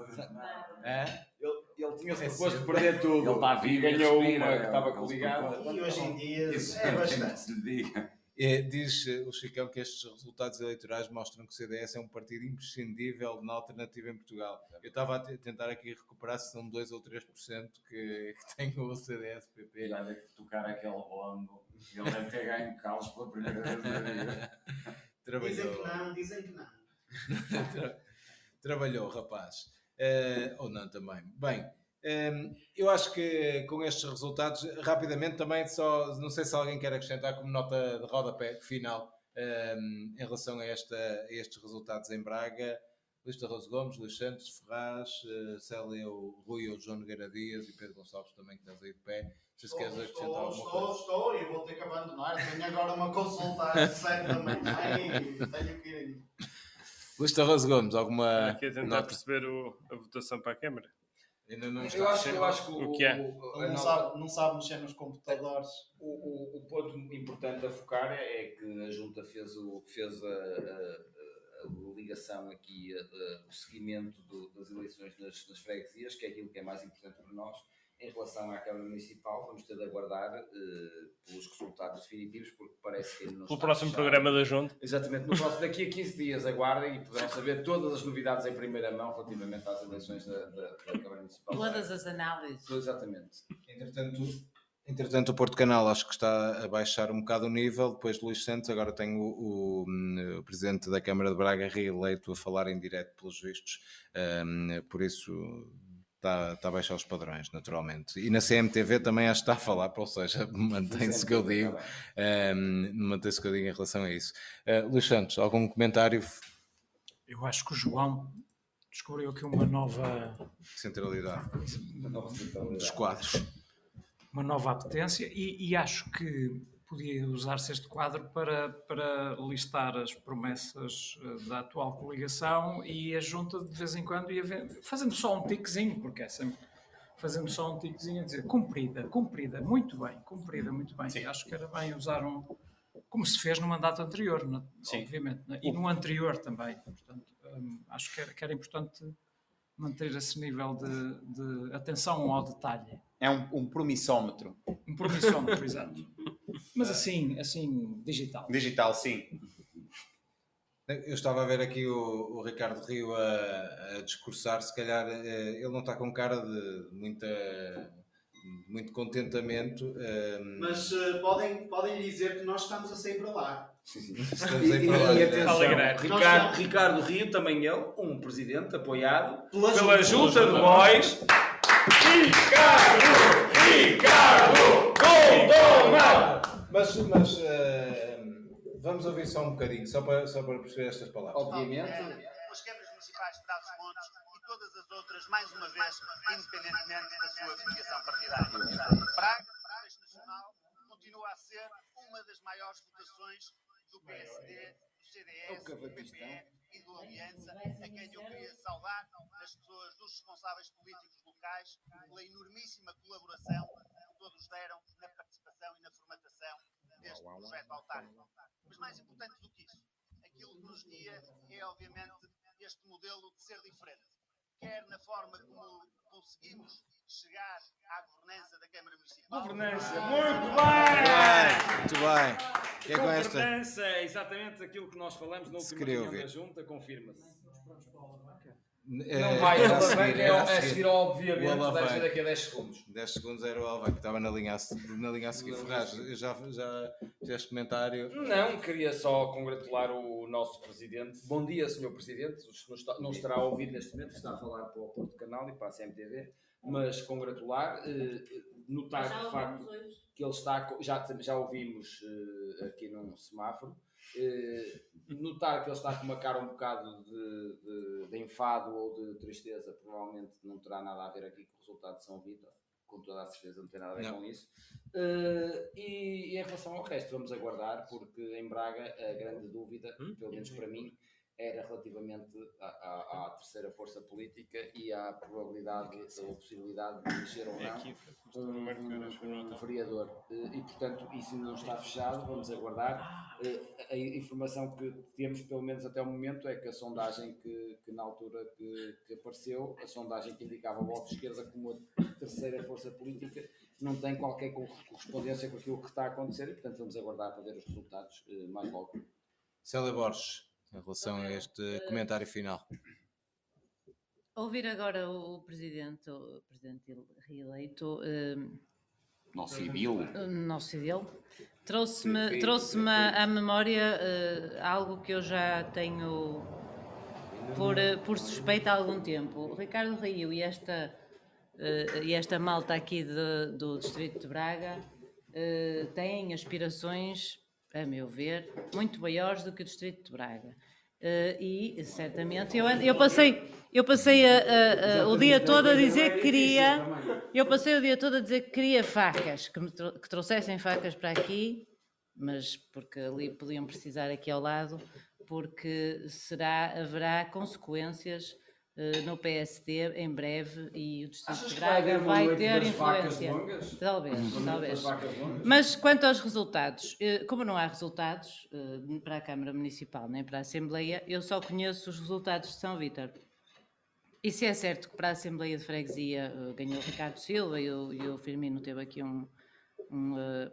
Hã? Ele, ele tinha-se É proposto sempre. perder tudo. Ele está vivo, Ganhou respira, uma que é, estava ele coligada. propõe. E hoje em dia Isso, é bastante. se lhe diga. É, diz uh, o Chicão que estes resultados eleitorais mostram que o C D S é um partido imprescindível na alternativa em Portugal. Eu estava a te- tentar aqui recuperar se são dois ou três por cento que, que tem o C D S P P. E olha que tocar aquele longo, ele deve ter ganho calos pela primeira vez na vida. Trabalhou. Dizem que não, dizem que não. Tra- Trabalhou, rapaz. Eh, ou não também. Bem, ehm, eu acho que com estes resultados, rapidamente também, só não sei se alguém quer acrescentar como nota de rodapé final ehm, em relação a, esta, a estes resultados em Braga. Luís Tarroso Gomes, Luís Santos, Ferraz, uh, Célia, o Rui, o João Nogueira Dias e Pedro Gonçalves também, que estás aí de pé. Não sei se queres acrescentar Estou, alguma estou, coisa. estou, e vou ter que abandonar. Tenho agora uma consulta às sete da manhã e tenho que ir. Luís Tarroso Gomes, alguma Aqui a tentar nota? perceber o- a votação para a Câmara. Ainda não Eu acho, eu acho que o que é. o- Ele não sabe, não sabe mexer nos computadores. O, o, o ponto importante a focar é que a Junta fez, o, fez a, a- a ligação aqui, a- a- o seguimento do- das eleições nas, nas freguesias, que é aquilo que é mais importante para nós. Em relação à Câmara Municipal, vamos ter de aguardar eh, pelos resultados definitivos, porque parece que ainda não Pelo está próximo fechado. programa da Junta. Exatamente, no próximo, daqui a quinze dias aguardem e poderão saber todas as novidades em primeira mão relativamente às eleições da, da, da Câmara Municipal. Todas as análises. Exatamente. Entretanto, entretanto, o Porto Canal acho que está a baixar um bocado o nível, depois de Luís Santos, agora tem o, o, o Presidente da Câmara de Braga reeleito a falar em direto pelos vistos, um, por isso está, está a baixar os padrões, naturalmente. E na C M T V também acho que está a falar, ou seja, mantém-se o que eu digo, um, mantém-se o que eu digo em relação a isso. Uh, Luís Santos, algum comentário? Eu acho que o João descobriu aqui uma nova Centralidade Uma nova centralidade. dos quadros. uma nova apetência e, e acho que podia usar-se este quadro para, para listar as promessas eh, da atual coligação e a junta de vez em quando ia ver, fazendo só um tiquezinho, porque é sempre fazendo só um tiquezinho a dizer cumprida, cumprida, muito bem, cumprida, muito bem. E acho que era bem usar um, como se fez no mandato anterior, na- obviamente, né? E no anterior também. Portanto, hum, acho que era, que era importante manter esse nível de, de atenção ao detalhe. É um, um promissómetro. Um promissómetro, exato. Mas assim, assim, digital. Digital, sim. Eu estava a ver aqui o, o Ricardo Rio a, a discursar, se calhar eh, ele não está com cara de muita, muito contentamento. eh, Mas uh, podem, podem dizer que nós estamos a sair para lá. Estamos aí para lá. E atenção, Alegrar. Ricardo, Ricardo Rio, também ele, um presidente apoiado Pela pela, Junta. Junta de Bois. Ricardo! Ricardo! Condonado! Mas, mas eh, vamos ouvir só um bocadinho, só para, só para perceber estas palavras. Obviamente. As câmaras municipais de Trás-os-Montes e todas as outras, mais uma vez, independentemente da sua filiação partidária. Braga, no contexto nacional, continua a ser uma das maiores votações do P S D, do C D S, do P P e do Aliança, a quem eu queria saudar nas pessoas dos responsáveis políticos locais pela enormíssima colaboração que todos deram na participação e na formatação deste projeto autárquico. Mas mais importante do que isso, aquilo que nos guia é, obviamente, este modelo de ser diferente, quer na forma como conseguimos chegar à governança da Câmara Municipal. Governança, muito bem! Muito bem. Que é com esta? Governança é exatamente aquilo que nós falamos na Se última queria reunião ouvir. da Junta, confirma-se. Eh, Não vai, era a a seguir, é, era a é seguir. seguir, obviamente, O deve Alavanca. ser daqui a dez segundos. dez segundos era o Alva que estava na linha a, se- na linha a seguir. Ferraz, já, já fizeste comentário? Não, queria só congratular o nosso Presidente. Bom dia, senhor Presidente. Não está- Não estará a ouvir neste momento, está a falar para o Porto Canal e para a C M T V, mas congratular, eh, notar Já de ouvimos facto hoje. que ele está, co- já, já ouvimos eh, aqui num semáforo, eh, notar que ele está com uma cara um bocado de, de, de enfado ou de tristeza, provavelmente não terá nada a ver aqui com o resultado de São Vítor, com toda a certeza não tem nada a ver Não. com isso. Eh, e, e em relação ao resto, vamos aguardar, porque em Braga a grande dúvida, pelo menos para mim, era relativamente à, à- à terceira força política e à probabilidade ou possibilidade de eleger ou É não aqui, um, um- um vereador. Eh, E, portanto, isso ainda não está fechado, vamos aguardar. Eh, A informação que temos, pelo menos até o momento, é que a sondagem que, que na altura que, que apareceu, a sondagem que indicava o Bloco de Esquerda como a terceira força política, não tem qualquer correspondência com aquilo que está a acontecer e, portanto, vamos aguardar para ver os resultados eh, mais logo. Célia Borges, em relação a este comentário final. Ouvir agora o Presidente, o Presidente reeleito, eh, Nosso idil. nosso ideal, trouxe-me Perfeito, trouxe-me à à memória eh, algo que eu já tenho por, eh, por suspeita há algum tempo. O Ricardo Rio e esta, eh, e esta malta aqui de- do Distrito de Braga eh, têm aspirações, a meu ver, muito maiores do que o Distrito de Braga. Eh, e certamente eu, eu passei, eu passei a- a- a- o dia todo a dizer que queria. Eu passei o dia todo a dizer que queria facas, que, me tro- que trouxessem facas para aqui, mas porque ali podiam precisar aqui ao lado, porque será, haverá consequências eh, no P S D em breve e o Distrito Achas de que vai Braga haver uma vai noite ter das vacas influência. longas? Talvez, Uma noite talvez. das vacas longas? Mas quanto aos resultados, eh, como não há resultados eh, para a Câmara Municipal nem para a Assembleia, eu só conheço os resultados de São Vítor. E se é certo que para a Assembleia de Freguesia eh, ganhou o Ricardo Silva e o, e o Firmino teve aqui um, um, eh,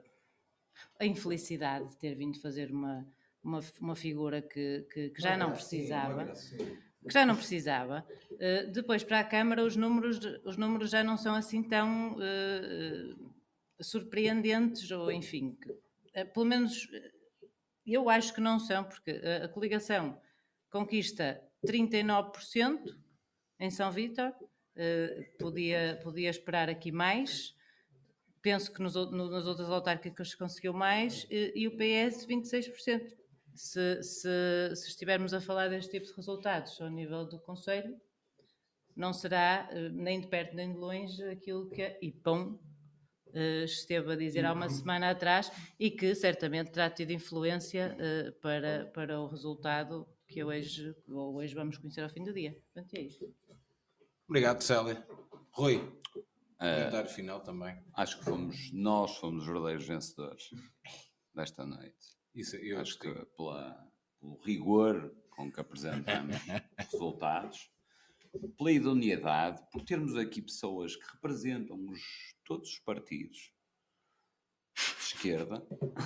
a infelicidade de ter vindo fazer uma, uma, uma figura que, que, que já não precisava, que já não precisava. Eh, depois para a Câmara os números, os números já não são assim tão eh, eh, surpreendentes, ou enfim, que, eh, pelo menos eh, eu acho que não são, porque a, a coligação conquista trinta e nove por cento em São Vítor, eh, podia, podia esperar aqui mais, penso que nos, ou- no- nas outras autárquicas conseguiu mais, eh, e o P S vinte e seis por cento. Se, se, se estivermos a falar deste tipo de resultados ao nível do Conselho, não será eh, nem de perto nem de longe aquilo que a IPOM eh, esteve a dizer há uma semana atrás e que certamente terá tido influência eh, para, para o resultado que hoje, ou hoje vamos conhecer ao fim do dia. Portanto, é isso. Obrigado, Célia. Rui, Eh, comentário final também. Acho que fomos, nós fomos os verdadeiros vencedores desta noite. Isso eu acho gostei. que pela, pelo rigor com que apresentamos os resultados, pela idoneidade, por termos aqui pessoas que representam os, todos os partidos de esquerda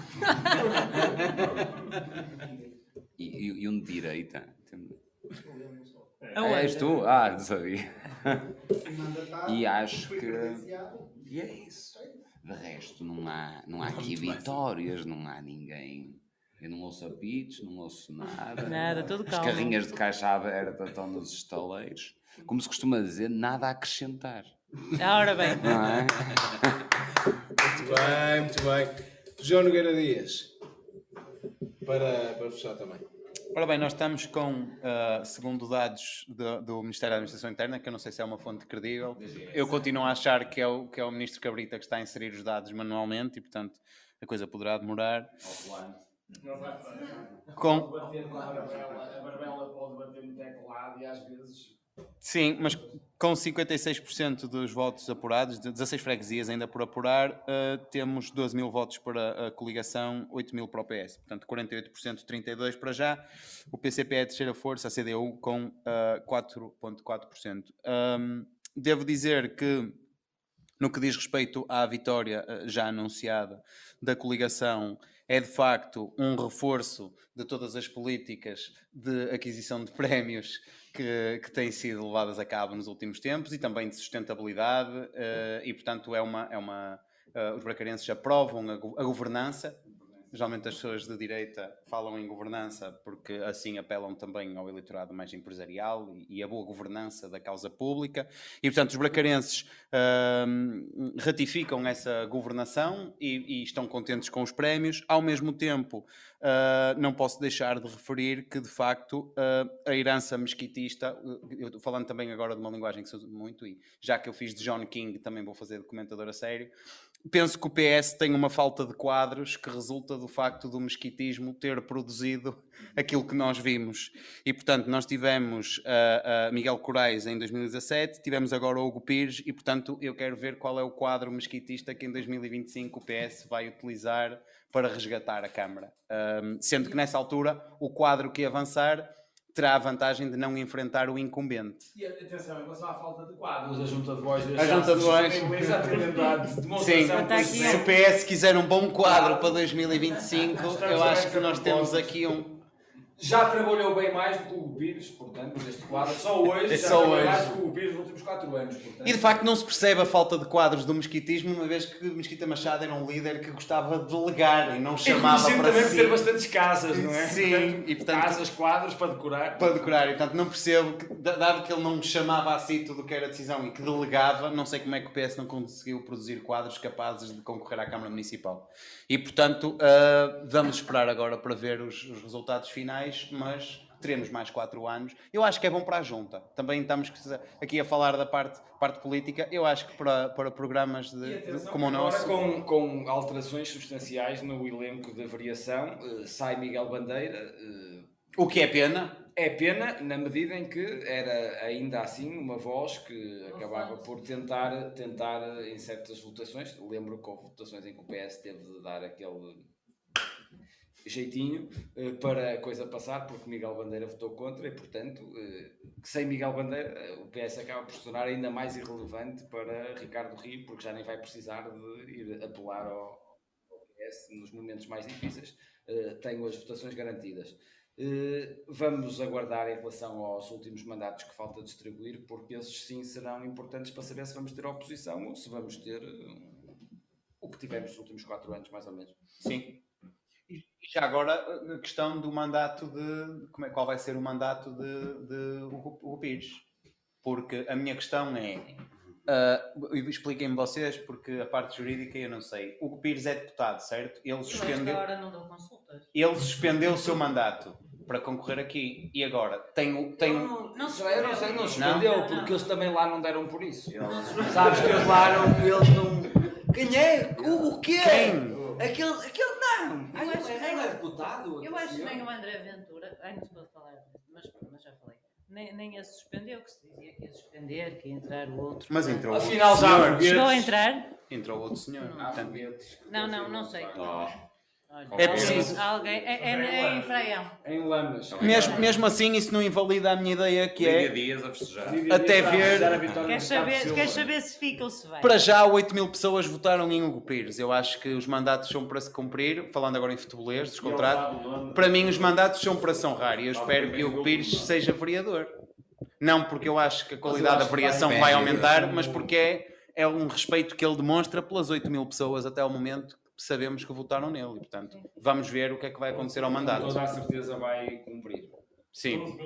e, e, e um de direita. É, és tu? Ah, não sabia. E acho que. E é isso. De resto, não há, não há aqui vitórias, não há ninguém. Eu não ouço apitos, não ouço nada. Nada, tudo As calmo. carrinhas de caixa aberta estão nos estaleiros. Como se costuma dizer, nada a acrescentar. Ora bem. Não é? Muito bem, muito bem. João Nogueira Dias, para, para fechar também. Ora bem, nós estamos com, uh, segundo dados do, do Ministério da Administração Interna, que eu não sei se é uma fonte credível, eu continuo a achar que é o, que é o Ministro Cabrita que está a inserir os dados manualmente e, portanto, a coisa poderá demorar. Com... A Barbela pode bater deputado e às vezes... Sim, mas com cinquenta e seis por cento dos votos apurados, de dezasseis freguesias ainda por apurar, uh, temos doze mil votos para a coligação, oito mil para o P S. Portanto, quarenta e oito por cento, trinta e dois por cento para já. O P C P é a terceira força, a C D U com uh, quatro vírgula quatro por cento. Um, devo dizer que, no que diz respeito à vitória uh, já anunciada da coligação, é de facto um reforço de todas as políticas de aquisição de prémios que, que têm sido levadas a cabo nos últimos tempos e também de sustentabilidade uh, e, portanto, é uma, é uma, uh, os bracarenses aprovam a, go a governança. Geralmente as pessoas de direita falam em governança porque assim apelam também ao eleitorado mais empresarial e, e a boa governança da causa pública. E, portanto, os bracarenses uh, ratificam essa governação e, e estão contentes com os prémios. Ao mesmo tempo, uh, não posso deixar de referir que, de facto, uh, a herança mesquitista, eu estou falando também agora de uma linguagem que se usa muito, e já que eu fiz de John King, também vou fazer de comentador a sério, penso que o P S tem uma falta de quadros que resulta do facto do mesquitismo ter produzido aquilo que nós vimos. E, portanto, nós tivemos uh, uh, Miguel Corais em dois mil e dezassete, tivemos agora o Hugo Pires e, portanto, eu quero ver qual é o quadro mesquitista que em dois mil e vinte e cinco o P S vai utilizar para resgatar a Câmara. Um, sendo que, nessa altura, o quadro que avançar terá a vantagem de não enfrentar o incumbente. E atenção, em relação à falta de quadros, a Junta de Bois... A Junta de Bois... Sim, se o P S quiser um bom quadro para dois mil e vinte e cinco, eu acho que nós temos aqui um... Já trabalhou bem mais do que o Hugo Pires, portanto, neste quadro. Só hoje, é já só trabalhou hoje. mais do que o Hugo Pires nos últimos quatro anos. Portanto. E de facto não se percebe a falta de quadros do mesquitismo, uma vez que Mesquita Machado era um líder que gostava de delegar e não chamava para também si. por ter bastantes casas, não é? Sim, portanto, e portanto... casas, quadros para decorar. Para decorar, e portanto não percebo, que, dado que ele não chamava a si tudo o que era decisão e que delegava, não sei como é que o P S não conseguiu produzir quadros capazes de concorrer à Câmara Municipal. E portanto, uh, vamos esperar agora para ver os, os resultados finais, mas... teremos mais quatro anos. Eu acho que é bom para a junta. Também estamos aqui a falar da parte, parte política. Eu acho que para, para programas de, atenção, de, como o agora nosso... Com, com alterações substanciais no elenco de variação, uh, sai Miguel Bandeira. Uh, o que é pena. É pena, na medida em que era ainda assim uma voz que acabava por tentar, tentar em certas votações. Lembro que houve votações em que o P S teve de dar aquele... jeitinho uh, para a coisa passar, porque Miguel Bandeira votou contra e, portanto, uh, sem Miguel Bandeira, uh, o P S acaba por se tornar ainda mais irrelevante para Ricardo Rio, porque já nem vai precisar de ir apelar ao, ao P S nos momentos mais difíceis. Uh, tenho as votações garantidas. Uh, vamos aguardar em relação aos últimos mandatos que falta distribuir, porque esses sim serão importantes para saber se vamos ter oposição ou se vamos ter uh, o que tivemos nos últimos quatro anos, mais ou menos. Sim. E já agora a questão do mandato de... Como é, qual vai ser o mandato de, de Hugo, Hugo Pires? Porque a minha questão é... Uh, expliquem-me vocês, porque a parte jurídica eu não sei. Hugo Pires é deputado, certo? Ele suspendeu... agora não dão consultas. Ele suspendeu o seu mandato para concorrer aqui. E agora? Tem o... Tem... Não, não, se eu não sei, não suspendeu, não? porque eles também lá não deram por isso. Sabes que eles lá não... Eles não... Quem é? O, o quê? Quem? Aquele, aquele não! Eu acho que nem é deputado? Eu acho que nem o André Ventura, ai, não se pode falar disso, mas, mas já falei, nem, nem a suspendeu, que se dizia que ia suspender, que ia entrar o outro. Mas entrou não. outro Afinal, já senhor. Chegou a entrar? Entrou outro senhor. Portanto, Não, não, não sei. Oh. Olha, É preciso. Alguém, é, é, é em Fraião. Em Lamas. Mesmo, mesmo assim, isso não invalida a minha ideia, que é... Liga Dias a festejar. Até ver... Queres saber, queres saber se fica ou se vai? Para já, oito mil pessoas votaram em Hugo Pires. Eu acho que os mandatos são para se cumprir, falando agora em futebolês, dos contratos. Para mim, os mandatos são para se honrar e eu espero que Hugo Pires seja vereador. Não porque eu acho que a qualidade da variação vai aumentar, mas porque é, é um respeito que ele demonstra pelas oito mil pessoas até ao momento que sabemos que votaram nele. E, portanto, vamos ver o que é que vai acontecer ao mandato. Com toda a certeza vai cumprir. Sim.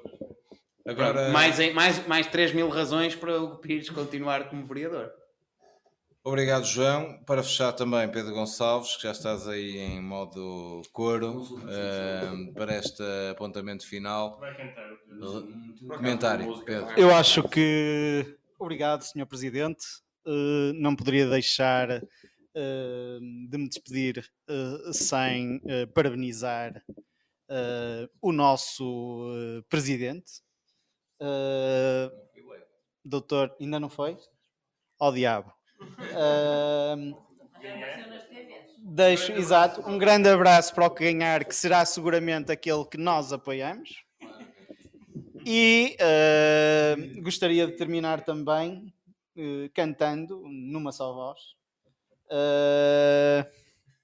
Agora, mais, mais, mais três mil razões para o Pires continuar como vereador. Obrigado, João. Para fechar também, Pedro Gonçalves, que já estás aí em modo coro, uh, para este apontamento final. Vai cantar o Pedro. Comentário, Pedro. Eu acho que... Obrigado, senhor Presidente. Uh, não poderia deixar uh, de me despedir uh, sem uh, parabenizar uh, o nosso uh, Presidente, Uh, doutor, ainda não foi? Ao diabo. Uh, deixo, exato, um grande abraço para o que ganhar, que será seguramente aquele que nós apoiamos. E uh, gostaria de terminar também uh, cantando numa só voz. Uh,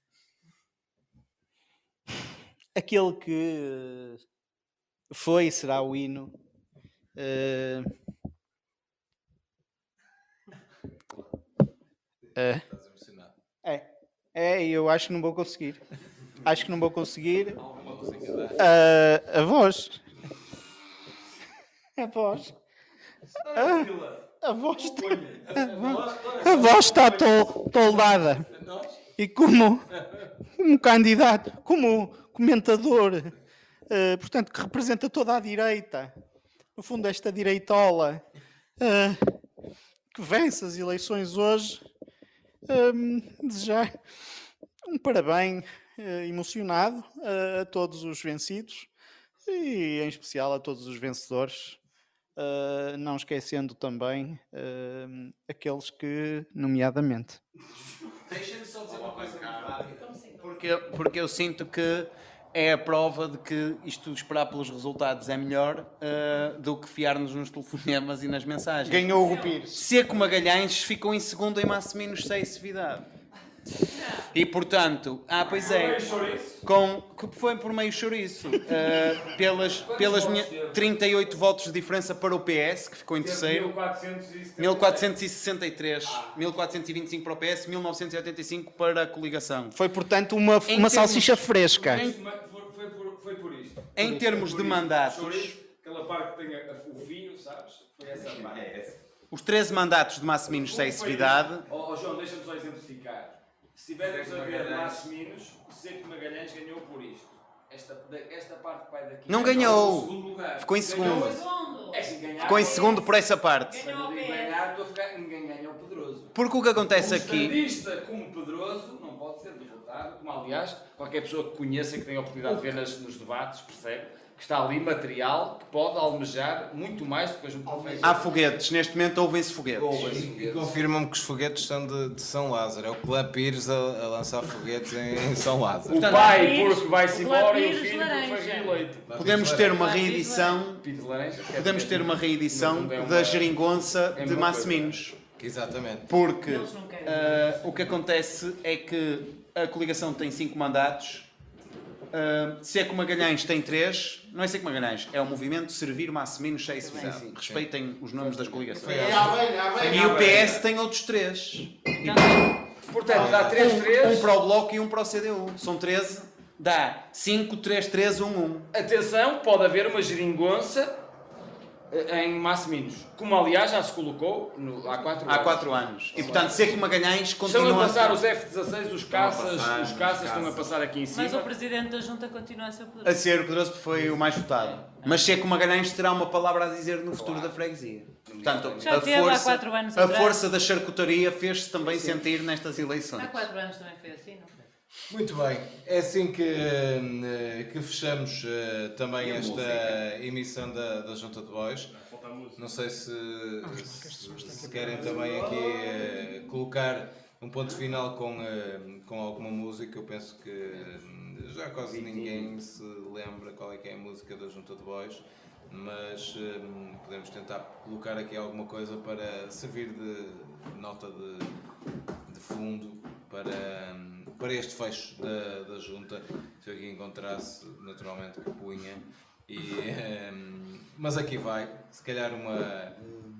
aquele que foi e será o hino. Uh, uh, é, é, eu acho que não vou conseguir. Acho que não vou conseguir. Uh, a voz. A voz. A, a voz está, a, a voz está tol, toldada. E como, como candidato, como comentador, uh, portanto, que representa toda a direita, no fundo, esta direitola, uh, que vence as eleições hoje, um, desejar um parabéns uh, emocionado uh, a todos os vencidos e, em especial, a todos os vencedores. Uh, não esquecendo também uh, aqueles que, nomeadamente... Deixa-me só dizer uma coisa muito rápida, porque, porque eu sinto que é a prova de que isto esperar pelos resultados é melhor uh, do que fiar-nos nos telefonemas e nas mensagens. Ganhou o Pires. Seco Magalhães ficou em segundo em Massiminos sem excessividade. E portanto, ah, pois é, com, que foi por meio chouriço, uh, pelas, pelas minhas trinta e oito votos de diferença para o P S, que ficou em terceiro, mil quatrocentos e sessenta e três, mil quatrocentos e vinte e cinco para o P S, mil novecentos e oitenta e cinco para a coligação. Foi, portanto, uma, uma termos, salsicha fresca. Em, foi, por, foi por isto. Em termos de mandatos, chouriço, aquela parte que tem a, o vinho, sabes? Foi essa parte. Os treze mandatos de Massiminos sem excessividade. Oh, oh, João, deixa-me só exemplificar. Se tivermos a ver Massiminos, Seco Magalhães ganhou por isto. Esta, esta parte que vai daqui. Não ganhou. Ficou em segundo. É, se ganhar, Ficou em segundo por essa parte. Quando eu digo ganhar, estou a ficar. Ninguém ganha o Pedroso. Porque o que acontece um aqui. Um estadista como Pedroso não pode ser derrotado. Como, aliás, qualquer pessoa que conheça e que tenha a oportunidade de ver nas, nos debates percebe que está ali material que pode almejar muito mais do que a junta de Há foguetes. Neste momento ouvem-se foguetes. E, e confirmam-me que os foguetes são de, de São Lázaro. É o Clã Pires a, a lançar foguetes em, em São Lázaro. O pai porque vai-se embora e o filho porque foi eleito. Podemos ter uma reedição. Podemos ter uma reedição da geringonça de Massiminos. Exatamente. Porque uh, o que acontece é que a coligação tem cinco mandatos. Uh, Seco Magalhães tem três, não é Seco Magalhães, é o movimento Servir Massiminos sem excessividade. Respeitem os nomes das coligações. E o P S tem outros três. Portanto, dá três, três. Um para o Bloco e um para o C D U. São treze, dá cinco, três, três, um, um. Atenção, pode haver uma geringonça em Massiminos, como aliás já se colocou no, há quatro anos. Há quatro anos. E portanto, Seco Magalhães continua Estão a passar os F dezasseis, os caças, passar, os caças estão a passar aqui em cima. Mas o Presidente da Junta continua a ser o poderoso. A ser o poderoso porque foi o mais votado. Mas Seco Magalhães terá uma palavra a dizer no futuro da freguesia. Portanto, Já a teve há força, quatro anos a atrás. força da charcutaria fez-se também sentir nestas eleições. Há quatro anos também foi assim, não foi? Muito bem, é assim que, que fechamos uh, também esta música? emissão da, da Junta de Bois. Não sei se, se, se querem também aqui uh, colocar um ponto final com, uh, com alguma música. Eu penso que uh, já quase ninguém se lembra qual é que é a música da Junta de Bois, mas uh, podemos tentar colocar aqui alguma coisa para servir de nota de, de fundo para... para este fecho da, da junta, se eu aqui encontrasse, naturalmente que punha, e, um, mas aqui vai, se calhar uma,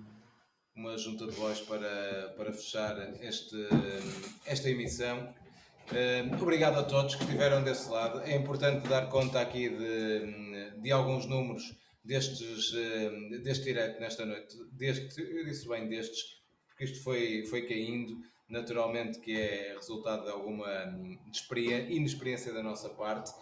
uma junta de voz para, para fechar este, esta emissão. Um, obrigado a todos que estiveram desse lado. É importante dar conta aqui de, de alguns números destes, deste direto nesta noite, deste, eu disse bem destes, porque isto foi, foi caindo. Naturalmente que é resultado de alguma inexperiência da nossa parte,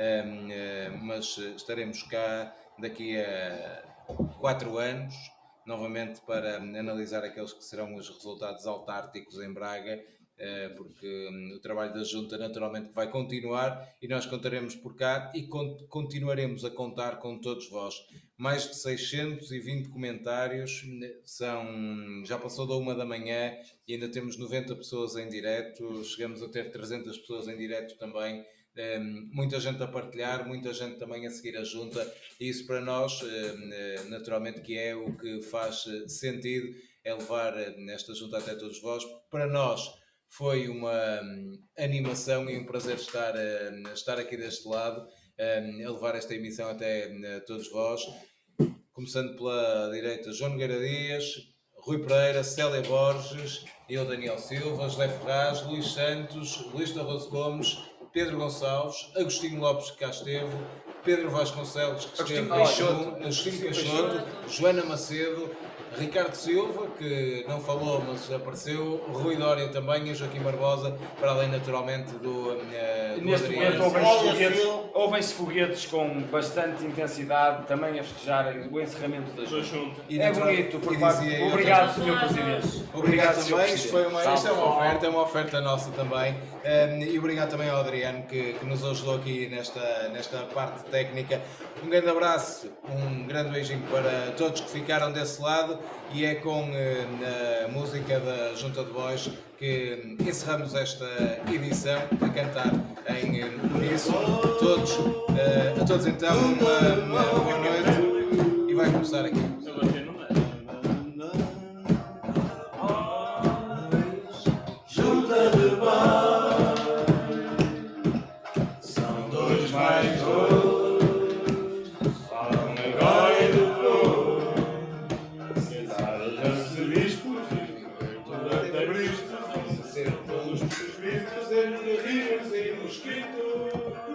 mas estaremos cá daqui a quatro anos, novamente para analisar aqueles que serão os resultados autárquicos em Braga porque o trabalho da Junta naturalmente vai continuar e nós contaremos por cá e continuaremos a contar com todos vós. Mais de seiscentos e vinte comentários, são, já passou da uma da manhã e ainda temos noventa pessoas em direto, chegamos a ter trezentas pessoas em direto também, muita gente a partilhar, muita gente também a seguir a Junta, e isso para nós, naturalmente, que é o que faz sentido, é levar esta Junta até todos vós. Para nós foi uma animação e um prazer estar, estar aqui deste lado, a levar esta emissão até todos vós, começando pela direita João Nogueira Dias, Rui Pereira, Célia Borges, eu Daniel Silva, José Ferraz, Luís Santos, Luís Torroso Gomes, Pedro Gonçalves, Agostinho Lopes que cá esteve, Pedro Vasconcelos que esteve, Agostinho Agostinho Peixoto, Joana Macedo, Ricardo Silva, que não falou, mas apareceu, Rui Dória também, e Joaquim Barbosa, para além naturalmente do, uh, do Neste Adriano. momento ouvem-se foguetes, ouvem-se foguetes com bastante intensidade, também a festejarem o encerramento da Junta. É bonito, por parte. Obrigado, senhor Presidente. Obrigado senhor também, isto, foi uma, Presidente. isto é uma oferta, é uma oferta nossa também. Um, e obrigado também ao Adriano que, que nos ajudou aqui nesta, nesta parte técnica. Um grande abraço, um grande beijinho para todos que ficaram desse lado, e é com uh, a música da Junta de Voz que encerramos esta edição a cantar em uníssono. Todos, uh, a todos então, uma, uma boa noite, e vai começar aqui. Junta de Voz, são dois mais dois, falam agora e depois, casadas arcebispos e toda brispos, vão ser todos presbíteros, entre rios e mosquitos.